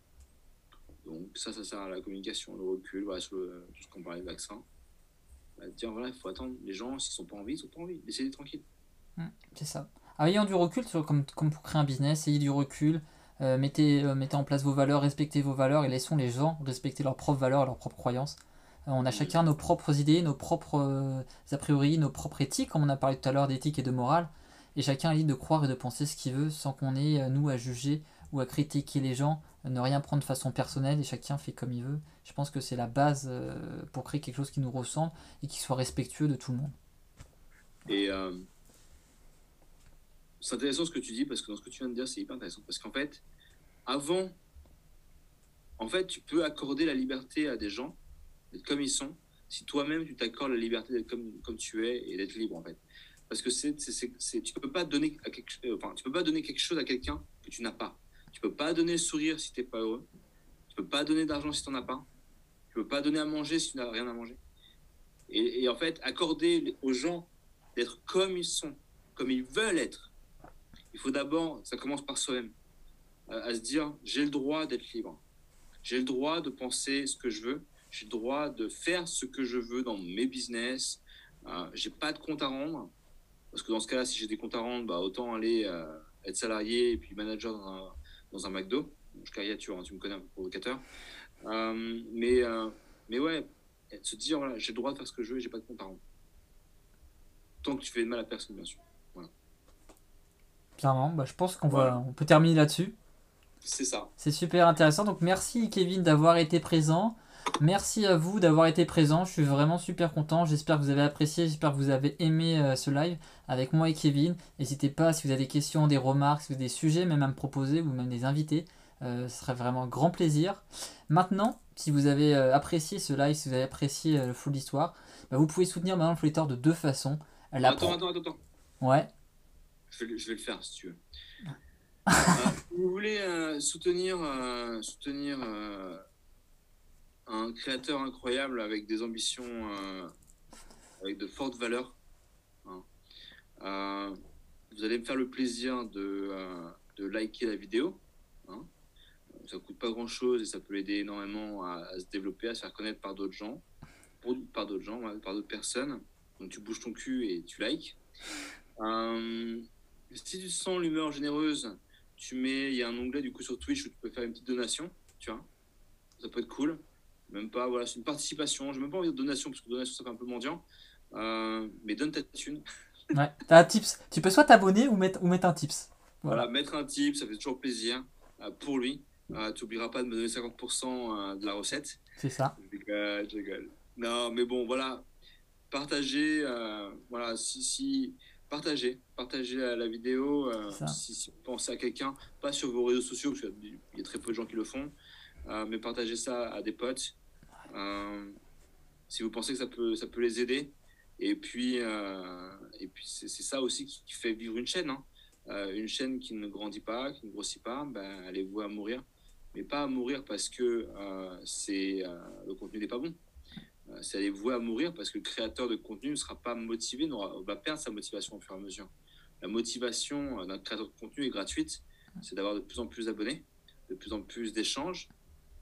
Donc ça sert à la communication, le recul, voilà, sur tout ce qu'on parlait de vaccin. Dire, voilà, il faut attendre les gens, s'ils sont pas envie, ils sont pas envie. Laissez-les tranquilles. C'est ça. Ayant du recul, comme pour créer un business, ayez du recul, mettez en place vos valeurs, respectez vos valeurs et laissons les gens respecter leurs propres valeurs, leurs propres croyances. On a chacun nos propres idées, nos propres a priori, nos propres éthiques, comme on a parlé tout à l'heure d'éthique et de morale, et chacun est libre de croire et de penser ce qu'il veut sans qu'on ait, nous, à juger ou à critiquer les gens, ne rien prendre de façon personnelle et chacun fait comme il veut. Je pense que c'est la base pour créer quelque chose qui nous ressemble et qui soit respectueux de tout le monde. Et c'est intéressant ce que tu dis, parce que dans ce que tu viens de dire, c'est hyper intéressant. Parce qu'en fait, avant, tu peux accorder la liberté à des gens d'être comme ils sont, si toi-même tu t'accordes la liberté d'être comme tu es et d'être libre, en fait. Parce que tu peux pas donner tu peux pas donner quelque chose à quelqu'un que tu n'as pas. Tu peux pas donner le sourire si tu n'es pas heureux. Tu peux pas donner d'argent si tu n'en as pas. Tu peux pas donner à manger si tu n'as rien à manger. Et en fait, accorder aux gens d'être comme ils sont, comme ils veulent être. Il faut d'abord, ça commence par soi-même, à se dire, j'ai le droit d'être libre. J'ai le droit de penser ce que je veux. J'ai le droit de faire ce que je veux dans mes business. J'ai pas de compte à rendre. Parce que dans ce cas-là, si j'ai des comptes à rendre, bah, autant aller être salarié et puis manager dans un McDo. Je caricature, hein, tu me connais un peu provocateur. Mais ouais, se dire, voilà, j'ai le droit de faire ce que je veux et j'ai pas de compte à rendre. Tant que tu fais de mal à personne, bien sûr. Voilà. Clairement, bah, je pense Voilà. on peut terminer là-dessus. C'est ça. C'est super intéressant. Donc merci Kevin d'avoir été présent. Merci à vous d'avoir été présent. Je suis vraiment super content. J'espère que vous avez apprécié. J'espère que vous avez aimé ce live avec moi et Kevin. N'hésitez pas si vous avez des questions, des remarques, si vous avez des sujets même à me proposer ou même des invités. Ce serait vraiment un grand plaisir. Maintenant, si vous avez apprécié ce live, si vous avez apprécié le Full d'Histoire, bah, vous pouvez soutenir maintenant le Full Histoire de deux façons. La Attends, pro... attends, attends, attends. Ouais. Je vais le faire si tu veux. Si vous voulez soutenir un créateur incroyable avec des ambitions, avec de fortes valeurs, hein, vous allez me faire le plaisir de liker la vidéo. Hein. Ça ne coûte pas grand-chose et ça peut l'aider énormément à se développer, à se faire connaître par d'autres gens, par d'autres personnes. Donc tu bouges ton cul et tu likes. Si tu sens l'humeur généreuse, il y a un onglet du coup sur Twitch où tu peux faire une petite donation, tu vois. Ça peut être cool. Même pas, voilà, c'est une participation. J'ai même pas envie de donation parce que donation ça fait un peu mendiant. Mais donne ta thune. Ouais, t'as un tips. Tu peux soit t'abonner ou mettre un tips. Voilà, Voilà, mettre un tip, ça fait toujours plaisir pour lui. Tu n'oublieras pas de me donner 50% de la recette. c'est ça. Je rigole. Non, mais bon, voilà. Partagez, voilà, partagez la vidéo, C'est ça. si vous pensez à quelqu'un, pas sur vos réseaux sociaux, parce qu'il y a très peu de gens qui le font, mais partagez ça à des potes, si vous pensez que ça peut les aider. Et puis c'est ça aussi qui fait vivre une chaîne, hein. Une chaîne qui ne grandit pas, qui ne grossit pas, ben, elle est vouée à mourir. Mais pas à mourir parce que le contenu n'est pas bon. C'est elle est vouée à mourir parce que le créateur de contenu ne sera pas motivé, va perdre sa motivation au fur et à mesure. La motivation d'un créateur de contenu est gratuite, c'est d'avoir de plus en plus d'abonnés, de plus en plus d'échanges.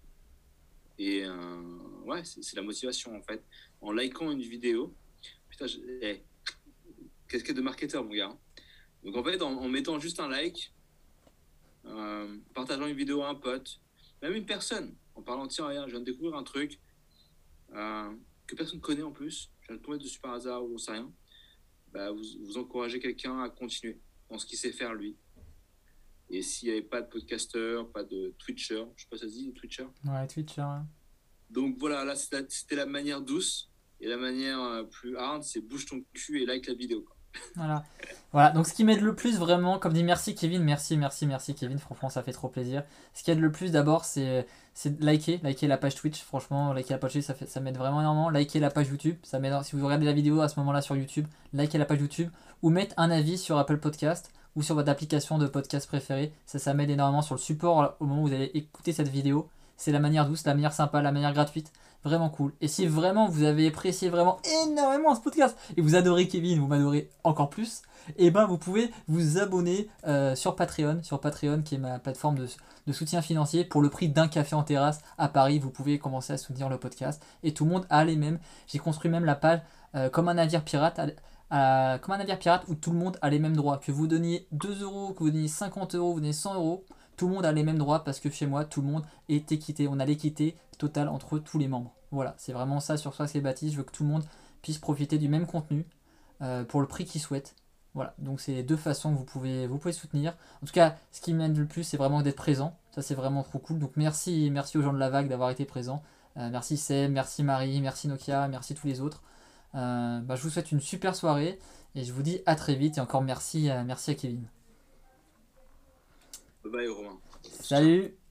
Et ouais, c'est la motivation en fait. En likant une vidéo, putain, casquette de marketeur, mon gars. Donc en fait, en mettant juste un like, partageant une vidéo à un pote, même une personne, en parlant, tiens, regarde, je viens de découvrir un truc euh, que personne ne connaît en plus, je viens de tomber dessus par hasard ou on sait rien, bah, vous encouragez quelqu'un à continuer dans ce qu'il sait faire lui. Et s'il n'y avait pas de podcasteur, pas de Twitcher, je sais pas si ça se dit, Twitcher. Ouais, Twitch, ouais. Donc voilà, là c'était la manière douce. Et la manière plus hard, c'est bouge ton cul et like la vidéo, quoi. Voilà. Voilà, donc ce qui m'aide le plus vraiment, comme dit merci Kevin, merci Kevin, franchement ça fait trop plaisir. Ce qui aide le plus d'abord c'est de liker la page Twitch, franchement liker la page Twitch ça m'aide vraiment énormément, liker la page YouTube, ça m'aide, si vous regardez la vidéo à ce moment là sur YouTube, liker la page YouTube, ou mettre un avis sur Apple Podcast, ou sur votre application de podcast préférée, ça m'aide énormément sur le support au moment où vous allez écouter cette vidéo, c'est la manière douce, la manière sympa, la manière gratuite, vraiment cool. Et si vraiment vous avez apprécié vraiment énormément ce podcast et vous adorez Kevin, vous m'adorez encore plus, et ben vous pouvez vous abonner sur Patreon qui est ma plateforme de soutien financier pour le prix d'un café en terrasse à Paris. Vous pouvez commencer à soutenir le podcast et tout le monde a les mêmes. J'ai construit même la page comme un navire pirate. Comme un navire pirate où tout le monde a les mêmes droits. Que vous donniez 2 euros, que vous donniez 50 euros, vous donniez 100 euros, tout le monde a les mêmes droits parce que chez moi, tout le monde est équité. On a l'équité totale entre tous les membres. Voilà, c'est vraiment ça sur quoi c'est bâti. Je veux que tout le monde puisse profiter du même contenu pour le prix qu'il souhaite. Voilà, donc c'est les deux façons que vous pouvez soutenir. En tout cas, ce qui m'aide le plus, c'est vraiment d'être présent. Ça, c'est vraiment trop cool. Donc merci aux gens de la vague d'avoir été présents. Merci Seb, merci Marie, merci Nokia, merci tous les autres. Je vous souhaite une super soirée et je vous dis à très vite et encore merci à Kevin. Bye bye, Romain. Ciao. Salut!